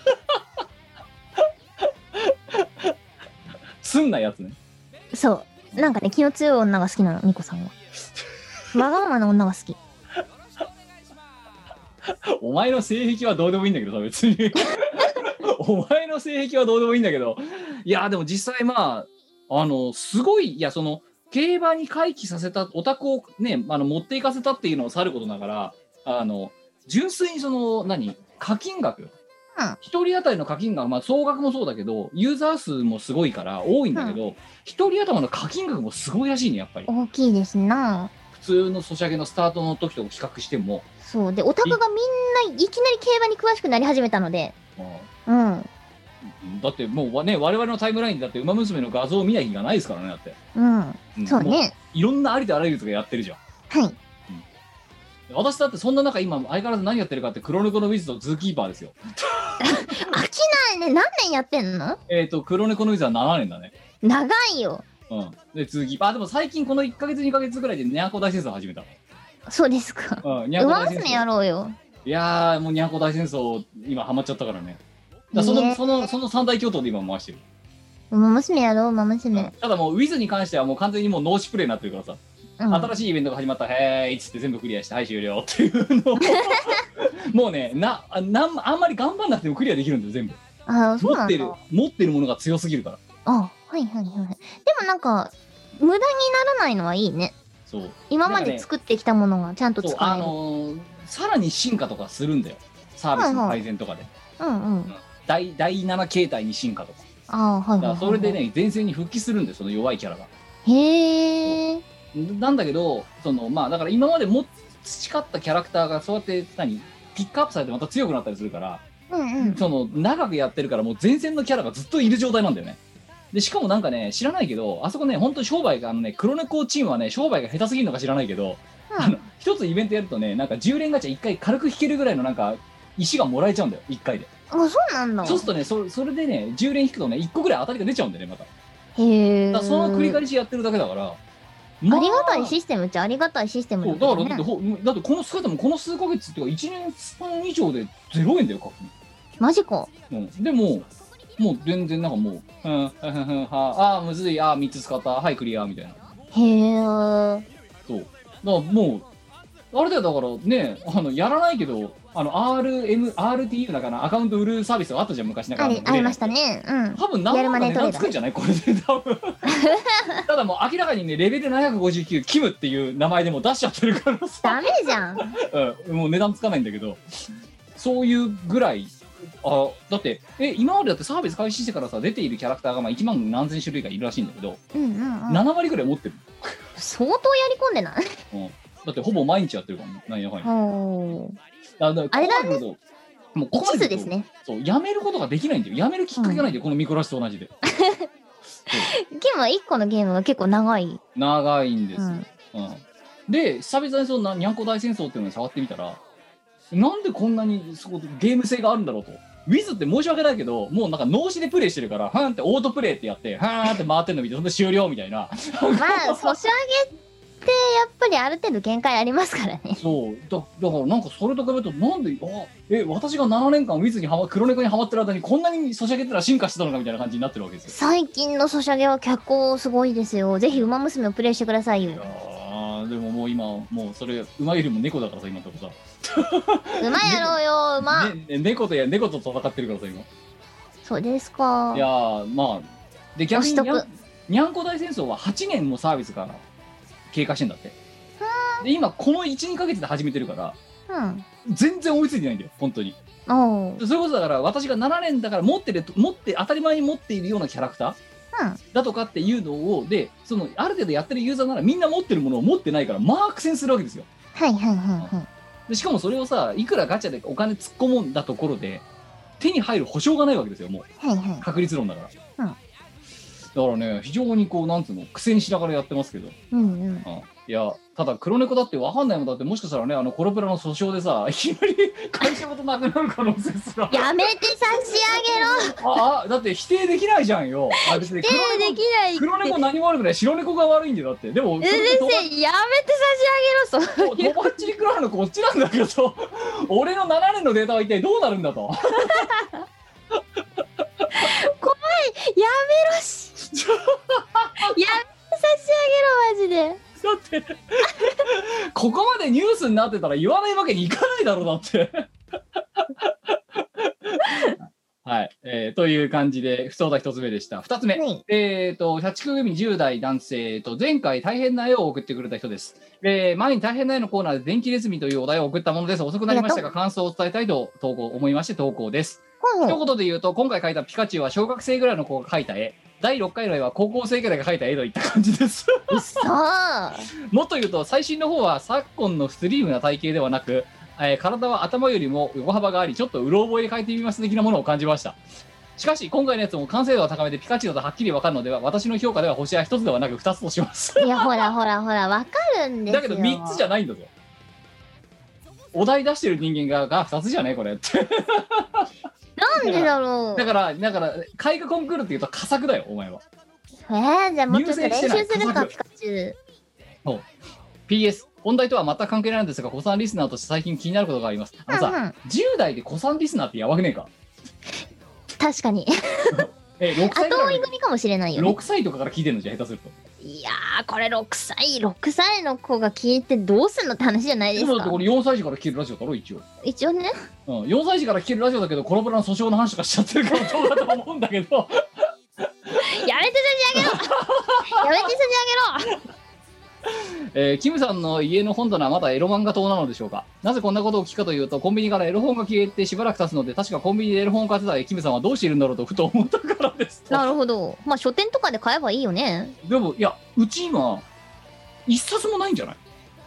すんなやつね。 そう、なんかね気の強い女が好きなの、ミコさんは。わがままな女が好き。 お前の性癖はどうでもいいんだけどさ、別にお前の性癖はどうでもいいんだけど、いやでも実際まあすごい、いやその競馬に回帰させたオタクをね、持っていかせたっていうのをさることながら、純粋にその課金額、一人当たりの課金額、総額もそうだけどユーザー数もすごいから多いんだけど、一人頭の課金額もすごいらしいね、やっぱり。 大きいですな。 普通のソシャゲのスタートの時と比較しても。 そうで、オタクがみんないきなり競馬に詳しくなり始めたので、 だってもうね、我々のタイムラインでだってウマ娘の画像を見ない日がないですからね。だって、 そうね、 いろんなありとあらゆるとかやってるじゃん。 はい。 私だってそんな中今相変わらず何やってるかって黒猫のウィズとズーキーパーですよ。 飽きないね。何年やってんの？ 黒猫のウィズは7年だね。 長いよ。 でズーキーパー、でも最近この1ヶ月2ヶ月ぐらいでニャンコ大戦争始めた。 そうですか。ウマ娘やろうよ。いやーもうニャンコ大戦争今ハマっちゃったからね。だからその三大巨頭で今回してる。 ウマ娘やろう、ウマ娘。 ただもうウィズに関してはもう完全にもうノーシプレイになってるからさ。新しいイベントが始まったへーいっつって全部クリアしてはい終了っていうのをもうねあんまり頑張んなくてもクリアできるんだよ全部。そうなんだ。持ってるものが強すぎるから。 はいはいはい。でもなんか無駄にならないのはいいね。 そう。 今まで作ってきたものがちゃんと使える。 さらに進化とかするんだよ。サービスの改善とかで。第7形態に進化とか。だからそれでね前線に復帰するんだよその弱いキャラが。 へえ。 なんだけどだから今まで培ったキャラクターがそうやってピックアップされてまた強くなったりするから、長くやってるからもう前線のキャラがずっといる状態なんだよね。でしかもなんかね知らないけどあそこね本当に商売が黒猫チームはね商売が下手すぎるのか知らないけど、一つイベントやるとねなんか10連ガチャ1回軽く引けるぐらいのなんか石がもらえちゃうんだよ1回で。 そうなんだ。 そうするとねそれでね10連引くとね1個ぐらい当たりが出ちゃうんだよねまた。 へえ。 その繰り返しやってるだけだから。 ありがたいシステムっちゃありがたいシステムだからだってこの少なくともこの数ヶ月っていうか1年スパン以上で0円だよマジか。 でもう全然なんかもうむずい3つ使ったはいクリアみたいな。 へえ。 そうだからもうあれだよだからねやらないけどRTU だからアカウント売るサービスがあったじゃん昔なんかありましたね。 多分何万か値段つくんじゃないこれで多分ただもう明らかにねレベル759キムっていう名前でも出しちゃってるからさダメじゃん。 もう値段つかないんだけどそういうぐらいだって今までだってサービス開始してからさ出ているキャラクターが1万何千種類かいるらしいんだけど、7割ぐらい持ってる。 相当やり込んでない？ だってほぼ毎日やってるからね。なんやかんや。 あれだね。 もうここまでですね。 そうやめることができないんだよ。やめるきっかけがないんだよ、このミコラシと同じで。 ゲームは1個のゲームが結構長いんですよ。で久々にそのニャンコ大戦争っていうのに触ってみたらなんでこんなにゲーム性があるんだろうと。ウィズって申し訳ないけどもうなんか脳死でプレイしてるからハーンってオートプレイってやってハーンって回ってんの見てそんで終了みたいな。 ソシャゲってやっぱりある程度限界ありますからね。 そうだからなんかそれと比べるとなんで私が7年間ウィズに黒猫にハマってる間にこんなにソシャゲってのは進化してたのかみたいな感じになってるわけですよ。 最近のソシャゲは脚光すごいですよ。ぜひウマ娘をプレイしてくださいよ。 でももう今もうそれ馬よりも猫だからさ今のとこさ馬やろうよ馬、 猫と戦ってるからさ今。 そうですか。 いやで逆にニャンコ大戦争は8年もサービスから経過してんだって。で今この 1,2 ヶ月で始めてるから、全然追いついてないんだよ本当に。それこそだから私が7年だから持って当たり前に持っているようなキャラクターだとかっていうのをである程度やってるユーザーならみんな持ってるものを持ってないから苦戦するわけですよ。でしかもそれをさいくらガチャでお金突っ込んだところで手に入る保証がないわけですよもう、確率論だから、だからね非常になんつうの苦戦しながらやってますけど、いやただ黒猫だって分かんないもんだってもしかしたらねコロプラの訴訟でさいきなり会社ごとなくなる可能性すらやめて差し上げろだって否定できないじゃんよ。 否定できない黒猫何も悪くない白猫が悪いんだよだってでもやめて差し上げろとばっちり食らうのこっちなんだけど俺の7年のデータは一体どうなるんだと怖いやめろしやめて差し上げろマジで。 だってここまでニュースになってたら言わないわけにいかないだろうだってはい、という感じで不相談一つ目でした。二つ目、社畜組10代男性前回大変な絵を送ってくれた人です。前に大変な絵のコーナーで電気ネズミというお題を送ったものです。遅くなりましたが感想を伝えたいと思いまして投稿です。一言で言うと今回描いたピカチュウは小学生ぐらいの子が描いた絵、第6回の絵は高校生ぐらいが描いた絵といった感じですもっと言うと最新の方は昨今のスリムな体型ではなく、体は頭よりも横幅がありちょっとうろ覚えで描いてみます的なものを感じました。 しかし今回のやつも完成度が高めでピカチュウだとはっきり分かるのでは、私の評価では星は1つではなく2つとします。 いやほらほらほらわかるんですよ。 だけど3つじゃないんだぞ。お題出してる人間が2つじゃねこれってなんでだろう。 だから絵画コンクールって言うと佳作だよお前は。 じゃあもうちょっと練習するかピカチュウ。 PS 本題とは全く関係ないんですが、子さんリスナーとして最近気になることがあります。10代で子さんリスナーってやばくねえか。 確かに 6歳後追い組かもしれないよ、ね、 6歳とかから聞いてるのじゃ下手すると。 いやーこれ6歳の子が聞いてどうすんのって話じゃないですか。 だってこれ4歳児から聞けるラジオだろ一応ね、4歳児から聞けるラジオだけどコロプラの訴訟の話とかしちゃってるからどうだと思うんだけどやめて差し上げろキムさんの家の本棚はまだエロ漫画党なのでしょうか。なぜこんなことを聞くかというと、コンビニからエロ本が消えてしばらく経つので、確かコンビニでエロ本を買ってたキムさんはどうしているんだろうとふと思ったからです。 なるほど。まあ書店とかで買えばいいよね。 でもいやうち今一冊もないんじゃない？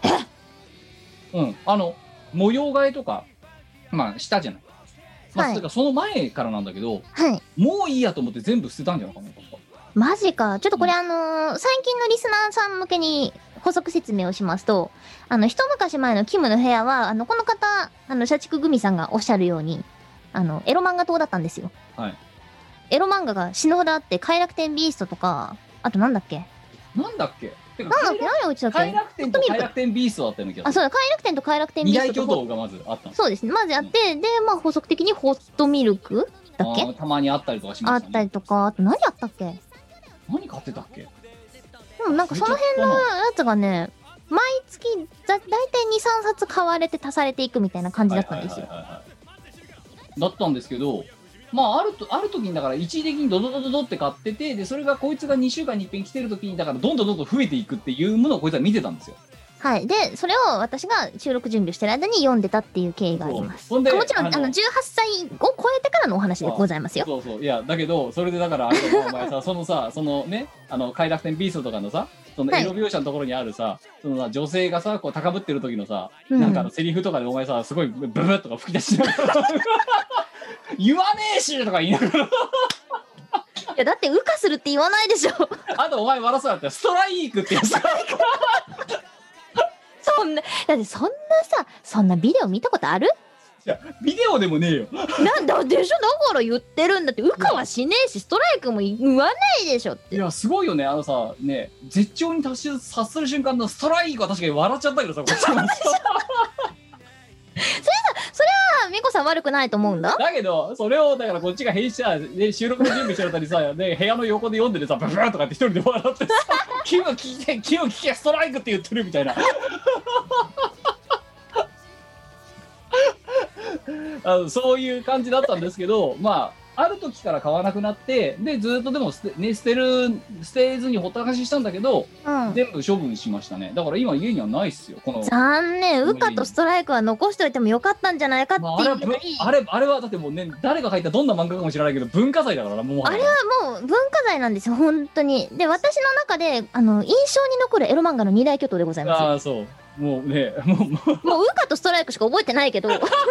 模様替えとかまあしたじゃない。まあ、はい、その前からなんだけど、 はい、 もういいやと思って全部捨てたんじゃないかな。 マジか。ちょっとこれ最近のリスナーさん向けに補足説明をしますと、一昔前のキムの部屋は、この方、社畜グミさんがおっしゃるように、エロ漫画党だったんですよ。 はい。 エロ漫画が死ぬほどあって、快楽天ビーストとか、あとなんだっけ何をうちだっけ快楽天と快楽天ビーストだったような気がする。 あ、そうだ、快楽天と快楽天ビーストと。 二大巨頭がまずあった。 そうですね。まずあって、で、まあ補足的にホットミルクだっけたまにあったりとかしましたね。 あったりとか、あと何あったっけ。 何買ってたっけ。 なんかその辺のやつがね、毎月だいたい 2,3 冊買われて足されていくみたいな感じだったんですよ。 だったんですけど、まあある時にだから一時的にドドドドドって買ってて、でそれがこいつが2週間に一遍来てる時にだからどんどん増えていくっていうものをこいつは見てたんですよ。 はい。でそれを私が収録準備してる間に読んでたっていう経緯があります。もちろん18歳を超えてからのお話でございますよ。 そういやだけどそれでだからお前さそのね快楽天ビーストとかのさそのエロ描写のところにあるさ、はい、その女性がさこう高ぶってる時のさ、なんかセリフとかでお前さすごいブブッとか吹き出しながら言わねえしとか言いながらいやだって羽化するって言わないでしょ。 あとお前笑そうだったらストライークってやつだだってそんなビデオ見たことある？ いやビデオでもねえよ。 なんだでしょ、だから言ってるんだって。羽化はしねえしストライクも言わないでしょって。 いやすごいよね。ね絶頂に達する瞬間のストライクは確かに笑っちゃったけどさこっちもさそれは美子さん悪くないと思うんだ。 だけどそれをだからこっちが編集で収録の準備してるたりさで部屋の横で読んでてさブブーとかって一人で笑ってさ気を聞けストライクって言ってるみたいなそういう感じだったんですけど、まあある時から買わなくなって、でずっとでも捨てずにほったらかししたんだけど、全部処分しましたね。だから今家にはないっすよ。この残念。羽化とストライクは残しておいてもよかったんじゃないかっていう、 あれはだってもうね誰が書いたどんな漫画かもしれないけど文化財だからな。もうあれはもう文化財なんですよ本当に。で私の中で印象に残るエロ漫画の二大巨頭でございます。 ああそう。もうねもう羽化とストライクしか覚えてないけど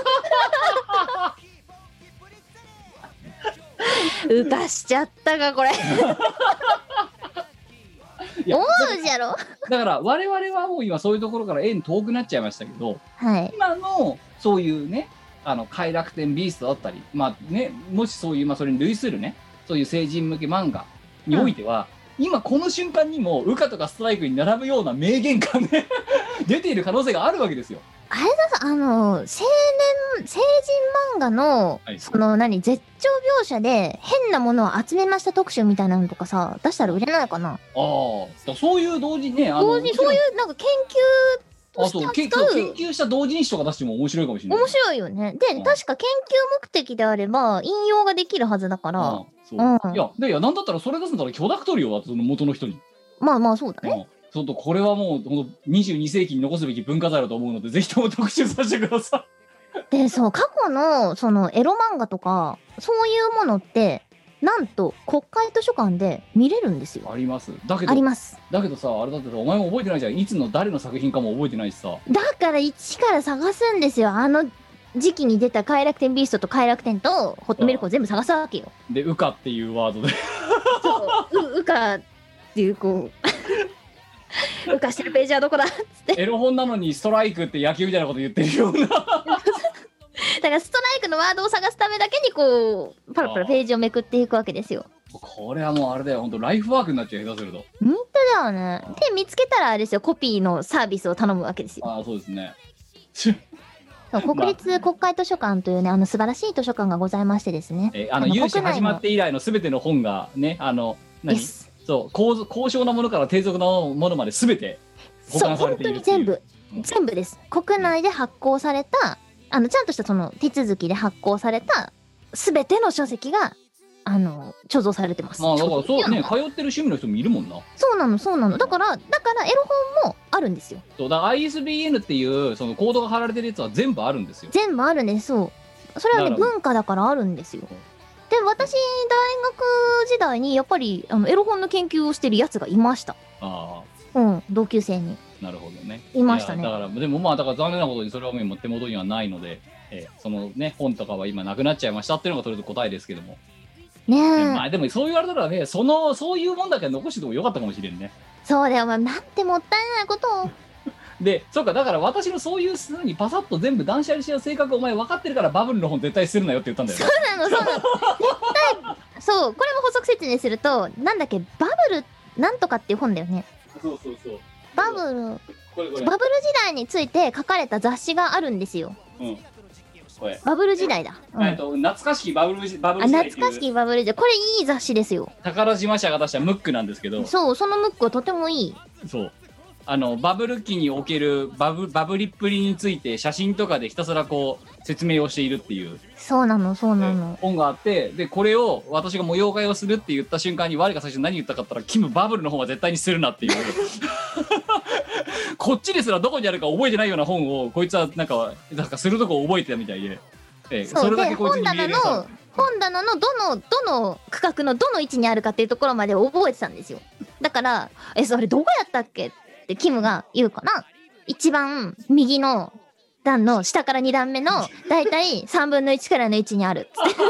羽化しちゃったかこれ思うじゃろ。 だから我々はもう今そういうところから遠遠くなっちゃいましたけど、 はい、 今のそういうね快楽天ビーストだったり、まあね、もしそういう、それに類するねそういう成人向け漫画においては、今この瞬間にも羽化とかストライクに並ぶような名言がね出ている可能性があるわけですよ。 あれださ、成人漫画の、はい、絶頂描写で変なものを集めました特集みたいなのとかさ出したら売れないかな。 そういう同時にねそういうなんか研究として扱う研究した同人誌とか出しても面白いかもしれない。 面白いよね。で、確か研究目的であれば引用ができるはずだから。 いやなんだったらそれ出すんだら許諾取るよ、その元の人に。 まあそうだね。 これはもう22世紀に残すべき文化財だと思うのでぜひとも特集させてください。で過去のそのエロ漫画とかそういうものってなんと国会図書館で見れるんですよ。 あります。だけどさあれだってさお前も覚えてないじゃん。いつの誰の作品かも覚えてないしさ。 だから一から探すんですよ。 時期に出た快楽天ビーストと快楽天とホットミルクを全部探すわけよ。 でウカっていうワードでそうウカっていうこうウカしてるページはどこだっつってエロ本なのにストライクって野球みたいなこと言ってるようなだからストライクのワードを探すためだけにこうパラパラページをめくっていくわけですよ。 これはもうあれだよ、本当ライフワークになっちゃう、下手すると。 本当だよね。で見つけたらあれですよ、コピーのサービスを頼むわけですよ。 ああそうですねそう国立国会図書館というね素晴らしい図書館がございましてですね、 有志始まって以来のすべての本がねそう高尚なものから低俗なものまで全て保管されているっていう。 そう本当に全部です。国内で発行されたちゃんとしたその手続きで発行された全ての書籍が貯蔵されてます。 まあだからそうね、通ってる趣味の人もいるもんな。 そうなのだからエロ本もあるんですよ。 そうだから ISBN っていうそのコードが貼られてるやつは全部あるんですよ。 全部あるんです。そうそれはね文化だからあるんですよ。で私大学時代にやっぱりエロ本の研究をしてるやつがいました。 ああ同級生に。 なるほどね。 いましたね。 だからでもまあだから残念なことにそれはもう手元にはないので、そのね本とかは今なくなっちゃいましたっていうのがとりあえず答えですけども。 ねえ。 まあでもそう言われたらね、そういうもんだけ残しててもよかったかもしれんね。 そうだよ、なんてもったいないことを。 で、そうか、だから私のそういうふうにパサッと全部断捨離しちゃう性格お前分かってるからバブルの本絶対捨てるなよって言ったんだよね。 そうなの絶対そうこれも補足説明するとなんだっけバブルなんとかっていう本だよね。 そうバブルこれバブル時代について書かれた雑誌があるんですよ。 これバブル時代だ。 懐かしきバブル時代。 懐かしきバブル時代。これいい雑誌ですよ。 宝島社が出したムックなんですけど。 そうそのムックはとてもいい。 そうバブル期におけるバブリっぷりについて写真とかでひたすらこう説明をしているっていうそうなの本があって、でこれを私が模様替えをするって言った瞬間に我が最初何言ったかったらキムバブルの本は絶対にするなっていうこっちですらどこにあるか覚えてないような本をこいつはなんかするとこ覚えてたみたいで、それだけこいつに見える本棚のどの区画のどの位置にあるかっていうところまで覚えてたんですよ。だからそれどこやったっけってキムが言うかな。一番右の段の下から2段目のだいたい3分の1くらいの位置にあるっつって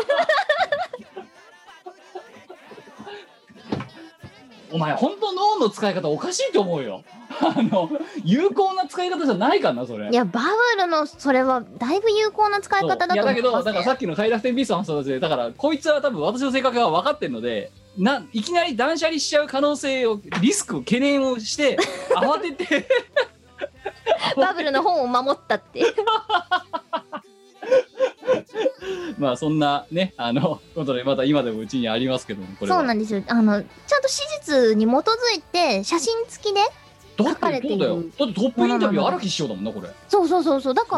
お前本当脳の使い方おかしいと思うよ有効な使い方じゃないかなそれ。 いやバブルのそれはだいぶ有効な使い方だと思います、ね、いやだけどだからさっきの快楽天ビーストの話でだからこいつは多分私の性格が分かってるのでいきなり断捨離しちゃう可能性をリスク懸念をして慌ててバブルの本を守ったってまあそんなねことでまた今でもうちにありますけどもこれはそうなんですよ。ちゃんと史実に基づいて写真付きで書かれている。だってトップインタビュー荒木師匠だもんなこれ。 そうだから、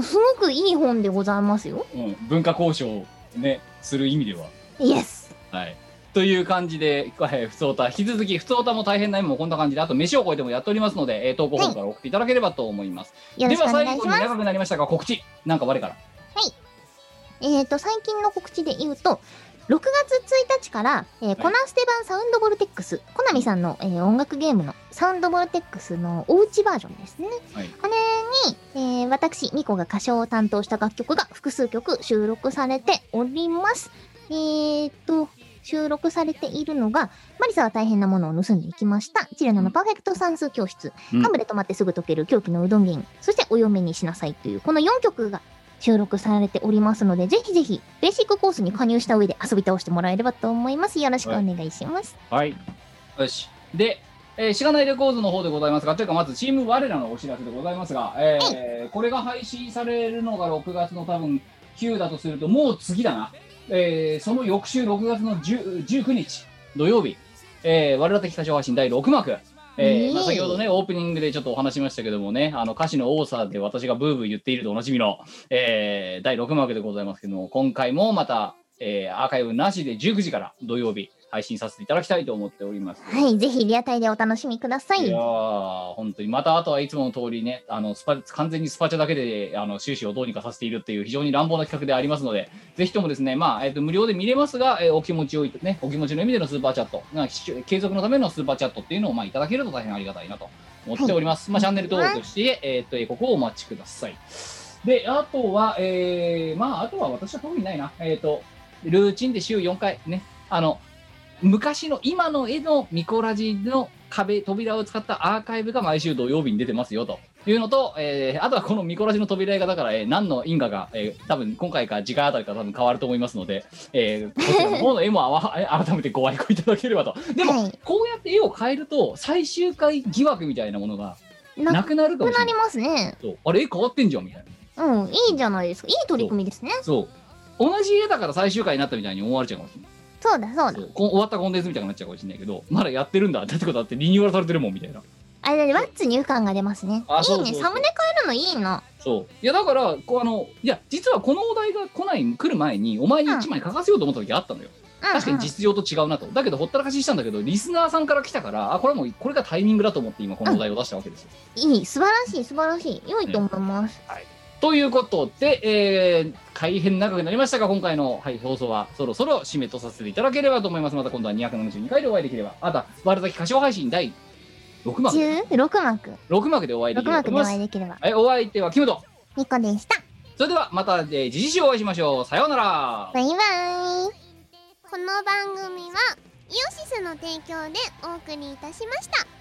すごくいい本でございますよ。 文化交渉ねする意味ではイエス。 はいという感じで、ふつおた引き続きふつおたも大変な今もこんな感じであと飯を超えてもやっておりますので、投稿フォームから送っていただければと思います。 よろしくお願いします。 では最後に長くなりましたが告知なんか我から。 最近の告知で言うと6月1日から、コナンステ版サウンドボルテックスコナミさんの、音楽ゲームのサウンドボルテックスのおうちバージョンですね、はい、これに、私ミコが歌唱を担当した楽曲が複数曲収録されております。収録されているのがマリサは大変なものを盗んでいきました、チレナのパーフェクト算数教室、カムで止まってすぐ解ける狂気のうどん芸、そしてお嫁にしなさいというこの4曲が収録されておりますので、ぜひぜひベーシックコースに加入した上で遊び倒してもらえればと思います。よろしくお願いします。 はい、よし。で、しがないレコーズの方でございますが、というかまずチーム我らのお知らせでございますが、これが配信されるのが6月の多分9だとするともう次だな。その翌週6月の19日土曜日、我ら的歌唱配信第6幕、先ほどねオープニングでちょっとお話しましたけどもね、歌詞の多さで私がブーブー言っているとおなじみの、第6幕でございますけども、今回もまた、アーカイブなしで19時から土曜日配信させていただきたいと思っております。 はい、ぜひリアタイでお楽しみください。 いやー本当にまたあとはいつもの通りね、完全にスパチャだけで収支をどうにかさせているっていう非常に乱暴な企画でありますので、ぜひともですね、無料で見れますが、お気持ちの意味でのスーパーチャット、継続のためのスーパーチャットっていうのをいただけると大変ありがたいなと思っております。チャンネル登録して、ここをお待ちください。 で、あとは、まあ、あとは私は特にないな。ルーチンで週4回ね、昔の今の絵のミコラジの扉を使ったアーカイブが毎週土曜日に出てますよというのと、あとはこのミコラジの扉絵がだから、何の因果が、多分今回か次回あたりか多分変わると思いますので、こちらの方の絵も改めてご愛顧いただければと。でも、はい、こうやって絵を変えると最終回疑惑みたいなものがなくなるかもしれない。なくなりますね。そう、あれ絵変わってんじゃんみたいな。うん、いいじゃないですか。いい取り組みですね。そう。同じ絵だから最終回になったみたいに思われちゃうかもしれない。そうだそうだ。終わったコンテンツみたいになっちゃうかもしれないけど、まだやってるんだ。だってことだってリニューアルされてるもんみたいな。あれでワッツ入感が出ますね。いいね。サムネ変えるのいいな。そう。いやだからいや実はこのお題が来る前にお前に1枚書かせようと思った時あったのよ。確かに実用と違うなと。だけどほったらかししたんだけど、リスナーさんから来たから、これはもうこれがタイミングだと思って今このお題を出したわけですよ。いい、素晴らしい素晴らしい。良いと思います。はい。ということで、大変長くなりましたが、今回の、放送はそろそろ締めとさせていただければと思います。また今度は272回でお会いできれば。あとは、ワールド歌唱配信第6幕。6幕でお会いできれば。6幕でお会いできれば。はい、お相手はキムト。ニコでした。それでは、また、次週お会いしましょう。さようなら。バイバイ。この番組は、イオシスの提供でお送りいたしました。